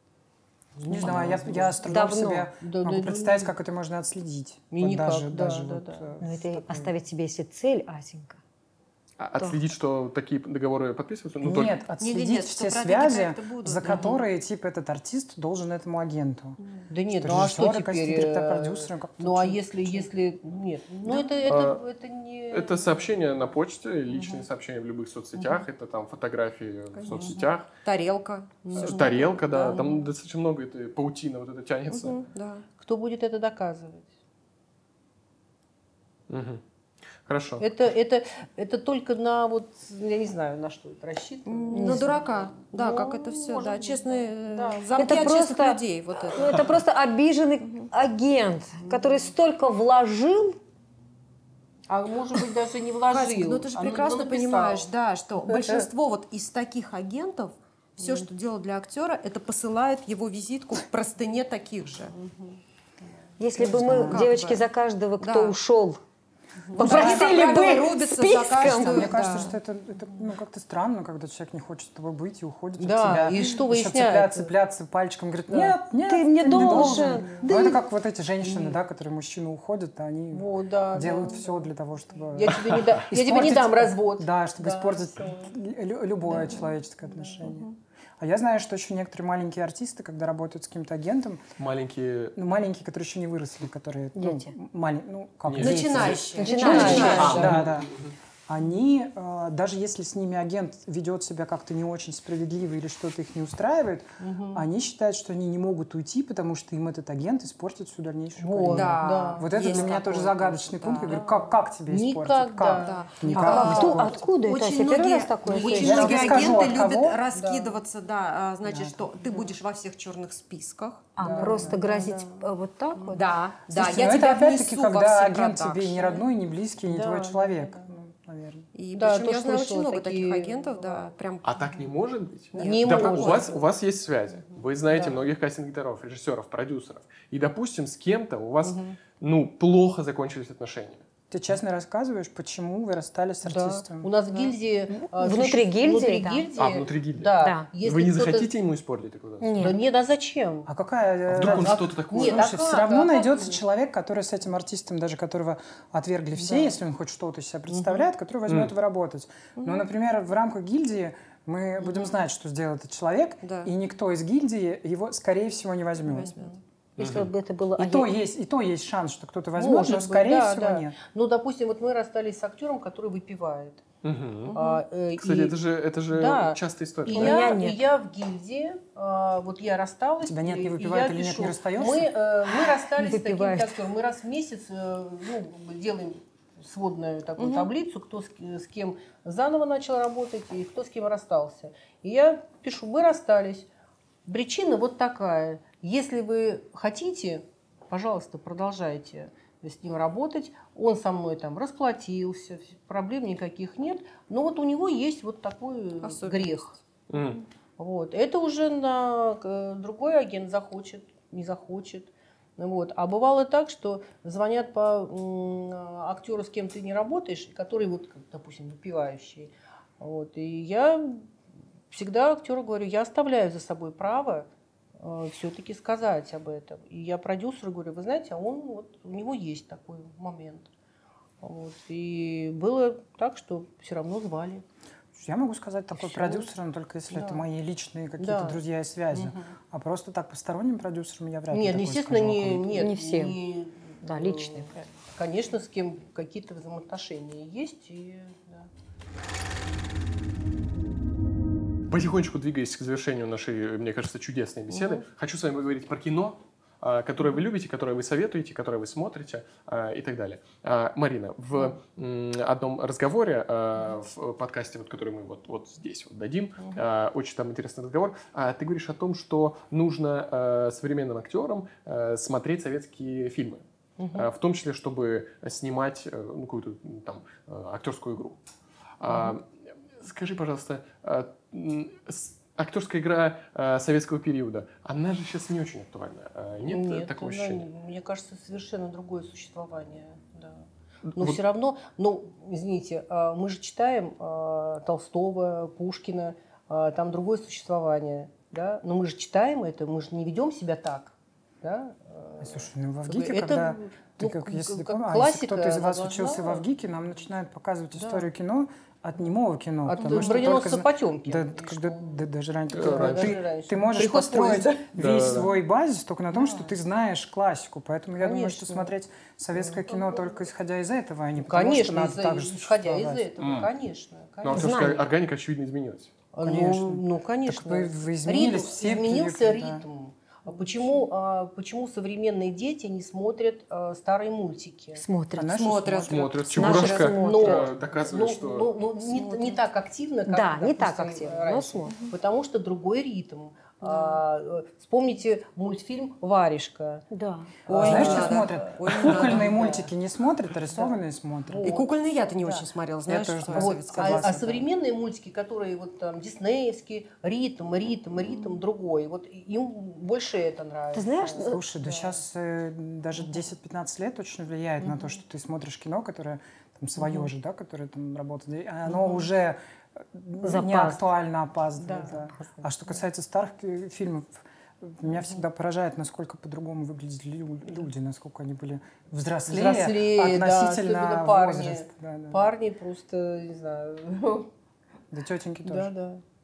Не знаю, я, я с трудом Давно. себе Да, могу да, представить, да. как это можно отследить. И Вот никак, даже, да, даже да, вот, да. э, Но в это таком- оставить себе если цель, Асенька. А отследить, что такие договоры подписываются? Ну, Нет, только- отследить нет, что все про такие связи, проекты будут. за Мгм. которые типа этот артист должен этому агенту. Да нет, Что ну а что режиссеры, теперь? кастинг-директора, э, продюсеры, как-то Ну а чё- если, чё? если нет, ну это это А, это не. Это сообщения на почте, личные сообщения в любых соцсетях, это там фотографии в соцсетях, Тарелка. э, Всё. тарелка, да, Да. там достаточно много этой паутины вот это тянется. Мгм, да. Кто будет это доказывать? Мгм. Хорошо. Это это это только на вот я не знаю на что это рассчитано. М, Не На знаю. дурака. Да, Ну, как это все. может Да, быть, честные да. э, Да. замки Это от честных просто- людей. Вот это. Ну, это просто обиженный агент, который столько вложил. А может быть даже не Катька, вложил. ну ты же а прекрасно написал. понимаешь, да, что большинство вот из таких агентов все, что делают для актера, это посылает его визитку в простыне таких же. Если бы знаю, мы, как девочки, бы. за каждого, кто Да. ушел Попросили Как правило, бы рубятся за списком. каждую. Мне кажется, Да. что это, это ну, как-то странно, когда человек не хочет с тобой быть и уходит Да, от тебя. и что Еще выясняет? цепляться, цепляться пальчиком, говорит, нет, нет, Ты мне не должен. Ну, это как вот эти женщины, да, которые мужчины уходят, они Вот, да, делают да, все для того, чтобы... Я тебе не, да, я тебе не испортить- дам развод. Да, чтобы Да, испортить всё. лю- любое человеческое отношение. А я знаю, что еще некоторые маленькие артисты, когда работают с каким-то агентом, Маленькие... ну, маленькие, которые еще не выросли, которые... Дети. Ну, малень- ну как, Нет. дети. Начинающие. Начинающие. Да, А, да, да. Они, э, даже если с ними агент ведет себя как-то не очень справедливо или что-то их не устраивает, они считают, что они не могут уйти, потому что им этот агент испортит всю дальнейшую Вот, карьеру. Да. Вот это есть для меня такое тоже загадочный тоже, пункт. да. Я говорю, как, как тебе испортить? Никогда. Как? Да. Никак А не Кто, испортить. откуда это? Очень Я первый многие, раз такое очень слышу. Я многие тебе скажу, агенты от кого. любят раскидываться, да, а, значит, Да. что ты будешь во всех черных списках. А, просто грозить э, вот так вот? Да, да, Слушайте, я ну это тебя опять-таки, внесу во когда все агент тебе не продакшены. родной, не близкий, не Да, твой да, человек. да. Ну, наверное. И Да, причем я тоже знаю слышала очень много такие- таких агентов, да, прям. А так не может быть? Не Допу- может. у, вас, у вас есть связи, вы знаете Да. многих кастинг-директоров, режиссеров, продюсеров. И, допустим, с кем-то у вас ну, плохо закончились отношения. Ты честно рассказываешь, почему вы расстались с Да. артистом? У нас в гильдии... а, Внутри суще- гильдии, Внутри да. гильдии. А, внутри гильдии. Да. Да. Если Вы не кто-то- захотите ему испортить репутацию? Да Нет. нет, а зачем? А какая... А вдруг он э, что-то такое? Нет, Слушай, а все как? равно А как найдется нет? человек, который с этим артистом, даже которого отвергли все, Да. если он хоть что-то из себя представляет, который возьмет его работать. Ну, например, в рамках гильдии мы будем знать, что сделал этот человек, Да. и никто из гильдии его, скорее всего, не возьмет. Возьмет. Если бы это было... И, а то я- есть, и то есть шанс, что кто-то возьмет, Может но, быть, скорее да, всего, да. нет. Ну, допустим, вот мы расстались с актером, который выпивает. Мгм. А, э, Кстати, и- это же, это же Да. частая история. И У я, меня и нет. я в гильдии, а, вот я рассталась. У тебя нет, не и- и выпивает я или нет, пишу. не расстаешься? Мы, э, мы расстались Не с таким выпивает. актером. Мы раз в месяц э, ну, делаем сводную такую таблицу, кто с, с кем заново начал работать и кто с кем расстался. И я пишу, мы расстались. Причина вот такая. Если вы хотите, пожалуйста, продолжайте с ним работать. Он со мной там расплатился, проблем никаких нет. Но вот у него есть вот такой Особенность. грех. М. Вот. Это уже на э, другой агент захочет, не захочет. Вот. А бывало так, что звонят по м, актеру, с кем ты не работаешь, который, вот, как, допустим, выпивающий. Вот. И я всегда актеру говорю, я оставляю за собой право э, все-таки сказать об этом. И я продюсеру говорю, вы знаете, а он, вот, у него есть такой момент. Вот. И было так, что все равно звали. Я могу сказать такой всё. продюсером, только если Да. это мои личные какие-то Да. друзья и связи. Мгм. А просто так посторонним продюсерам я вряд ли Нет, такое естественно, скажу о не, ком-то. нет, Не все. не, Да, э, личные. Конечно, с кем какие-то взаимоотношения есть. И, да. Потихонечку двигаясь к завершению нашей, мне кажется, чудесной беседы, хочу с вами поговорить про кино, а, которое вы любите, которое вы советуете, которое вы смотрите а, и так далее. А, Марина, в м, одном разговоре а, в подкасте, вот, который мы вот, вот здесь вот дадим, а, очень там интересный разговор, а, ты говоришь о том, что нужно а, современным актерам а, смотреть советские фильмы. А, в том числе, чтобы снимать э, ну, какую-то м, там э, актерскую игру. А, скажи, пожалуйста, а, м, с- актерская игра э, советского периода, она же сейчас не очень актуальна. А, нет, э, такого она, ощущения? мне кажется, совершенно другое существование. Да. Но Вот все равно, ну, извините, а, мы же читаем а, Толстого, Пушкина, а, там другое существование, да? Но мы же читаем это, мы же не ведем себя так, да? А, Слушай, ну в как бы Авгике, это, когда ты ну, как, если ты как понимаешь, классика, если кто-то из вас она учился в должна- Авгике, нам начинают показывать Да. историю кино от немого кино. От потому что броненосца только за- Потемкина. Да, И когда, что? да, даже раньше. Да, Только раньше. ты, Даже раньше. ты можешь Приход построить поезда. весь Да-да-да. свой базис только на том, что ты знаешь классику. Поэтому я думаю, что Конечно. смотреть советское кино только исходя из этого, а не Ну, потому, конечно, что надо из-за- так же исходя из существовать. этого, М. конечно. Но конечно. актерская Знание. органика, очевидно, изменилась. Конечно. Ну, ну, конечно. Так вы- вы изменились Ритм, все изменился периоды, да. ритм. А почему, а, почему современные дети не смотрят а, старые мультики? Смотрят. А наши Смотрят. Смотрят. Наши Чебурашка смотрят. э, доказывает, Ну, что... ну, ну, не, не так активно, как, Да, не допустим, так активно, но раньше. смотрят. Потому что другой ритм. А, э, вспомните мультфильм «Варежка». Да. А Ой, знаешь, не что надо. смотрят? Ой, не Кукольные надо. мультики не смотрят, а рисованные смотрят. И кукольные я-то не Да. очень смотрела, знаешь, тоже в своей Вот, советской А, согласна, а да. современные мультики, которые вот там диснеевские, ритм, ритм, ритм другой, вот им больше это нравится. Ты знаешь, Слушай, да сейчас даже десять-пятнадцать лет очень влияет на то, что ты смотришь кино, которое там свое же, да, которое там работает, и оно уже не Запаздывает. актуально, опаздывает. Да. Да. А что касается старых ки- фильмов, меня всегда поражает, насколько по-другому выглядели лю- люди, насколько они были взрослее, Взрослее, да, относительно особенно парни. возраста. Да, да. Парни просто, не знаю, Да тетеньки да, тоже.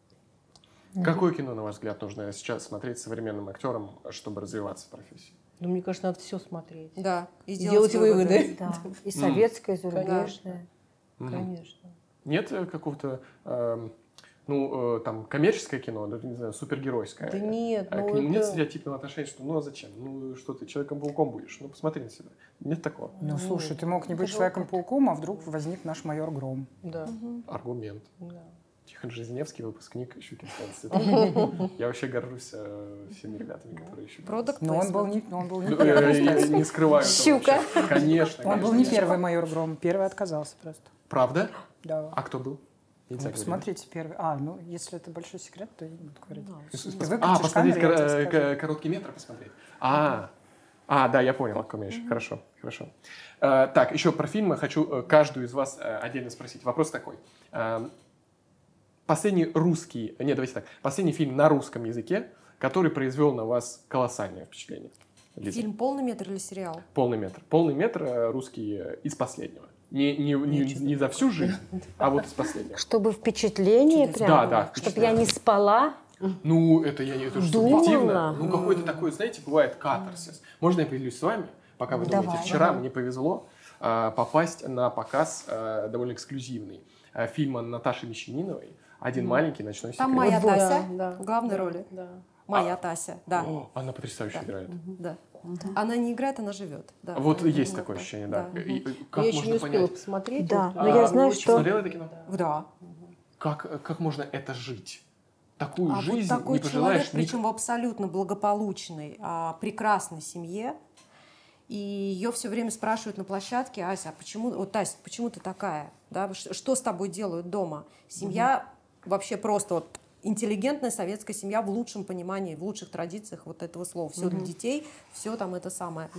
да. Какое кино, на ваш взгляд, нужно сейчас смотреть современным актерам, чтобы развиваться в профессии? Ну, мне кажется, надо все смотреть. Да, и Делать сделать выводы. да, и советское, и зарубежное. Мгм. Конечно. Нет э, какого-то, эм, ну, э, там, коммерческое кино, да, не знаю, супергеройское? Да нет, А ну к нему нет это- стереотипного отношения, что ну а зачем? Ну что ты, Человеком-пауком будешь? Ну посмотри на себя. Нет такого. Ну, слушай, ты мог не это быть же Человеком-пауком, а вдруг возник наш майор Гром. Да. Аргумент. Да. Тихон Жизневский, выпускник Щукинского института. Я вообще горжусь э, всеми ребятами, которые еще... Продукт Но он был плейсмент. не, но он был не Ну, первый. э, я не скрываю этого Щука. вообще. Конечно. Он был конечно. не первый майор Гром, первый отказался просто. Правда? Да. А кто был? Нельзя Ну, говорить. посмотрите первый. А, ну, если это большой секрет, то я не буду говорить. Ты А, выключишь посмотреть камеру, я кор- тебе э, скажу. к- короткий метр посмотреть. А, а, да, я понял, о ком речь. Хорошо, хорошо. Э, так, еще про фильмы хочу э, каждую из вас э, отдельно спросить. Вопрос такой. Э, Последний русский, нет, давайте так, последний фильм на русском языке, который произвел на вас колоссальное впечатление. Лиза. Фильм полный метр или сериал? Полный метр. Полный метр э, русский э, из последнего. Не, не, не, не за всю жизнь, а вот из последнего. Чтобы впечатление Чудесно. прямо, Да, да, чтобы я не спала. Ну, это я не это же Думала. субъективно. Ну, какой-то такой, знаете, бывает катарсис. Можно я поделюсь с вами, пока вы Давай, думаете? Вчера давай. мне повезло а, попасть на показ а, довольно эксклюзивный а, фильма Наташи Мещаниновой «Один маленький ночной секрет». Там моя Вот, Тася да, да. в главной роли. Да. Моя Тася, да. О, она потрясающе играет. Да. Она не играет, она живет. Да. Вот Мгм. есть Вот такое так. ощущение, да. Да. И- и как Я еще можно не успела понять? посмотреть. Да, вот, но А, я ну, знаю, очень что- Смотрела это кино? Да. Как, как можно это жить? Такую А жизнь вот такой не пожелаешь человек, причем в абсолютно благополучной, а, прекрасной семье, и ее все время спрашивают на площадке: Ася, а почему, вот, Тась, почему ты такая? Да, ш- что с тобой делают дома? Семья вообще просто вот интеллигентная советская семья в лучшем понимании, в лучших традициях вот этого слова. Все для детей, все там это самое.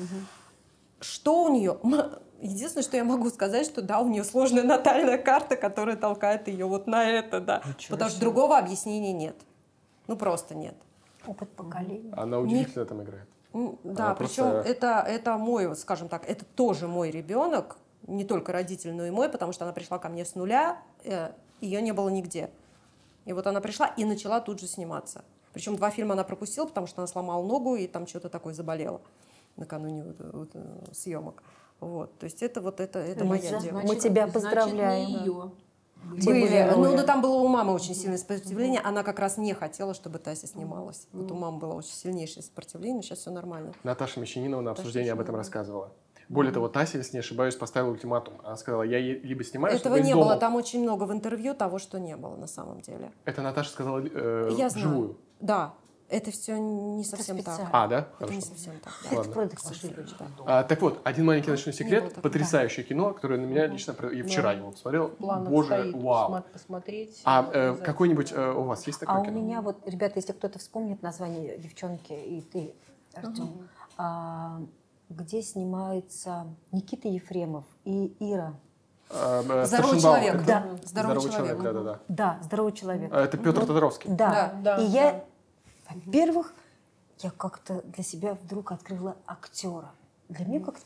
Что у нее? Единственное, что я могу сказать, что да, у нее сложная натальная карта, которая толкает ее вот на это, да. Ничего Потому что себе. другого объяснения нет. Ну просто нет. Опыт поколения. Она удивительно там играет. М, Да, Она причем просто- это, это мой, вот скажем так, это тоже мой ребенок, не только родитель, но и мой, потому что она пришла ко мне с нуля, э, ее не было нигде. И вот она пришла и начала тут же сниматься. Причем два фильма она пропустила, потому что она сломала ногу и там что-то такое заболело накануне вот, вот, э, съемок. Вот, то есть это вот это, это моя Лиза, девочка. Мы тебя поздравляем. Были. были Ну, роли. но там было у мамы очень сильное сопротивление. Она как раз не хотела, чтобы Тася снималась. Вот у мамы было очень сильнейшее сопротивление, но сейчас все нормально. Наташа Мещанинова на Наташа обсуждении об этом Мещанинова. рассказывала. Более того, Тася, если не ошибаюсь, поставила ультиматум. Она сказала: я е- либо снимаюсь, Этого либо из не дома. было. Там очень много в интервью того, что не было на самом деле. Это Наташа сказала э, Я знаю. вживую. Да, это все не совсем так. специально. А, да? Это Хорошо. не совсем так. да. Ладно. Продукт ошибочный. А, так вот, «Один маленький ночной было секрет» такого. потрясающее кино, которое на меня лично... про- Я вчера Да. его посмотрел. Планов Боже, стоит вау. посмо- посмотреть. А э, Обязательно. какой-нибудь э, у вас есть такое А у кино? меня вот, ребята, если кто-то вспомнит название девчонки и ты, Артем, а, где снимаются Никита Ефремов и Ира. Э, э, Здоровый Старшенбауэр. человек. Да. Здоровый, человек. да-да-да. Да, здоровый человек. А, Это Петр Тодоровский. Да. Да, да, И я, да. во-первых, я как-то для себя вдруг открыла актера. Для меня как-то...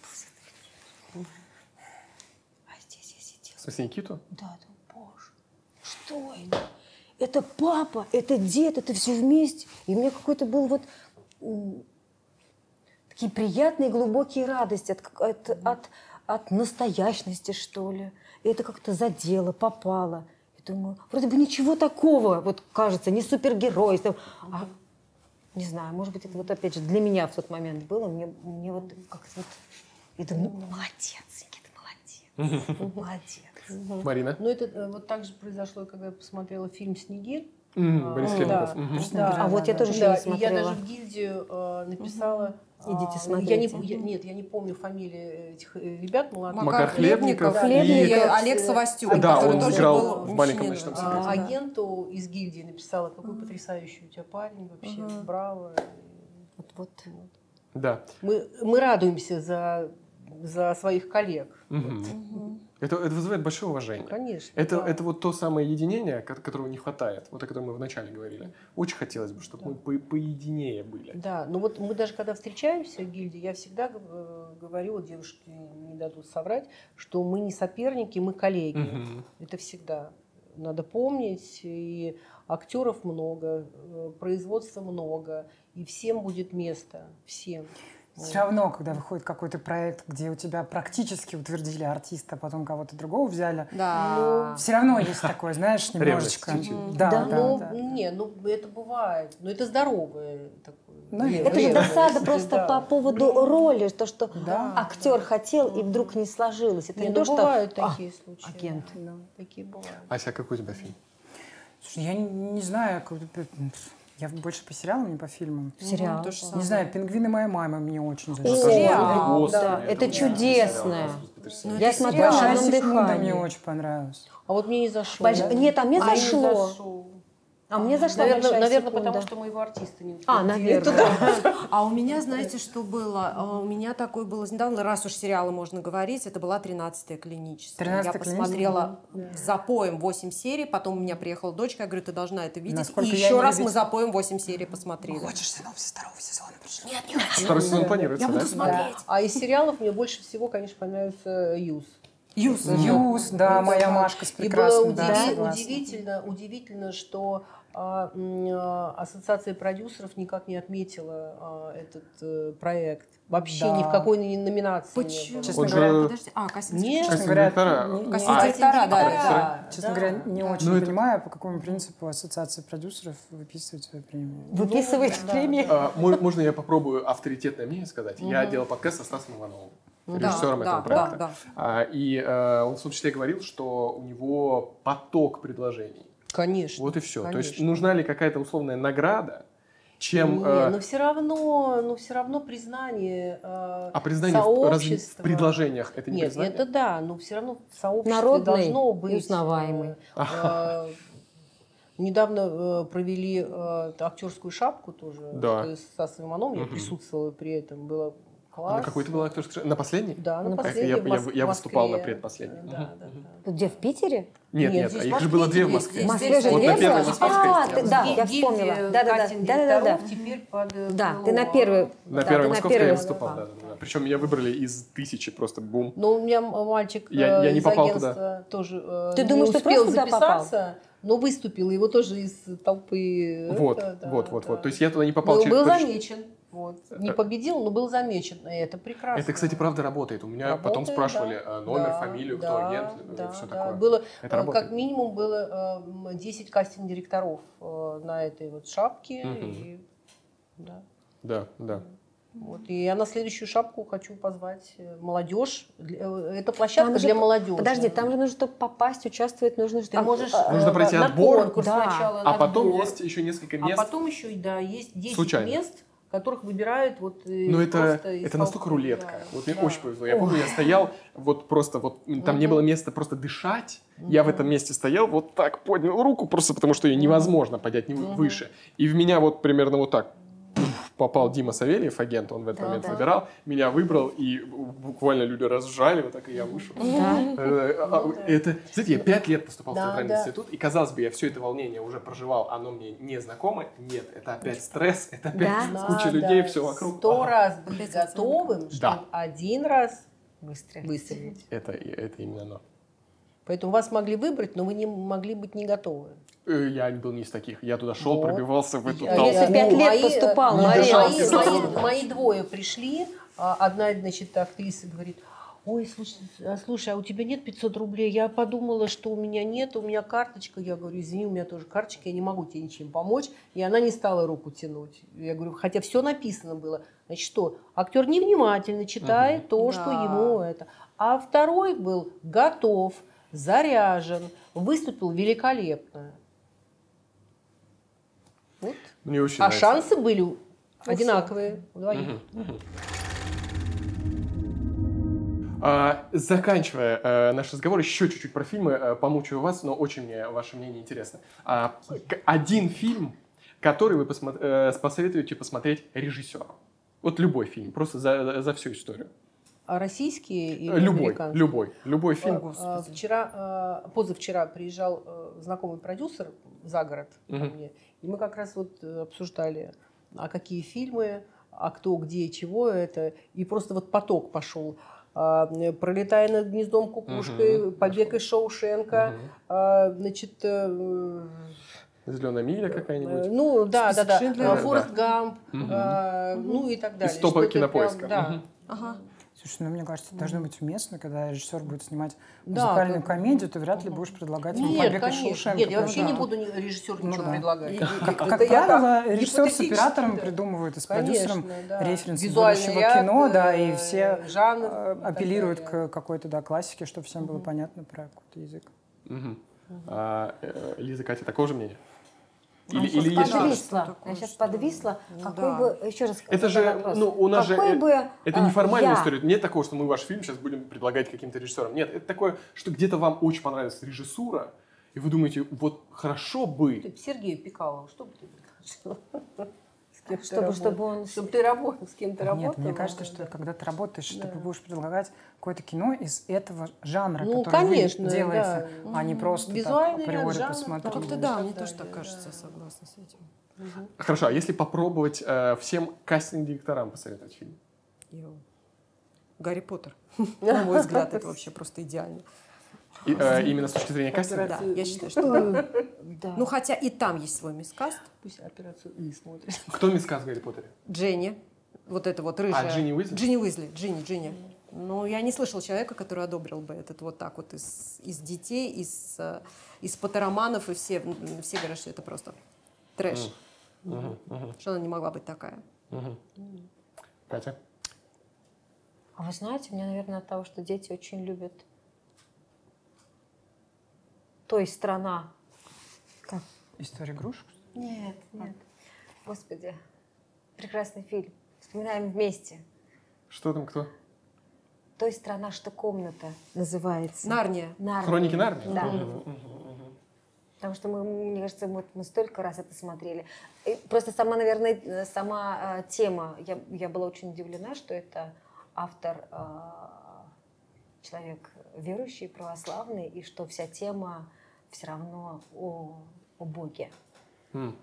А здесь я сидела. В смысле, Никиту? Да, да, боже, что это? Это папа, это дед, это все вместе. И у меня какой-то был вот м, такие приятные глубокие радости от, как- от, от, от настоящности, что ли. И это как-то задело, попало. Я думаю, вроде бы ничего такого, вот кажется, не супергерой. там, А, не знаю, может быть, это вот опять же для меня в тот момент было. Мне, мне вот как-то вот... Я думаю, ну, молодец, Никита, молодец. Молодец. Марина? Ну, это э, вот так же произошло, когда я посмотрела фильм «Снегирь». Мгм, А, Борис да. Хлебников. Мгм. Да. А вот я тоже еще Да, не и я смотрела. даже в гильдию э, написала. Идите а, смотрите. Я не, я- нет, я не помню фамилии этих э, ребят молодых. Макар Хлебников Да, и- и Хлебников. Олег Савастюк, Да, который он тоже играл был в очень «Маленьком недавно. ночном А, секрете». агенту из гильдии написала, какой потрясающий у тебя парень вообще, Мгм. браво. Вот, вот. Да. Мы, мы радуемся за, за своих коллег. Мгм. Мгм. Это, это вызывает большое уважение. Конечно. Это, да. это вот то самое единение, ко- которого не хватает, вот о котором мы вначале говорили. Очень хотелось бы, чтобы мы по- поединее были. Да, ну вот мы даже когда встречаемся в гильдии, я всегда э, говорю, вот девушки не дадут соврать, что мы не соперники, мы коллеги. Мгм. Это всегда надо помнить. И актеров много, э, производства много, и всем будет место, всем. Все равно, когда выходит какой-то проект, где у тебя практически утвердили артиста, а потом кого-то другого взяли, Да. все равно есть такое, знаешь, немножечко. Ревность чуть-чуть. Да, Да, да, ну, да. не, ну это бывает, но это здоровое такое. Наверное. Это же ревность, досада просто да. по поводу роли, то, что Да. актер хотел и вдруг не сложилось. Это Не, не, ну то, что бывают «А, такие случаи. агент». Да, такие бывают. Ася, какой у тебя фильм? Слушай, я не, не знаю, как- я больше по сериалам, не по фильмам. Сериал. то же Не самое. знаю, «Пингвины моей мамы» мне очень Ну, зашли. Саша, сериал, Господи, да. Это ужасный чудесное. сериал, потрясающе. Ну, Я это смотрела на «Большая одном Секунда» мне дыхании. очень понравилась. А вот мне не зашло. Больш- да? Нет, а мне А, не зашло. зашел. А мне зашла Наверное, «Большая наверное секунда». потому что моего артиста не А, утвердили. наверное. А у меня, знаете, что было? А У меня такое было недавно, раз уж сериалы можно говорить, это была тринадцатая клиническая. тринадцатая Я посмотрела клиническая? запоем восемь серий, потом у меня приехала дочка, я говорю, ты должна это видеть. Насколько И я еще не раз любитель- мы запоем восемь серий посмотрели. Хочешь синопсис второго сезона? Пришли? Нет, не хочу. Второй сезон планируется, Я буду да? смотреть. А из сериалов мне больше всего, конечно, понравился Юз. Юз. Юз, да, моя Машка с И было прекрасным, да, удиви- согласна. удивительно, удивительно, что а, м, а, ассоциация продюсеров никак не отметила а, этот э, проект. Вообще Да. ни в какой ни номинации Почему? не было. Честно Он говоря, же- Подожди. А, Кастинг Нет. Честно Кастинг говоря, директора. не- не- Кастинг А, директора, да, Да, Честно да. говоря, не очень Ну, это- понимаю, по какому принципу ассоциация продюсеров выписывает свои премии. Выписывает Ну, да, премии. А, мо- можно я попробую авторитетное мнение сказать? Я делал подкаст со Стасом Ивановым, режиссером да, этого да, проекта. да. А, И э, он в том числе говорил, что у него поток предложений. Конечно. Вот и все. То есть конечно. нужна ли какая-то условная награда, чем... Не, э, но все равно, но все равно признание э, а признание в, разве- в сообщества. предложениях это не Нет, признание? это да, но все равно в сообществе Народный должно и быть. узнаваемый. э, э, Недавно э, провели э, актерскую шапку тоже Да. с Стасом Ивановым, я Мгм. присутствовала при этом, было А классно. на какой-то была актерская... На последней? Да, на На последней. Я- в я- Мос- я в выступал на Москве. предпоследней. Да, Мгм. да, Мгм. да. Где, в Питере? Нет, Нет, нет, здесь а в их же Москве было две в здесь- Москве. В Москве здесь же Вот две на было? первой московской А, я ты- сделал. да, Гиль- я гильдия вспомнила. Да, да, да, кастинг да, да, да, да. директоров теперь под э, Да, ты на крылом. первой. На Да, первой ты на московской я первой. выступал, да, да, да. Причем меня выбрали из тысячи просто бум. Но у меня м- мальчик Я- э, я не из попал агентства тоже э, Ты не думаешь, ты успел просто туда попал? записаться, но выступил, его тоже из толпы. Вот, это, да, вот, вот, да. вот. То есть я туда не попал Был, через... был потому что- замечен. Вот. Не победил, но был замечен. И это прекрасно. Это, кстати, правда работает. У меня потом Работает, спрашивали да. э, номер, Да, фамилию, кто да, агент, да, и все да. такое. Было, Это э, работает. как минимум было э, м, десять кастинг-директоров э, на этой вот шапке. Мгм. И, да. Да, да. Вот. И я на следующую шапку хочу позвать э, молодежь. Для- э, Это площадка Там же для п- молодежи. Подожди, там же нужно, чтобы попасть, участвовать, нужно, что Ты можешь а, Нужно э, пройти на отбор. конкурс Да. сначала, А потом отбор. есть еще несколько А мест. потом еще, да, есть десять Случайно. мест, которых выбирают вот э, Ну, это, просто из это настолько толпы, рулетка. да. Вот мне Да. очень повезло. Я помню, я стоял, вот просто вот там не Мгм. было места просто дышать. Я в этом месте стоял, вот так поднял руку, просто потому что ее невозможно поднять не Мгм. выше. И в меня вот примерно вот так попал Дима Савельев, агент, он в этот Да, момент да. выбирал, меня выбрал, и буквально люди разжали, вот так и я вышел. Да. Э, а, Ну да. Это, знаете, я пять лет поступал в Да, театральный да. институт, и казалось бы, я все это волнение уже проживал, оно мне не знакомо. Нет, это опять стресс, это опять Да. куча Надо людей, все вокруг. Сто Ага. раз быть Опять готовым, Да. чтобы один раз Выстрелить. выстрелить. Это, это именно оно. Поэтому вас могли выбрать, но вы не могли быть не готовы. Э, Я был не из таких. Я туда шел, Вот. пробивался в эту Я- толпу. Если пять лет мои, поступал, э, Не мои, дышал мои, кислородом. мои двое пришли, а одна, значит, актриса говорит: ой, слушай, а, слушай, а у тебя нет пятьсот рублей? Я подумала, что у меня нет, у меня карточка. Я говорю: извини, у меня тоже карточка, я не могу тебе ничем помочь. И она не стала руку тянуть. Я говорю: хотя все написано было. Значит, что? Актер невнимательно читает Мгм. то, Да. что ему это. А второй был готов, заряжен, выступил великолепно. Вот. Мне очень А нравится. шансы были одинаковые у двоих. Мгм, мгм. А, заканчивая э, наш разговор, еще чуть-чуть про фильмы, э, помучаю вас, но очень мне ваше мнение интересно. А, к- один фильм, который вы посмо- э, посоветуете посмотреть режиссеру. Вот любой фильм, просто за, за всю историю. А российские или Любой, американские? любой, любой фильм. О, А, Господи. Вчера, а, позавчера приезжал э, знакомый продюсер за город ко Мгм. мне, и мы как раз вот э, обсуждали, а какие фильмы, а кто, где, чего это, и просто вот поток пошел. А, э, «Пролетая над гнездом кукушкой», Мгм. «Побег из Шоушенка», Мгм. а, значит, э, «Зеленая миля» э, какая-нибудь. ну да, да, «Список да, Шиндлера». а, «Форест Гамп», Мгм. а, ну и так далее. Из топа Что-то Кинопоиска. прям, да. Мгм. Ага. Слушай, ну мне кажется, это должно быть уместно, когда режиссер будет снимать Да, музыкальную как- комедию, ты вряд ли будешь предлагать ему Нет, «Побег из конечно. Шоушенка». Нет, я вообще Да. не буду ни- режиссеру Ну ничего да. предлагать. Как, Это как я правило, так, режиссер с гипотетически, оператором да. придумывают и с Конечно, продюсером да. референсы Визуальный будущего ряд, кино, да, и э, все жанр э, и так апеллируют далее. к какой-то да, классике, чтобы всем было понятно про какой-то язык. Мгм. А, э, Лиза, Катя, такого же мнения? Или, Я или сейчас есть подвисла. что-то? подвисла. такое, Я сейчас что- подвисла. Ну Какой да. бы, еще раз Это задам же, вопрос. ну, у нас Какой же, бы, э, это а, неформальная я- история. Нет такого, что мы ваш фильм сейчас будем предлагать каким-то режиссерам. Нет, это такое, что где-то вам очень понравилась режиссура, и вы думаете, вот хорошо бы. Ты Сергею Пикалову, что бы ты предложил? С кем ты Чтобы- работал? чтобы он- Чтобы ты работал, с кем ты работал. Нет, мне кажется, да, что да. когда ты работаешь, Да. ты будешь предлагать какое-то кино из этого жанра, Ну, который конечно, вы делаете, да. а не просто Визуальный так ряд, априори жанр, посмотреть. Ну, да. как-то И да, так мне тоже далее, так кажется, да. согласна с этим. Хорошо, а если попробовать э, всем кастинг-директорам посоветовать фильм? Йоу. Гарри Поттер. На мой взгляд, это вообще просто идеально. И, э, именно с точки зрения кастинга? Да, я считаю, что да. Да. Ну, хотя и там есть свой мискаст. Пусть операцию И смотрит. Кто мискас в Гарри Поттере? Дженни, вот это вот рыжая. А, Джинни Уизли? Джинни Уизли, Джинни, Джинни. Ну, я не слышала человека, который одобрил бы этот вот так вот из, из детей, из, э, из поттероманов, и все, м, все говорят, что это просто трэш. Мгм, мгм, Что она не могла быть такая. мгм. Катя? А вы знаете, мне, наверное, от того, что дети очень любят «Той страна». Как? История игрушек? Нет, нет. Господи, прекрасный фильм. Вспоминаем вместе. Что там, кто? «Той страна, что комната» называется. Нарния. Нарния. Хроники Нарнии? Да. Мгм, мгм, мгм. Потому что мы, мне кажется, мы, мы столько раз это смотрели. И просто сама, наверное, э, сама э, тема. Я, я была очень удивлена, что это автор, э, человек верующий, православный, и что вся тема все равно о, о Боге. М.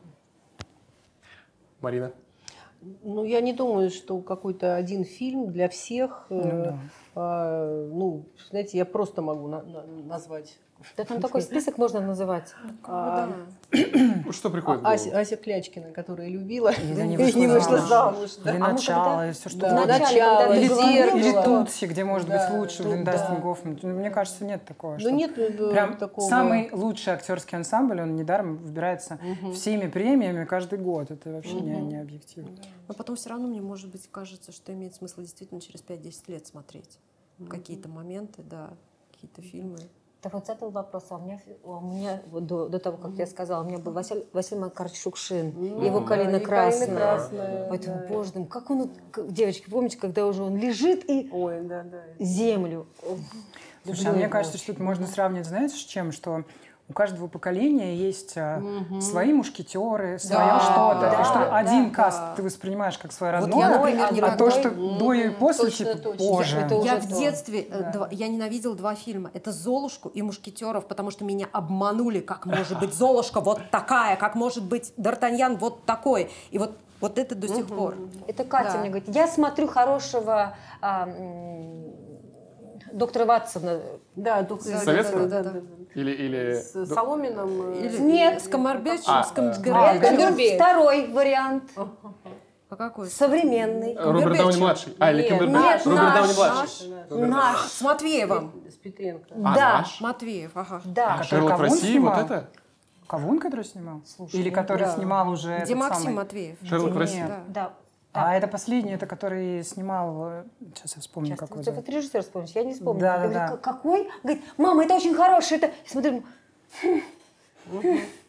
Марина? Ну, я не думаю, что какой-то один фильм для всех. Ну, э, да. а, ну, знаете, я просто могу на- на- назвать. Да там такой список можно называть. А, Вот что приходит в А- Ася, голову? Ася Клячкина, которая любила, Или не и вышла не вышла замуж. замуж. Или да. А мы начало, когда- или все что Да, В угодно. начале, начало, когда ты Или, или говорил, зеркало. или что- Тутси, где может Да, быть лучше тут, Дастин да. Гоффман. Ну, мне кажется, нет такого. Ну, что нет э, Прям такого. самый лучший актерский ансамбль, он недаром выбирается Мгм. всеми премиями каждый год. Это вообще не, Мгм. не объективно. Но потом все равно мне, может быть, кажется, что имеет смысл действительно через пять-десять лет смотреть. Какие-то моменты, да, какие-то фильмы. Так вот с этого вопроса, у меня, у меня вот до, до того, как я сказала, у меня был Василий, Василий Макарович Шукшин, Ну, его да, «Калина и красная». «Калина красная», Поэтому, да. боже мой, как он, как- девочки, помните, когда уже он лежит и Ой, да, да. землю. Слушай, а мне кажется, что это можно сравнивать, знаете, с чем? Что у каждого поколения есть а, Мгм. свои мушкетеры, свое Да, что-то. да, и что да, один да. каст ты воспринимаешь как свое Вот родное, я, например, а не а могу- то, что Мгм. до и после, Точно, типа, точно. боже. Это уже Я в то. детстве э, Да. два- я ненавидела два фильма. Это «Золушку» и «Мушкетеров», потому что меня обманули, как может быть Золушка вот такая, как может быть Д'Артаньян вот такой. И вот, вот это до сих пор. Это Катя Да. мне говорит, я смотрю хорошего а, м, доктора Ватсона. Да, только Да, Советского? да, да, да, да. Или, или... С Соломином. э, Или Нет. с Камбербэтчем, А, с э, Камбербэтчем. А, Это был Камбербэтч. второй вариант, А какой? современный. Роберт Дауни Камбербэтчем? младший. А, или Нет, Камбербэтч? нет, Роберт наш, Дауни младший. наш. Наш, С Матвеевым. С Петренко. А, Да. наш? Матвеев, ага. да. Который Шерлок кого он России, вот снимал? это? Кавун, который снимал? Слушай, Или ну который да. снимал уже Где этот Максим самый... Матвеев? Шерлок Нет. России. Да. Да. А это последний, это который снимал... э, Сейчас я вспомню, Сейчас, как его вот зовут. этот режиссер вспомнить, я не вспомню. Да, Я да, говорю, да. «К- какой? Говорит, мама, это очень хороший. Это... Я смотрю,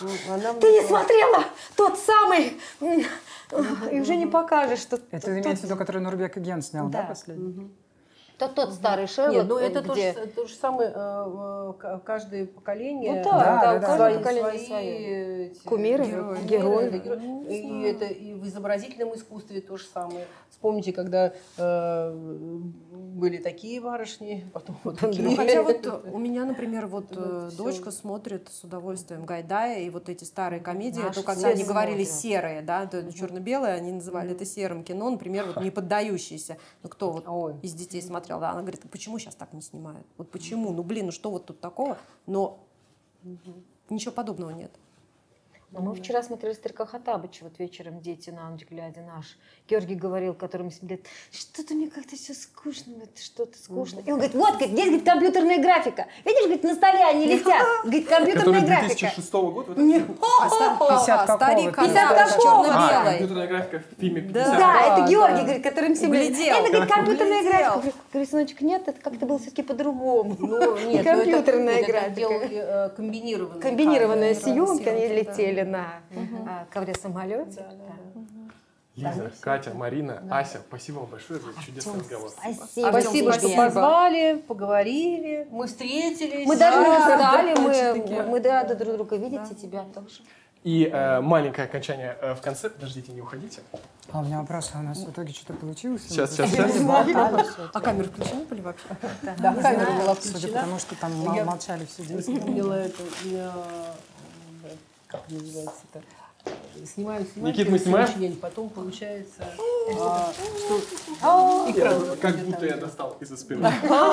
Она Ты мне не смотрела тот самый, м, и уже не покажешь, что Это тот- имеется в виду, который Нурбек Эген снял, да, Да. последний? тот, тот старый Шерлок, Нет, ну это то, где... же, то же самое, э, э, к- каждое поколение. Ну да, Да, да, да, у да. каждого свои, поколения свои свое. эти Кумиры, герои. герои. Да, герои. Ну, не И знаю. это и в изобразительном искусстве то же самое. Вспомните, когда э, были такие барышни, потом вот такие. Ну, хотя вот у меня, например, вот Это э, всё. дочка смотрит с удовольствием Гайдая и вот эти старые комедии, Наши то, когда все они говорили смотрят. серые, да, то черно-белые, они называли это серым кино, например, вот не поддающиеся. Ну, кто вот Ой. из детей смотрел, да, она говорит, почему сейчас так не снимают? Вот почему? Ну, блин, ну что вот тут такого? Но ничего подобного нет. А мы вчера смотрели «Старика Хаттабыча», вот вечером дети на ночь глядя наш. Георгий говорил, которому семь лет, что-то мне как-то все скучно, это что-то скучно. И он говорит, вот, говорит, здесь, говорит, компьютерная графика. Видишь, говорит, на столе они летят. Говорит, Который компьютерная две тысячи графика. шестого года? Не- А, ста- пятьдесят а, старик, какого-то. она пятьдесят же какого? А, черно-белый. компьютерная графика в фильме Да. пятьдесят. Да, это да. Георгий, говорит, которым семь лет. Углядел. Это, говорит, компьютерная Углядел. графика. Говорю, Говорю, сыночек, нет, это как-то было все-таки по-другому. Ну, нет, Не ну, это- компьютерная нет, это графика. делали, э, комбинированные Комбинированные кадры. съемки, они съемки, да. летели на а, ковре-самолете. Да, да, да. Лиза, Катя, Марина, Ася, спасибо вам большое за чудесный разговор. Спасибо. Спасибо, что тебе. позвали, поговорили, мы встретились. Мы даже не Да, устали, точно-таки. мы, мы рады друг друга видеть, и тебя тоже. И э, маленькое окончание э, в конце. Подождите, не уходите. А у меня вопрос, а у нас в итоге что-то получилось? Сейчас, Или сейчас, просто сейчас. болтали что-то? А камеры включены были вообще? Да, камера была Судя по включена. тому, что там мол- Я молчали все дети. Вспомнила это, я, э, как называется это, снимаю, снимаю. Никит, мы короче, снимаем? очень, Потом получается, а, что экран вот Как где-то будто там. я достал из-за спины.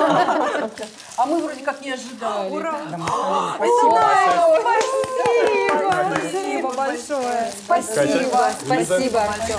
А мы вроде как не ожидали. Да, мы ходили. Спасибо большое. Спасибо, Катя, спасибо, Артем.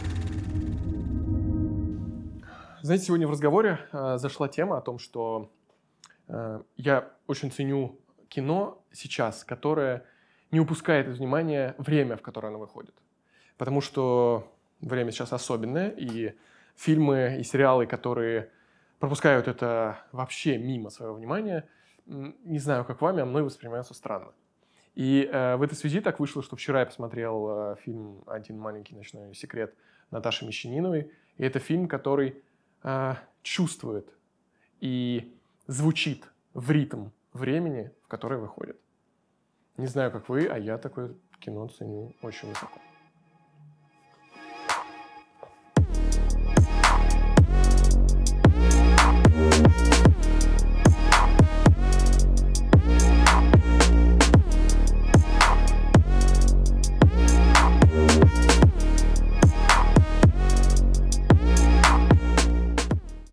Знаете, сегодня в разговоре э, зашла тема о том, что э, я очень ценю кино сейчас, которое не упускает из внимания время, в которое оно выходит. Потому что время сейчас особенное, и фильмы и сериалы, которые пропускают это вообще мимо своего внимания, м, не знаю, как вами, а мной воспринимаются странно. И э, в этой связи так вышло, что вчера я посмотрел э, фильм «Один маленький ночной секрет» Наташи Мещаниновой. И это фильм, который э, чувствует и звучит в ритм времени, в которое выходит. Не знаю, как вы, а я такое кино ценю очень высоко.